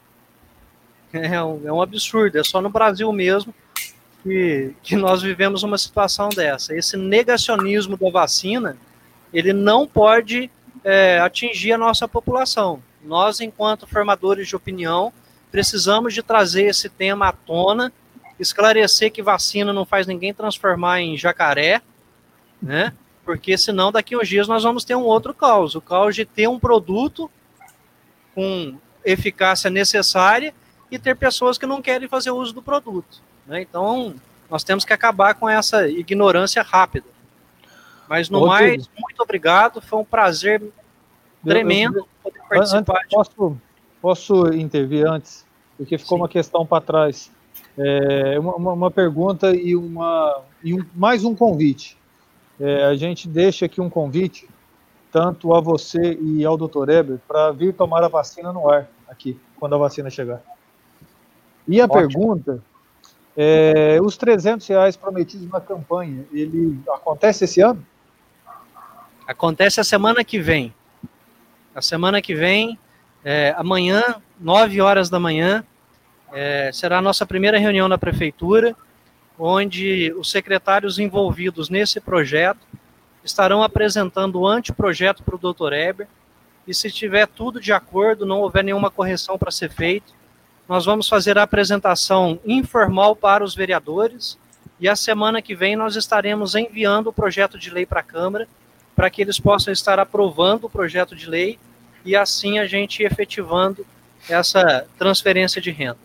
É um, é um absurdo, é só no Brasil mesmo que, que nós vivemos uma situação dessa. Esse negacionismo da vacina, ele não pode é, atingir a nossa população. Nós, enquanto formadores de opinião, precisamos de trazer esse tema à tona, esclarecer que vacina não faz ninguém transformar em jacaré, né? Porque senão daqui a uns dias nós vamos ter um outro caos, o caos de ter um produto com eficácia necessária e ter pessoas que não querem fazer uso do produto, né? Então, nós temos que acabar com essa ignorância rápida. Mas, no Rodrigo, mais, muito obrigado, foi um prazer tremendo eu, eu, poder participar. Antes, posso, posso intervir antes? Porque ficou Sim. uma questão para trás. É, uma, uma pergunta e, uma, e um, mais um convite. É, a gente deixa aqui um convite, tanto a você e ao doutor Eber, para vir tomar a vacina no ar, aqui, quando a vacina chegar. E a Ótimo. pergunta, é, os trezentos reais prometidos na campanha, ele acontece esse ano? Acontece a semana que vem. A semana que vem, é, amanhã, nove horas da manhã, é, será a nossa primeira reunião na prefeitura, onde os secretários envolvidos nesse projeto estarão apresentando o anteprojeto para o doutor Eber, e se tiver tudo de acordo, não houver nenhuma correção para ser feita, nós vamos fazer a apresentação informal para os vereadores, e a semana que vem nós estaremos enviando o projeto de lei para a Câmara, para que eles possam estar aprovando o projeto de lei, e assim a gente efetivando essa transferência de renda.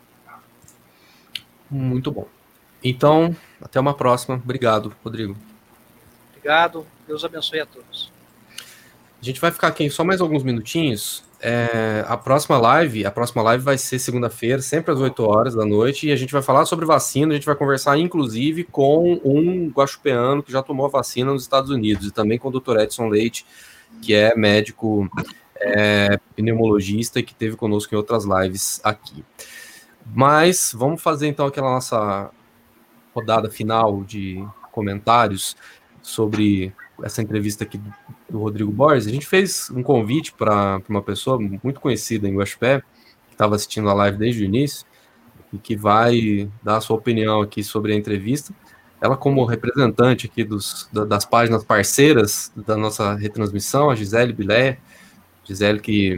Muito bom. Então, até uma próxima. Obrigado, Rodrigo. Obrigado. Deus abençoe a todos. A gente vai ficar aqui só mais alguns minutinhos. É, a próxima live, a próxima live vai ser segunda-feira, sempre às oito horas da noite, e a gente vai falar sobre vacina, a gente vai conversar, inclusive, com um guaxupeano que já tomou a vacina nos Estados Unidos, e também com o doutor Edson Leite, que é médico é, pneumologista e que esteve conosco em outras lives aqui. Mas vamos fazer então aquela nossa rodada final de comentários sobre essa entrevista aqui do Rodrigo Borges. A gente fez um convite para uma pessoa muito conhecida em Guaxupé, que estava assistindo a live desde o início, e que vai dar a sua opinião aqui sobre a entrevista. ela como representante aqui dos, das páginas parceiras da nossa retransmissão, a Gisele Bilé, Gisele que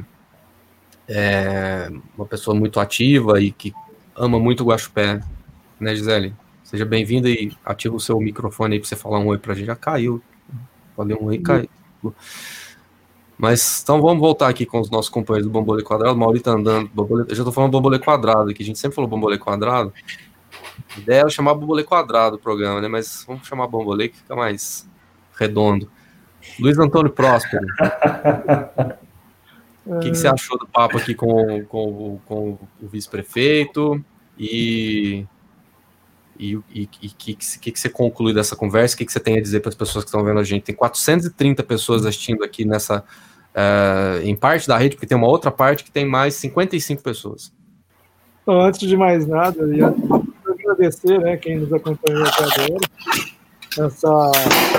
é uma pessoa muito ativa e que ama muito o Guaxupé, né, Gisele? Seja bem-vinda e ativa o seu microfone aí para você falar um oi para a gente. Já caiu. Falei um oi, caiu. Mas, então vamos voltar aqui com os nossos companheiros do Bambolê Quadrado. O Mauri tá andando, Bambolê, eu já tô falando Bambolê Quadrado aqui, a gente sempre falou Bambolê Quadrado. A ideia era chamar Bambolê Quadrado o programa, né? Mas vamos chamar Bambolê que fica mais redondo. Luiz Antônio Próspero. O que, que você achou do papo aqui com, com, com o vice-prefeito? E o e, e, que, que, que você conclui dessa conversa? O que, que você tem a dizer para as pessoas que estão vendo a gente? Tem quatrocentas e trinta pessoas assistindo aqui nessa, uh, em parte da rede, porque tem uma outra parte que tem mais cinquenta e cinco pessoas. Então, antes de mais nada, eu ia agradecer, né, quem nos acompanhou até agora, essa,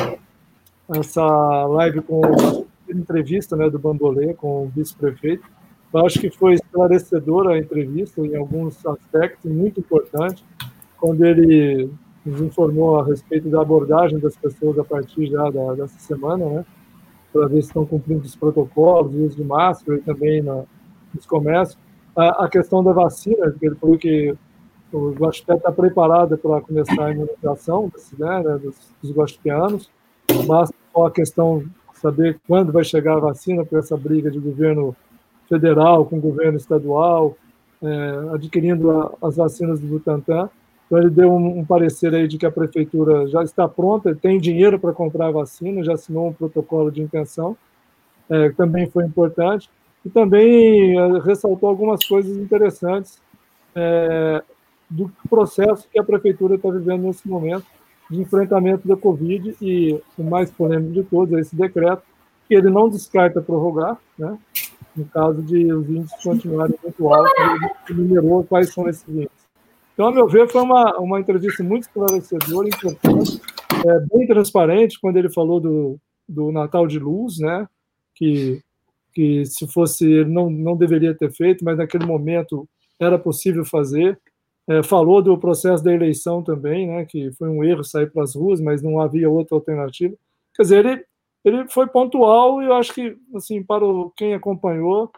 essa live com a entrevista, né, do Bambolê com o vice-prefeito. Eu acho que foi esclarecedora a entrevista em alguns aspectos, muito importante, quando ele nos informou a respeito da abordagem das pessoas a partir já da, dessa semana, né, para ver se estão cumprindo os protocolos, o uso de máscara e também na, nos comércios. A, a questão da vacina, que ele falou que o Guaxupé está preparado para começar a imunização né, dos, dos guaxupeanos, mas só a questão de saber quando vai chegar a vacina, por essa briga de governo federal com o governo estadual, é, adquirindo a, as vacinas do Butantan. Então, ele deu um, um parecer aí de que a prefeitura já está pronta, tem dinheiro para comprar a vacina, já assinou um protocolo de intenção, é, também foi importante, e também é, ressaltou algumas coisas interessantes é, do processo que a prefeitura está vivendo nesse momento de enfrentamento da Covid, e o mais polêmico de todos é esse decreto, que ele não descarta prorrogar, né, no caso de os índices continuarem muito altos, ele numerou quais são esses índices. Então, a meu ver, foi uma, uma entrevista muito esclarecedora, importante, é, bem transparente, quando ele falou do, do Natal de Luz, né, que, que se fosse, ele não, não deveria ter feito, mas naquele momento era possível fazer. É, falou do processo da eleição também, né, que foi um erro sair para as ruas, mas não havia outra alternativa. Quer dizer, ele, ele foi pontual e eu acho que, assim, para o, quem acompanhou,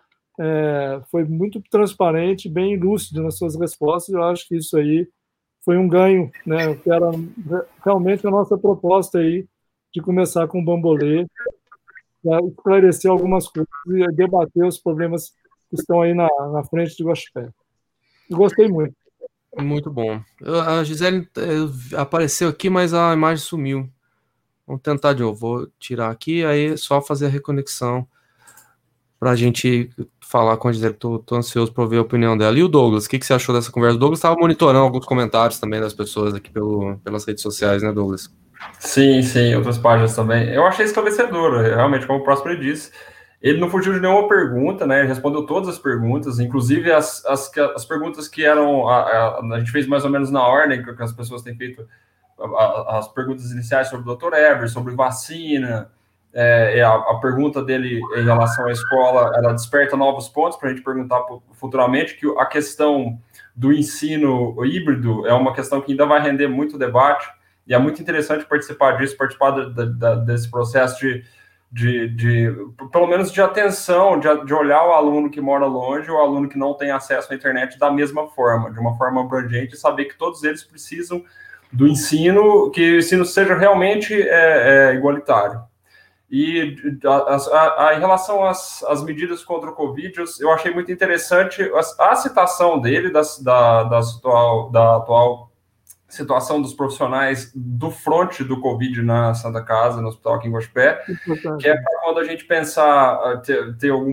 É, foi muito transparente, bem lúcido nas suas respostas. Eu acho que isso aí foi um ganho, né? Que era realmente a nossa proposta aí de começar com o Bambolê, para esclarecer algumas coisas e debater os problemas que estão aí na, na frente de Guaxupé. Gostei muito. Muito bom. A Gisele apareceu aqui, mas a imagem sumiu. Vamos tentar de novo. Vou tirar aqui, aí é só fazer a reconexão para a gente falar com a Gisele. Tô, tô ansioso para ver a opinião dela. E o Douglas, o que, que você achou dessa conversa? O Douglas estava monitorando alguns comentários também das pessoas aqui pelo, pelas redes sociais, né, Douglas? Sim, sim, outras páginas também. Eu achei esclarecedor, realmente, como o Próspero disse. Ele não fugiu de nenhuma pergunta, né? Ele respondeu todas as perguntas, inclusive as, as, as perguntas que eram... A, a, a gente fez mais ou menos na ordem que as pessoas têm feito, a, a, as perguntas iniciais sobre o doutor Eber, sobre vacina. É, a, a pergunta dele em relação à escola, ela desperta novos pontos para a gente perguntar futuramente, que a questão do ensino híbrido é uma questão que ainda vai render muito debate, e é muito interessante participar disso, participar da, da, desse processo de, de, de, pelo menos de atenção, de, de olhar o aluno que mora longe, o aluno que não tem acesso à internet da mesma forma, de uma forma abrangente, e saber que todos eles precisam do ensino, que o ensino seja realmente é, é, igualitário. E a, a, a, em relação às, às medidas contra o Covid, eu, eu achei muito interessante a, a citação dele da, da, da, atual, da atual situação dos profissionais do fronte do Covid na Santa Casa, no hospital aqui em Guaxupé, que é para quando a gente pensar, ter, ter algum,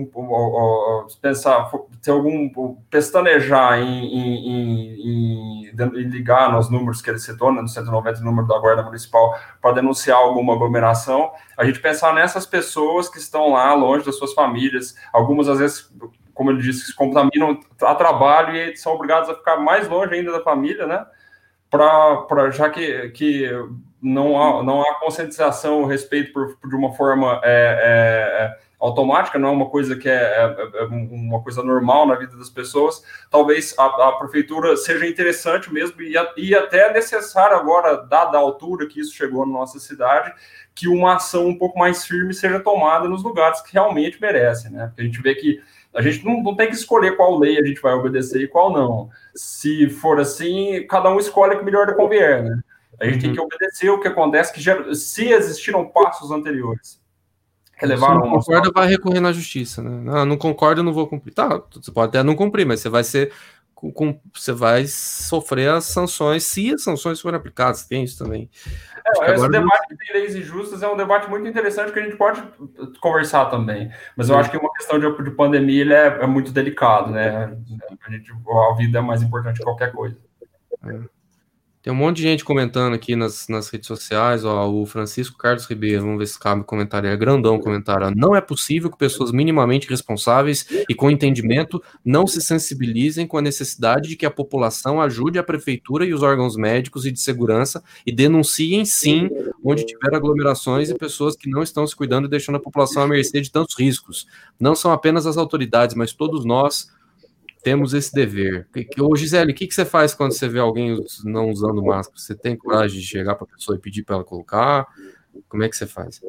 pensar, ter algum, pestanejar em, em, em, em ligar nos números que ele citou, né, no cento e noventa, número da Guarda Municipal, para denunciar alguma aglomeração, a gente pensar nessas pessoas que estão lá longe das suas famílias, algumas às vezes, como ele disse, se contaminam a trabalho e são obrigados a ficar mais longe ainda da família, né? Pra, pra, já que, que não há, não há conscientização, respeito por, por de uma forma é, é, automática, não é uma coisa que é, é, é uma coisa normal na vida das pessoas. Talvez a, a prefeitura seja interessante mesmo e, e até necessário agora, dada a altura que isso chegou na nossa cidade, que uma ação um pouco mais firme seja tomada nos lugares que realmente merecem, né? Porque a gente vê que a gente não, não tem que escolher qual lei a gente vai obedecer e qual não. Se for assim, cada um escolhe o que melhor lhe convier, né? A gente uhum. tem que obedecer o que acontece, que já, se existiram passos anteriores que levaram... Se não concorda, vai recorrer na justiça, né? Não, não concorda, não vou cumprir. Tá, você pode até não cumprir, mas você vai ser... Com, com, você vai sofrer as sanções, se as sanções forem aplicadas, tem isso também. É, esse debate não... de leis injustas é um debate muito interessante que a gente pode conversar também, mas Sim. eu acho que uma questão de, de pandemia ele é, é muito delicado, né? A, gente, a vida é mais importante que qualquer coisa. É. Tem um monte de gente comentando aqui nas, nas redes sociais, ó, o Francisco Carlos Ribeiro, vamos ver se cabe o comentário, é grandão o comentário, ó, não é possível que pessoas minimamente responsáveis e com entendimento não se sensibilizem com a necessidade de que a população ajude a prefeitura e os órgãos médicos e de segurança e denunciem sim onde tiver aglomerações e pessoas que não estão se cuidando e deixando a população à mercê de tantos riscos. Não são apenas as autoridades, mas todos nós temos esse dever. Ô, Gisele, o que, que você faz quando você vê alguém não usando máscara? Você tem coragem de chegar para a pessoa e pedir para ela colocar? Como é que você faz?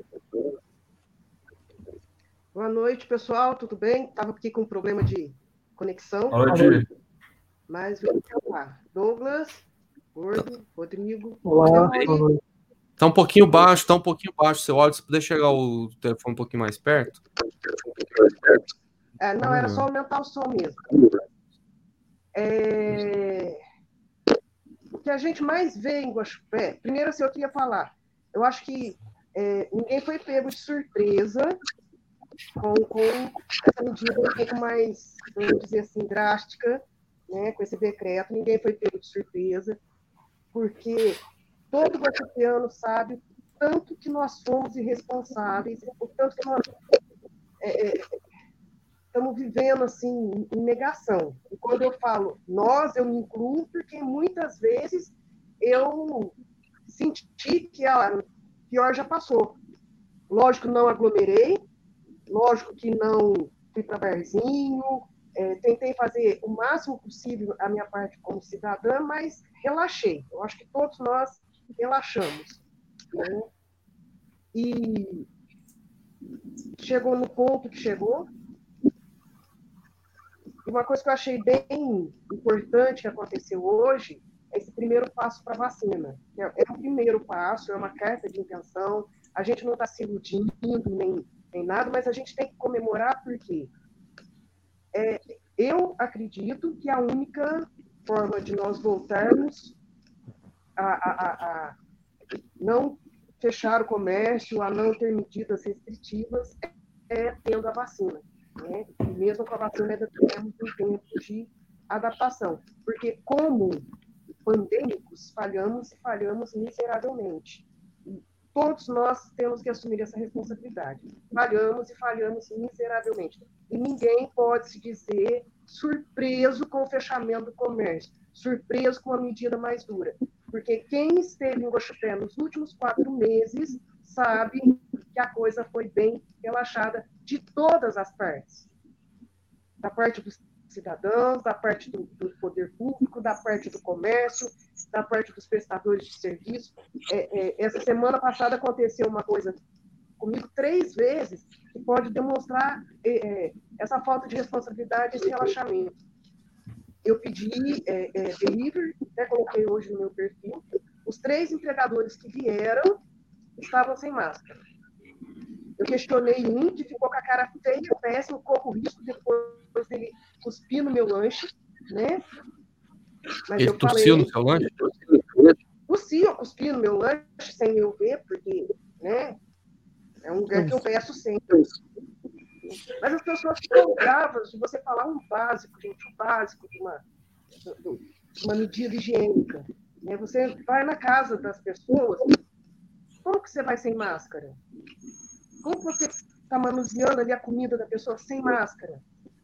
Boa noite, pessoal. Tudo bem? Estava aqui com um problema de conexão. Boa noite. Mas vamos tentar. Douglas, Gordo, Rodrigo. Olá. Está um pouquinho baixo, está um pouquinho baixo seu áudio. Se puder chegar o telefone um pouquinho mais perto. É, não, era só aumentar o som mesmo. É... O que a gente mais vê em Guaxupé, primeiro assim, eu queria falar, eu acho que é, ninguém foi pego de surpresa com, com essa medida um pouco mais, vamos dizer assim, drástica, né, com esse decreto, ninguém foi pego de surpresa, porque todo guaxupeano sabe o tanto que nós fomos irresponsáveis, o tanto que nós... É, é, estamos vivendo, assim, em negação. E quando eu falo nós, eu me incluo, porque muitas vezes eu senti que a pior já passou. Lógico que não aglomerei, lógico que não fui para barzinho, é, tentei fazer o máximo possível a minha parte como cidadã, mas relaxei. Eu acho que todos nós relaxamos. Né? E chegou no ponto que chegou. Uma coisa que eu achei bem importante que aconteceu hoje é esse primeiro passo para a vacina. É, é o primeiro passo, é uma carta de intenção. A gente não está se iludindo nem, nem nada, mas a gente tem que comemorar porque é, eu acredito que a única forma de nós voltarmos a, a, a, a não fechar o comércio, a não ter medidas restritivas, é tendo a vacina. Né? E mesmo com a vacina ainda temos um tempo de adaptação, porque como pandêmicos falhamos e falhamos miseravelmente. E todos nós temos que assumir essa responsabilidade. Falhamos e falhamos miseravelmente. E ninguém pode se dizer surpreso com o fechamento do comércio, surpreso com a medida mais dura, porque quem esteve em Guaxupé nos últimos quatro meses sabe que a coisa foi bem relaxada de todas as partes. Da parte dos cidadãos, da parte do, do poder público, da parte do comércio, da parte dos prestadores de serviço. É, é, essa semana passada aconteceu uma coisa comigo três vezes que pode demonstrar é, é, essa falta de responsabilidade, esse relaxamento. Eu pedi é, é, delivery, até coloquei hoje no meu perfil, os três entregadores que vieram estavam sem máscara. Eu questionei um que ficou com a cara feia, péssimo, corro risco depois dele cuspir no meu lanche, né? Mas Ele eu tossiu falei, no seu lanche? Tossiu, cuspiu no meu lanche sem eu ver, porque, né? É um lugar que eu peço sempre. Mas as pessoas ficam bravas de você falar um básico, gente, o um básico de uma, de uma medida higiênica. Né? Você vai na casa das pessoas, como que você vai sem máscara? Como você está manuseando ali a comida da pessoa sem máscara?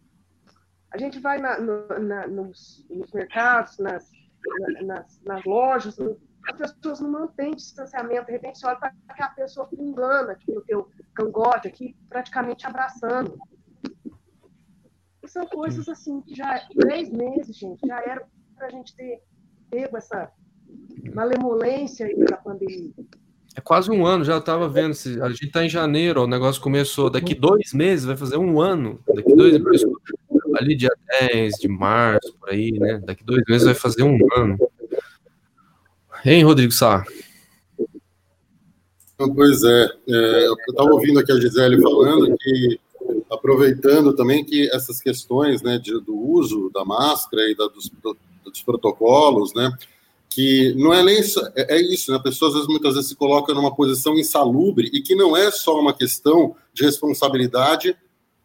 A gente vai na, no, na, nos, nos mercados, nas, na, nas, nas lojas, as pessoas não mantêm distanciamento, de repente você olha para aquela pessoa pingando aqui no teu cangote, aqui praticamente abraçando. E são coisas assim que já, três meses, gente, já era para a gente ter pego essa malemolência aí da pandemia. É quase um ano, já estava vendo. Se a gente está em janeiro, o negócio começou. Daqui dois meses, vai fazer um ano. Daqui dois meses, ali dia dez de março, por aí, né? Daqui dois meses vai fazer um ano. Hein, Rodrigo Sá? Pois é, é eu estava ouvindo aqui a Gisele falando que, aproveitando também que essas questões, né, de, do uso da máscara e da, dos, do, dos protocolos, né, que não é nem isso, é, é isso, né, a pessoa às vezes, muitas vezes se coloca numa posição insalubre e que não é só uma questão de responsabilidade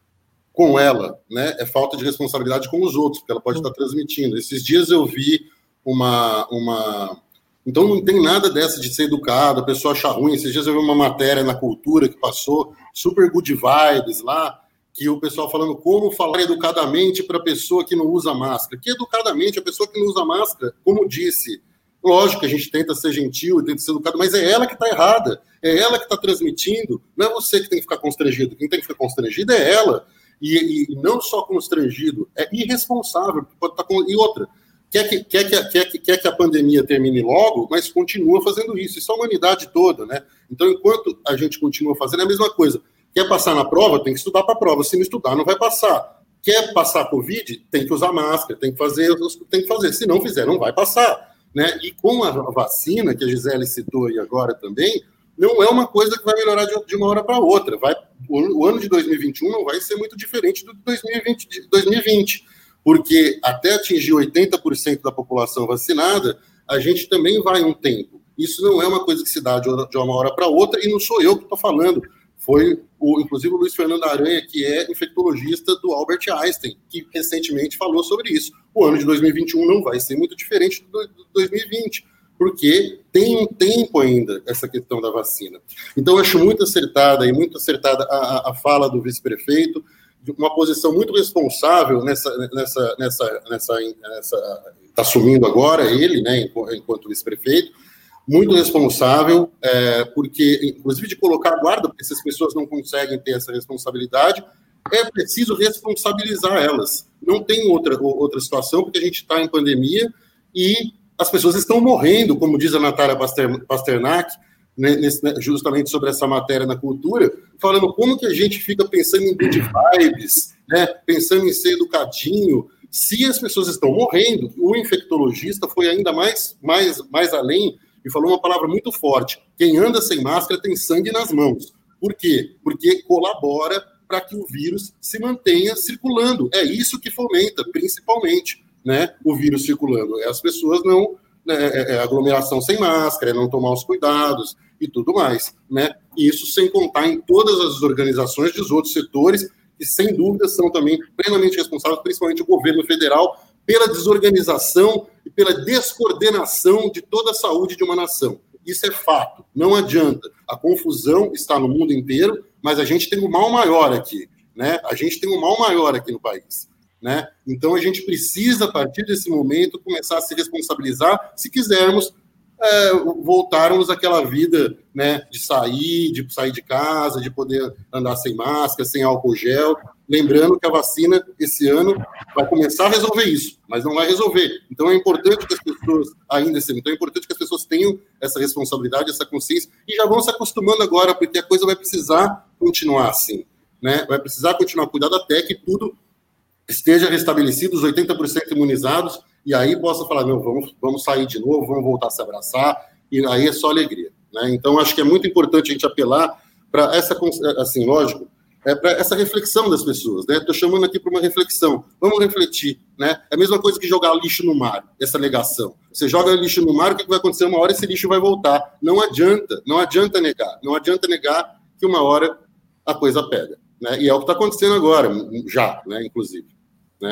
com ela, né, é falta de responsabilidade com os outros, porque ela pode estar transmitindo. Esses dias eu vi uma... uma Então não tem nada dessa de ser educado, a pessoa achar ruim. Esses dias eu vi uma matéria na Cultura que passou, super good vibes lá, que o pessoal falando como falar educadamente para a pessoa que não usa máscara. Que educadamente, a pessoa que não usa máscara, como disse, lógico que a gente tenta ser gentil, tenta ser educado, mas é ela que está errada, é ela que está transmitindo, não é você que tem que ficar constrangido, quem tem que ficar constrangido é ela, e, e não só constrangido, é irresponsável, pode estar com... E outra, Quer que, quer, que, quer, que, quer que a pandemia termine logo, mas continua fazendo isso. Isso é a humanidade toda, né? Então, enquanto a gente continua fazendo, é a mesma coisa. Quer passar na prova, tem que estudar para a prova. Se não estudar, não vai passar. Quer passar Covid, tem que usar máscara, tem que fazer, tem que fazer. Se não fizer, não vai passar, né? E com a vacina, que a Gisele citou aí agora também, não é uma coisa que vai melhorar de, de uma hora para outra. Vai, o, o ano de dois mil e vinte e um não vai ser muito diferente do de dois mil e vinte, de dois mil e vinte. Porque até atingir oitenta por cento da população vacinada, a gente também vai um tempo. Isso não é uma coisa que se dá de uma hora para outra, e não sou eu que estou falando. Foi, o, inclusive, o Luiz Fernando Aranha, que é infectologista do Albert Einstein, que recentemente falou sobre isso. O ano de dois mil e vinte e um não vai ser muito diferente do dois mil e vinte, porque tem um tempo ainda essa questão da vacina. Então, eu acho muito acertada e muito acertada a, a fala do vice-prefeito, uma posição muito responsável nessa, nessa, nessa, nessa, nessa está assumindo agora ele, né, enquanto vice-prefeito, muito responsável, é, porque, inclusive, de colocar a guarda, porque se as pessoas não conseguem ter essa responsabilidade, é preciso responsabilizar elas. Não tem outra, outra situação, porque a gente está em pandemia e as pessoas estão morrendo, como diz a Natália Pasternak, né, justamente sobre essa matéria na Cultura, falando como que a gente fica pensando em good vibes, né, pensando em ser educadinho, se as pessoas estão morrendo. O infectologista foi ainda mais, mais, mais além e falou uma palavra muito forte: quem anda sem máscara tem sangue nas mãos. Por quê? Porque colabora para que o vírus se mantenha circulando. É isso que fomenta, principalmente, né, o vírus circulando. É as pessoas não... É, é aglomeração sem máscara, é não tomar os cuidados e tudo mais, né? Isso sem contar em todas as organizações dos outros setores, que sem dúvida são também plenamente responsáveis, principalmente o governo federal, pela desorganização e pela descoordenação de toda a saúde de uma nação. Isso é fato, não adianta. A confusão está no mundo inteiro, mas a gente tem um mal maior aqui, né? A gente tem um mal maior aqui no país. Né? Então a gente precisa, a partir desse momento, começar a se responsabilizar se quisermos é, voltarmos àquela vida, né, de sair, de sair de casa, de poder andar sem máscara, sem álcool gel. Lembrando que a vacina, esse ano, vai começar a resolver isso, mas não vai resolver. Então é importante que as pessoas, ainda assim, então é importante que as pessoas tenham essa responsabilidade, essa consciência, e já vão se acostumando agora, porque a coisa vai precisar continuar assim, né? Vai precisar continuar cuidado até que tudo esteja restabelecido, os oitenta por cento imunizados, e aí possa falar, não, vamos, vamos sair de novo, vamos voltar a se abraçar, e aí é só alegria, né? Então, acho que é muito importante a gente apelar para essa, assim, lógico, é para essa reflexão das pessoas, né? Estou chamando aqui para uma reflexão, vamos refletir, né? É a mesma coisa que jogar lixo no mar, essa negação. Você joga lixo no mar, o que vai acontecer? Uma hora esse lixo vai voltar. Não adianta, não adianta negar, não adianta negar que uma hora a coisa pega, né? E é o que está acontecendo agora, já, né, inclusive. Né?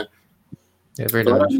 É verdade.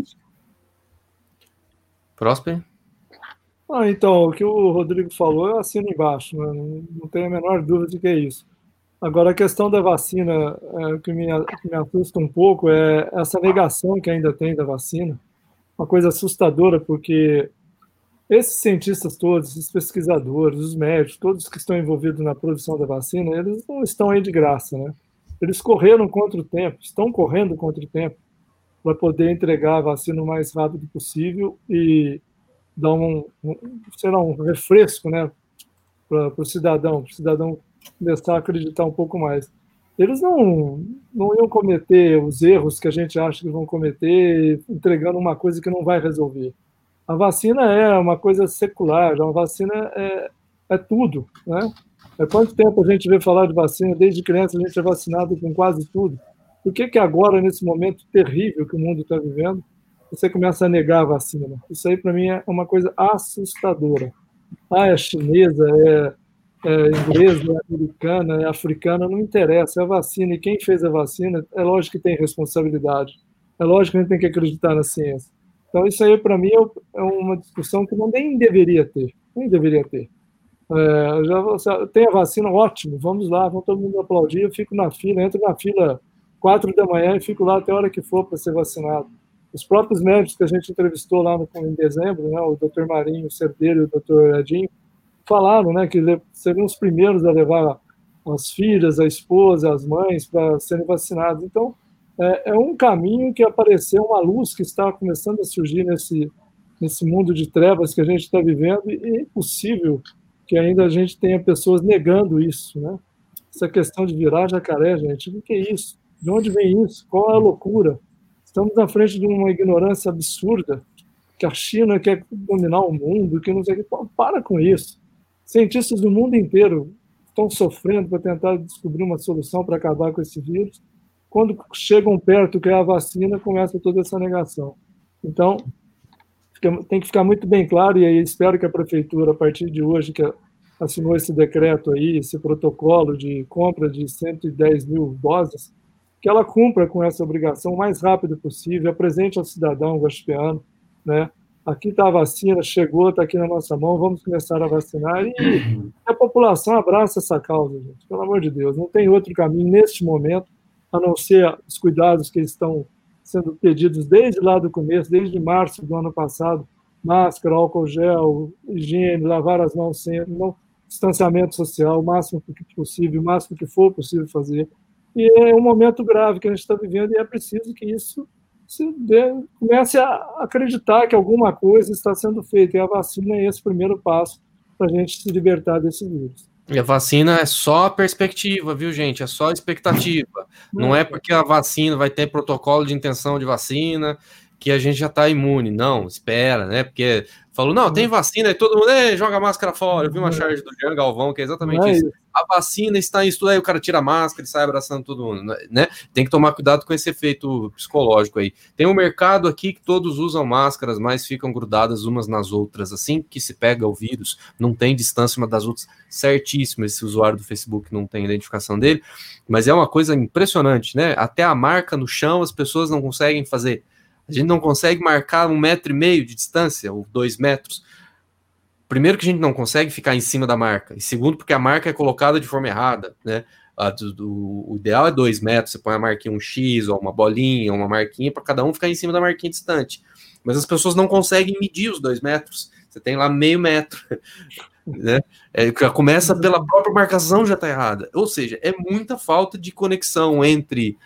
Próspero? Ah, então, o que o Rodrigo falou, eu assino embaixo, né? não, não tenho a menor dúvida de que é isso. Agora, a questão da vacina, é, o que me, que me assusta um pouco é essa negação que ainda tem da vacina, uma coisa assustadora, porque esses cientistas todos, esses pesquisadores, os médicos, todos que estão envolvidos na produção da vacina, eles não estão aí de graça, né? Eles correram contra o tempo, estão correndo contra o tempo para poder entregar a vacina o mais rápido possível e dar um, um, sei lá, um refresco, né, para o cidadão, para o cidadão começar a acreditar um pouco mais. Eles não, não iam cometer os erros que a gente acha que vão cometer entregando uma coisa que não vai resolver. A vacina é uma coisa secular, a vacina é, é tudo, né? Há quanto tempo a gente vê falar de vacina? Desde criança a gente é vacinado com quase tudo. Por que que agora, nesse momento terrível que o mundo está vivendo, você começa a negar a vacina? Isso aí, para mim, é uma coisa assustadora. Ah, é chinesa, é, é inglesa, é americana, é africana, não interessa, é a vacina. E quem fez a vacina, é lógico que tem responsabilidade. É lógico que a gente tem que acreditar na ciência. Então, isso aí, para mim, é uma discussão que não nem deveria ter. Nem deveria ter. É, já, tem a vacina, ótimo, vamos lá, vamos todo mundo aplaudir. Eu fico na fila, entro na fila quatro da manhã e fico lá até a hora que for para ser vacinado. Os próprios médicos que a gente entrevistou lá no, em dezembro, né, o doutor Marinho Cerdeiro e o doutor Edinho, falaram, né, que seriam os primeiros a levar as filhas, a esposa, as mães para serem vacinados. Então, é, é um caminho que apareceu, uma luz que está começando a surgir nesse, nesse mundo de trevas que a gente está vivendo, e é impossível que ainda a gente tenha pessoas negando isso, né? Essa questão de virar jacaré, gente, o que é isso? De onde vem isso? Qual é a loucura? Estamos na frente de uma ignorância absurda, que a China quer dominar o mundo, que não sei o que. Para com isso. Cientistas do mundo inteiro estão sofrendo para tentar descobrir uma solução para acabar com esse vírus. Quando chegam perto, que é a vacina, começa toda essa negação. Então, tem que ficar muito bem claro, e aí espero que a prefeitura, a partir de hoje, que assinou esse decreto aí, esse protocolo de compra de cento e dez mil doses, que ela cumpra com essa obrigação o mais rápido possível, apresente ao cidadão guaxipeano, né? Aqui está a vacina, chegou, está aqui na nossa mão, vamos começar a vacinar, e a população abraça essa causa, gente, pelo amor de Deus. Não tem outro caminho neste momento, a não ser os cuidados que estão sendo pedidos desde lá do começo, desde março do ano passado: máscara, álcool gel, higiene, lavar as mãos sempre, não, distanciamento social, o máximo possível, o máximo que for possível fazer. E é um momento grave que a gente está vivendo, e é preciso que isso se dê, comece a acreditar que alguma coisa está sendo feita, e a vacina é esse primeiro passo para a gente se libertar desse vírus. E a vacina é só perspectiva, viu, gente? É só expectativa. Não é porque a vacina vai ter protocolo de intenção de vacina que a gente já está imune. Não, espera, né? Porque falou, não, tem vacina, e todo mundo, ei, joga a máscara fora. Eu vi uma charge do Jean Galvão, que é exatamente é isso. isso. A vacina está em estudo, aí o cara tira a máscara e sai abraçando todo mundo, né? Tem que tomar cuidado com esse efeito psicológico aí. Tem um mercado aqui que todos usam máscaras, mas ficam grudadas umas nas outras. Assim que se pega o vírus, não tem distância uma das outras. Certíssimo, esse usuário do Facebook não tem identificação dele, mas é uma coisa impressionante, né? Até a marca no chão as pessoas não conseguem fazer. A gente não consegue marcar um metro e meio de distância, ou dois metros. Primeiro que a gente não consegue ficar em cima da marca, e segundo porque a marca é colocada de forma errada, né? A do, do, o ideal é dois metros, você põe a marquinha um X, ou uma bolinha, ou uma marquinha, para cada um ficar em cima da marquinha distante. Mas as pessoas não conseguem medir os dois metros, você tem lá meio metro, né? É, começa pela própria marcação, já está errada. Ou seja, é muita falta de conexão entre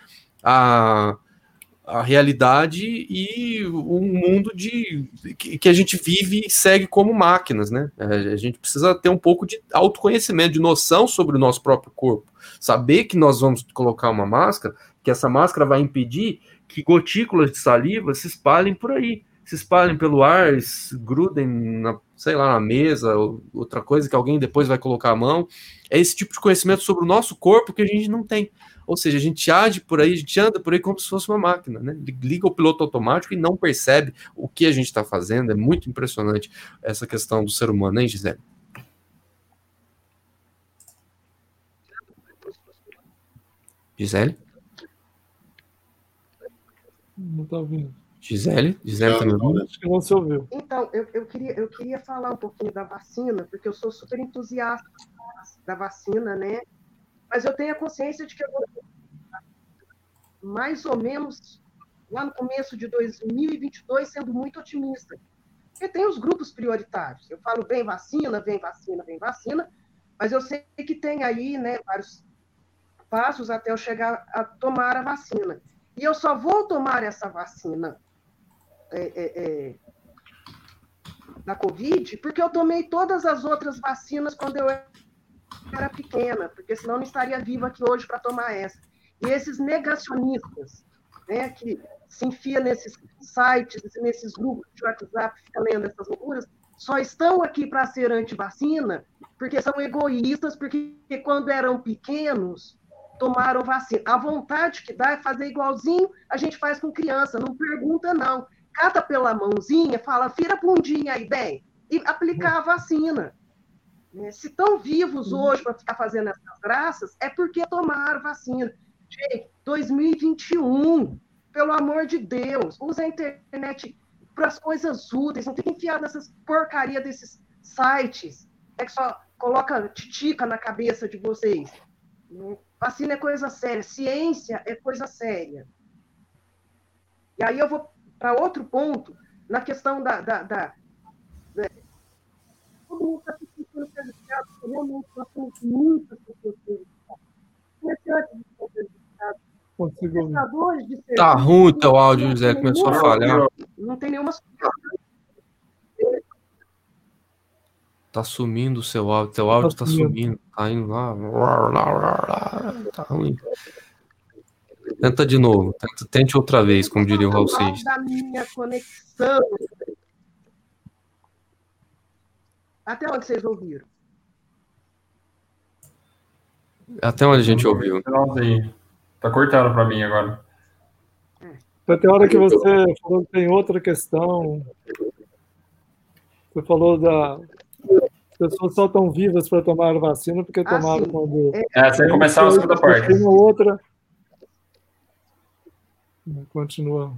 a... a realidade e o mundo de, que, que a gente vive e segue como máquinas, né? A gente precisa ter um pouco de autoconhecimento, de noção sobre o nosso próprio corpo. Saber que nós vamos colocar uma máscara, que essa máscara vai impedir que gotículas de saliva se espalhem por aí, se espalhem pelo ar, grudem, na, sei lá, na mesa, ou outra coisa que alguém depois vai colocar a mão. É esse tipo de conhecimento sobre o nosso corpo que a gente não tem. Ou seja, a gente age por aí, a gente anda por aí como se fosse uma máquina, né? Liga o piloto automático e não percebe o que a gente está fazendo. É muito impressionante essa questão do ser humano, hein, Gisele? Gisele? Não está ouvindo. Gisele? Gisele está me ouvindo? Acho que não se ouviu. Então, eu, eu, queria, eu queria falar um pouquinho da vacina, porque eu sou super entusiasta da vacina, né? Mas eu tenho a consciência de que eu vou, mais ou menos lá no começo de dois mil e vinte e dois, sendo muito otimista. Porque tem os grupos prioritários. Eu falo, vem vacina, vem vacina, vem vacina, mas eu sei que tem aí, né, vários passos até eu chegar a tomar a vacina. E eu só vou tomar essa vacina é, é, é, da Covid porque eu tomei todas as outras vacinas quando eu era pequena, porque senão eu não estaria viva aqui hoje para tomar essa. E esses negacionistas, né, que se enfia nesses sites, nesses grupos de WhatsApp, fica lendo essas loucuras, só estão aqui para ser anti-vacina porque são egoístas, porque quando eram pequenos tomaram vacina. A vontade que dá é fazer igualzinho a gente faz com criança, não pergunta não. Cata pela mãozinha, fala, vira a bundinha aí, bem, e aplicar a vacina. Se estão vivos hoje para ficar fazendo essas graças, é porque tomaram vacina. Gente, dois mil e vinte e um, pelo amor de Deus, usa a internet para as coisas úteis, não tem que enfiar nessas porcaria desses sites, é que só coloca titica na cabeça de vocês. Vacina é coisa séria, ciência é coisa séria. E aí eu vou para outro ponto, na questão da... da, da, da todo mundo está se sentindo prejudicado, realmente nós temos muitas pessoas prejudicadas. Comerciantes estão prejudicados. Prestadores de serviço. Tá ruim o teu áudio, José, começou a falhar. Não tem nenhuma... Tá sumindo o seu áudio, teu áudio tá sumindo, tá indo lá, tá ruim. Tenta de novo, tenta, tente outra vez, como diria o Raul Seixas. Da minha conexão. Até onde vocês ouviram? Até onde a gente ouviu. Tá cortando para mim agora. Até a hora que você falou que tem outra questão. Você falou da... As pessoas só estão vivas para tomar vacina porque tomaram ah, quando... É, sem começar a segunda parte. Tem uma outra... Continua.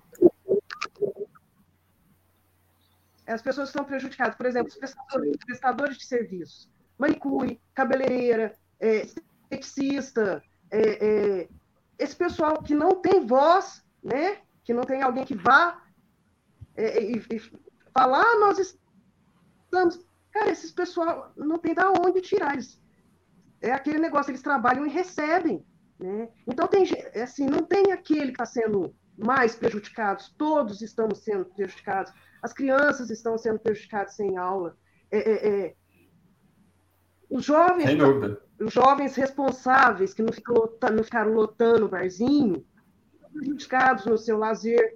As pessoas estão prejudicadas. Por exemplo, os prestadores, prestadores de serviços, manicure, cabeleireira, é, esteticista, é, é, esse pessoal que não tem voz, né? Que não tem alguém que vá é, e, e falar, ah, nós estamos... Cara, esses pessoal não tem de onde tirar isso. É aquele negócio, eles trabalham e recebem, né? Então, tem, assim, não tem aquele que está sendo mais prejudicado, todos estamos sendo prejudicados, as crianças estão sendo prejudicadas sem aula, é, é, é, os jovens, os jovens responsáveis que não, ficam lotando, não ficaram lotando o barzinho, prejudicados no seu lazer.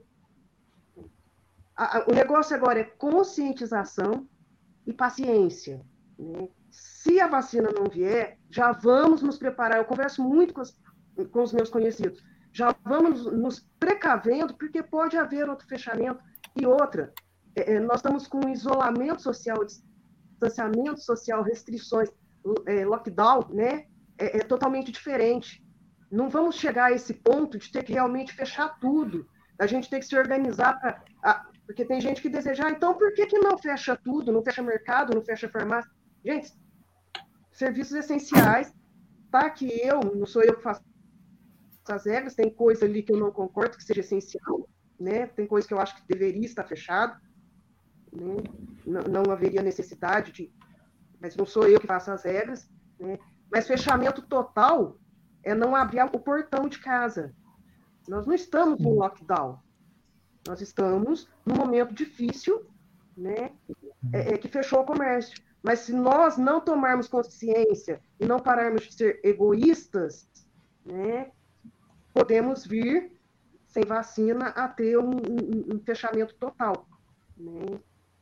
A, a, o negócio agora é conscientização e paciência, né? Se a vacina não vier, já vamos nos preparar. Eu converso muito com, as, com os meus conhecidos. Já vamos nos precavendo, porque pode haver outro fechamento. E outra, é, nós estamos com isolamento social, distanciamento social, restrições, é, lockdown, né? É, é totalmente diferente. Não vamos chegar a esse ponto de ter que realmente fechar tudo. A gente tem que se organizar para... Porque tem gente que deseja, ah, então por que, que não fecha tudo, não fecha mercado, não fecha farmácia? Gente, serviços essenciais, tá? Que eu, não sou eu que faço as regras, tem coisa ali que eu não concordo que seja essencial, né? Tem coisa que eu acho que deveria estar fechado, né? Não, não haveria necessidade de... Mas não sou eu que faço as regras, né? Mas fechamento total é não abrir o portão de casa. Nós não estamos no lockdown. Nós estamos num momento difícil, né, é, é, que fechou o comércio. Mas se nós não tomarmos consciência e não pararmos de ser egoístas, né, podemos vir, sem vacina, a ter um, um, um fechamento total. Né?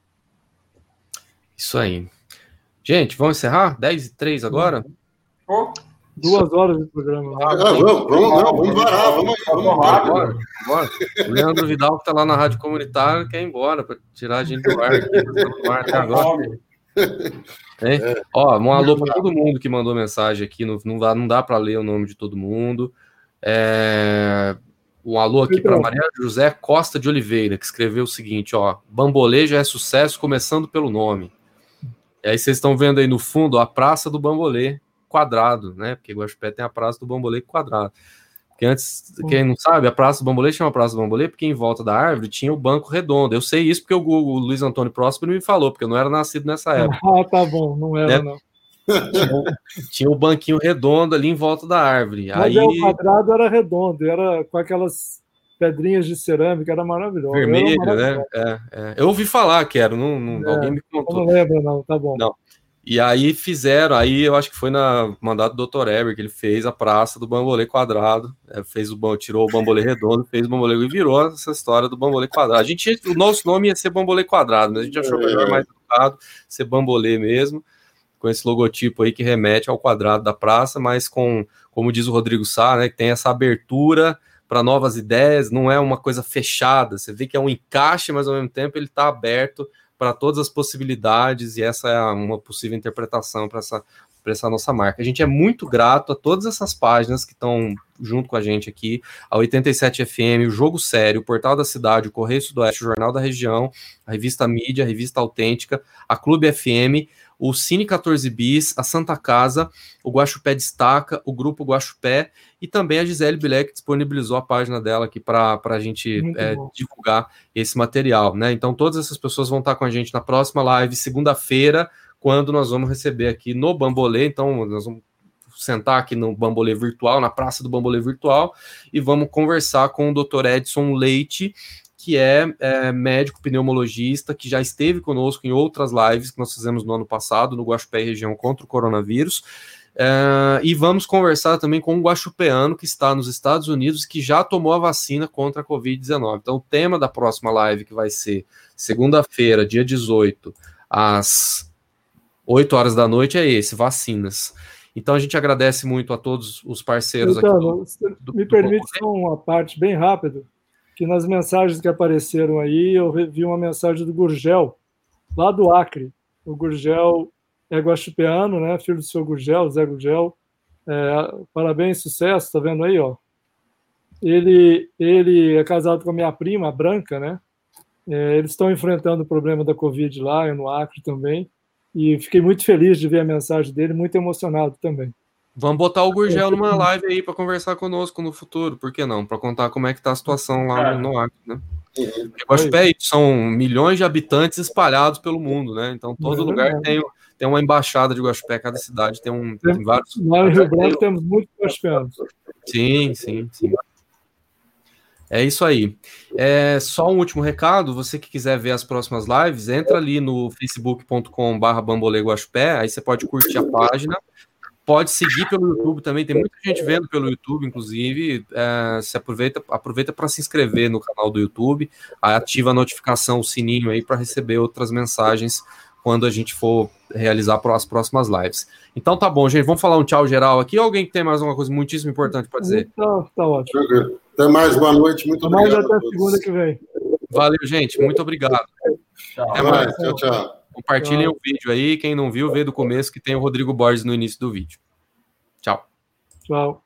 Isso aí. Gente, vamos encerrar? dez e três agora? Oh. Duas horas de programa. Ah, vamos, vamos, vamos, vamos varar, vamos aí, vamos embora. Bora, bora. O Leandro Vidal, que está lá na Rádio Comunitária, quer ir embora para tirar a gente do ar. Do ar até agora. É? Ó, um alô para todo mundo que mandou mensagem aqui. Não, não dá, não dá para ler o nome de todo mundo. É... Um alô aqui para Maria José Costa de Oliveira, que escreveu o seguinte: ó, Bambolê já é sucesso, começando pelo nome. E aí vocês estão vendo aí no fundo a Praça do Bambolê quadrado, né? Porque Guaxupé tem a Praça do Bambolê quadrado. Porque antes, quem não sabe, a Praça do Bambolê chama Praça do Bambolê porque em volta da árvore tinha o Banco Redondo. Eu sei isso porque o, o Luiz Antônio Próspero me falou, porque eu não era nascido nessa época. Ah, tá bom, não era, né? não. Tinha, tinha o banquinho redondo ali em volta da árvore. Mas Aí, é, o quadrado era redondo, era com aquelas pedrinhas de cerâmica, era maravilhoso. vermelho, era maravilhoso. né? É, é. Eu ouvi falar que era, não, não, É, alguém me eu contou. não lembro, não, tá bom. Não. E aí fizeram, aí eu acho que foi na mandato do doutor Eber que ele fez a praça do Bambolê quadrado, é, fez o tirou o Bambolê redondo, fez o Bambolê e virou essa história do Bambolê quadrado. A gente, o nosso nome ia ser Bambolê quadrado, mas a gente achou melhor, mais educado, ser Bambolê mesmo, com esse logotipo aí que remete ao quadrado da praça, mas com, como diz o Rodrigo Sá, né, que tem essa abertura para novas ideias, não é uma coisa fechada, você vê que é um encaixe, mas ao mesmo tempo ele está aberto para todas as possibilidades, e essa é uma possível interpretação para essa, para essa nossa marca. A gente é muito grato a todas essas páginas que estão junto com a gente aqui, a oitenta e sete F M, o Jogo Sério, o Portal da Cidade, o Correio Sudoeste, o Jornal da Região, a Revista Mídia, a Revista Autêntica, a Clube F M, o Cine quatorze Bis, a Santa Casa, o Guaxupé Destaca, o Grupo Guaxupé, e também a Gisele Bilek, que disponibilizou a página dela aqui para a gente é, divulgar esse material, né? Então todas essas pessoas vão estar com a gente na próxima live, segunda-feira, quando nós vamos receber aqui no Bambolê. Então nós vamos sentar aqui no Bambolê Virtual, na Praça do Bambolê Virtual, e vamos conversar com o doutor Edson Leite, que é, é médico pneumologista, que já esteve conosco em outras lives que nós fizemos no ano passado, no Guaxupé e região contra o coronavírus. Uh, e vamos conversar também com um guaxupeano que está nos Estados Unidos, que já tomou a vacina contra a covid dezenove. Então, o tema da próxima live, que vai ser segunda-feira, dia dezoito, às oito horas da noite, é esse, vacinas. Então, a gente agradece muito a todos os parceiros então, aqui. Do, do, me do permite só uma parte bem rápida, que nas mensagens que apareceram aí, eu vi uma mensagem do Gurgel, lá do Acre. O Gurgel é guaxupeano, né? Filho do seu Gurgel, Zé Gurgel. É, parabéns, sucesso, tá vendo aí, ó. Ele, ele é casado com a minha prima, a Branca, né? É, eles estão enfrentando o problema da Covid lá, eu no Acre também. E fiquei muito feliz de ver a mensagem dele, muito emocionado também. Vamos botar o Gurgel numa live aí para conversar conosco no futuro, por que não? Para contar como é que tá a situação lá no, no Acre, né? Porque Guaxupé são milhões de habitantes espalhados pelo mundo, né? Então todo é lugar tem, tem uma embaixada de Guaxupé, cada cidade tem um tem, tem vários. Lá em Rio Branco temos muitos guaxupeanos. Sim, sim, sim. É isso aí. É, só um último recado, você que quiser ver as próximas lives, entra ali no facebook ponto com barra Bambolê Guaxupé, aí você pode curtir a página. Pode seguir pelo YouTube também, tem muita gente vendo pelo YouTube, inclusive, é, se aproveita aproveita para se inscrever no canal do YouTube, ativa a notificação, o sininho aí para receber outras mensagens quando a gente for realizar as próximas lives. Então tá bom, gente, vamos falar um tchau geral aqui, ou alguém que tem mais uma coisa muitíssimo importante para dizer? Tá, tá ótimo. Até mais, boa noite, muito até obrigado. Mais até segunda que vem. Valeu, gente, muito obrigado. Tchau, até mais. Tchau, tchau. Compartilhem tchau. O vídeo aí, quem não viu, vê do começo, que tem o Rodrigo Borges no início do vídeo. Tchau. Tchau.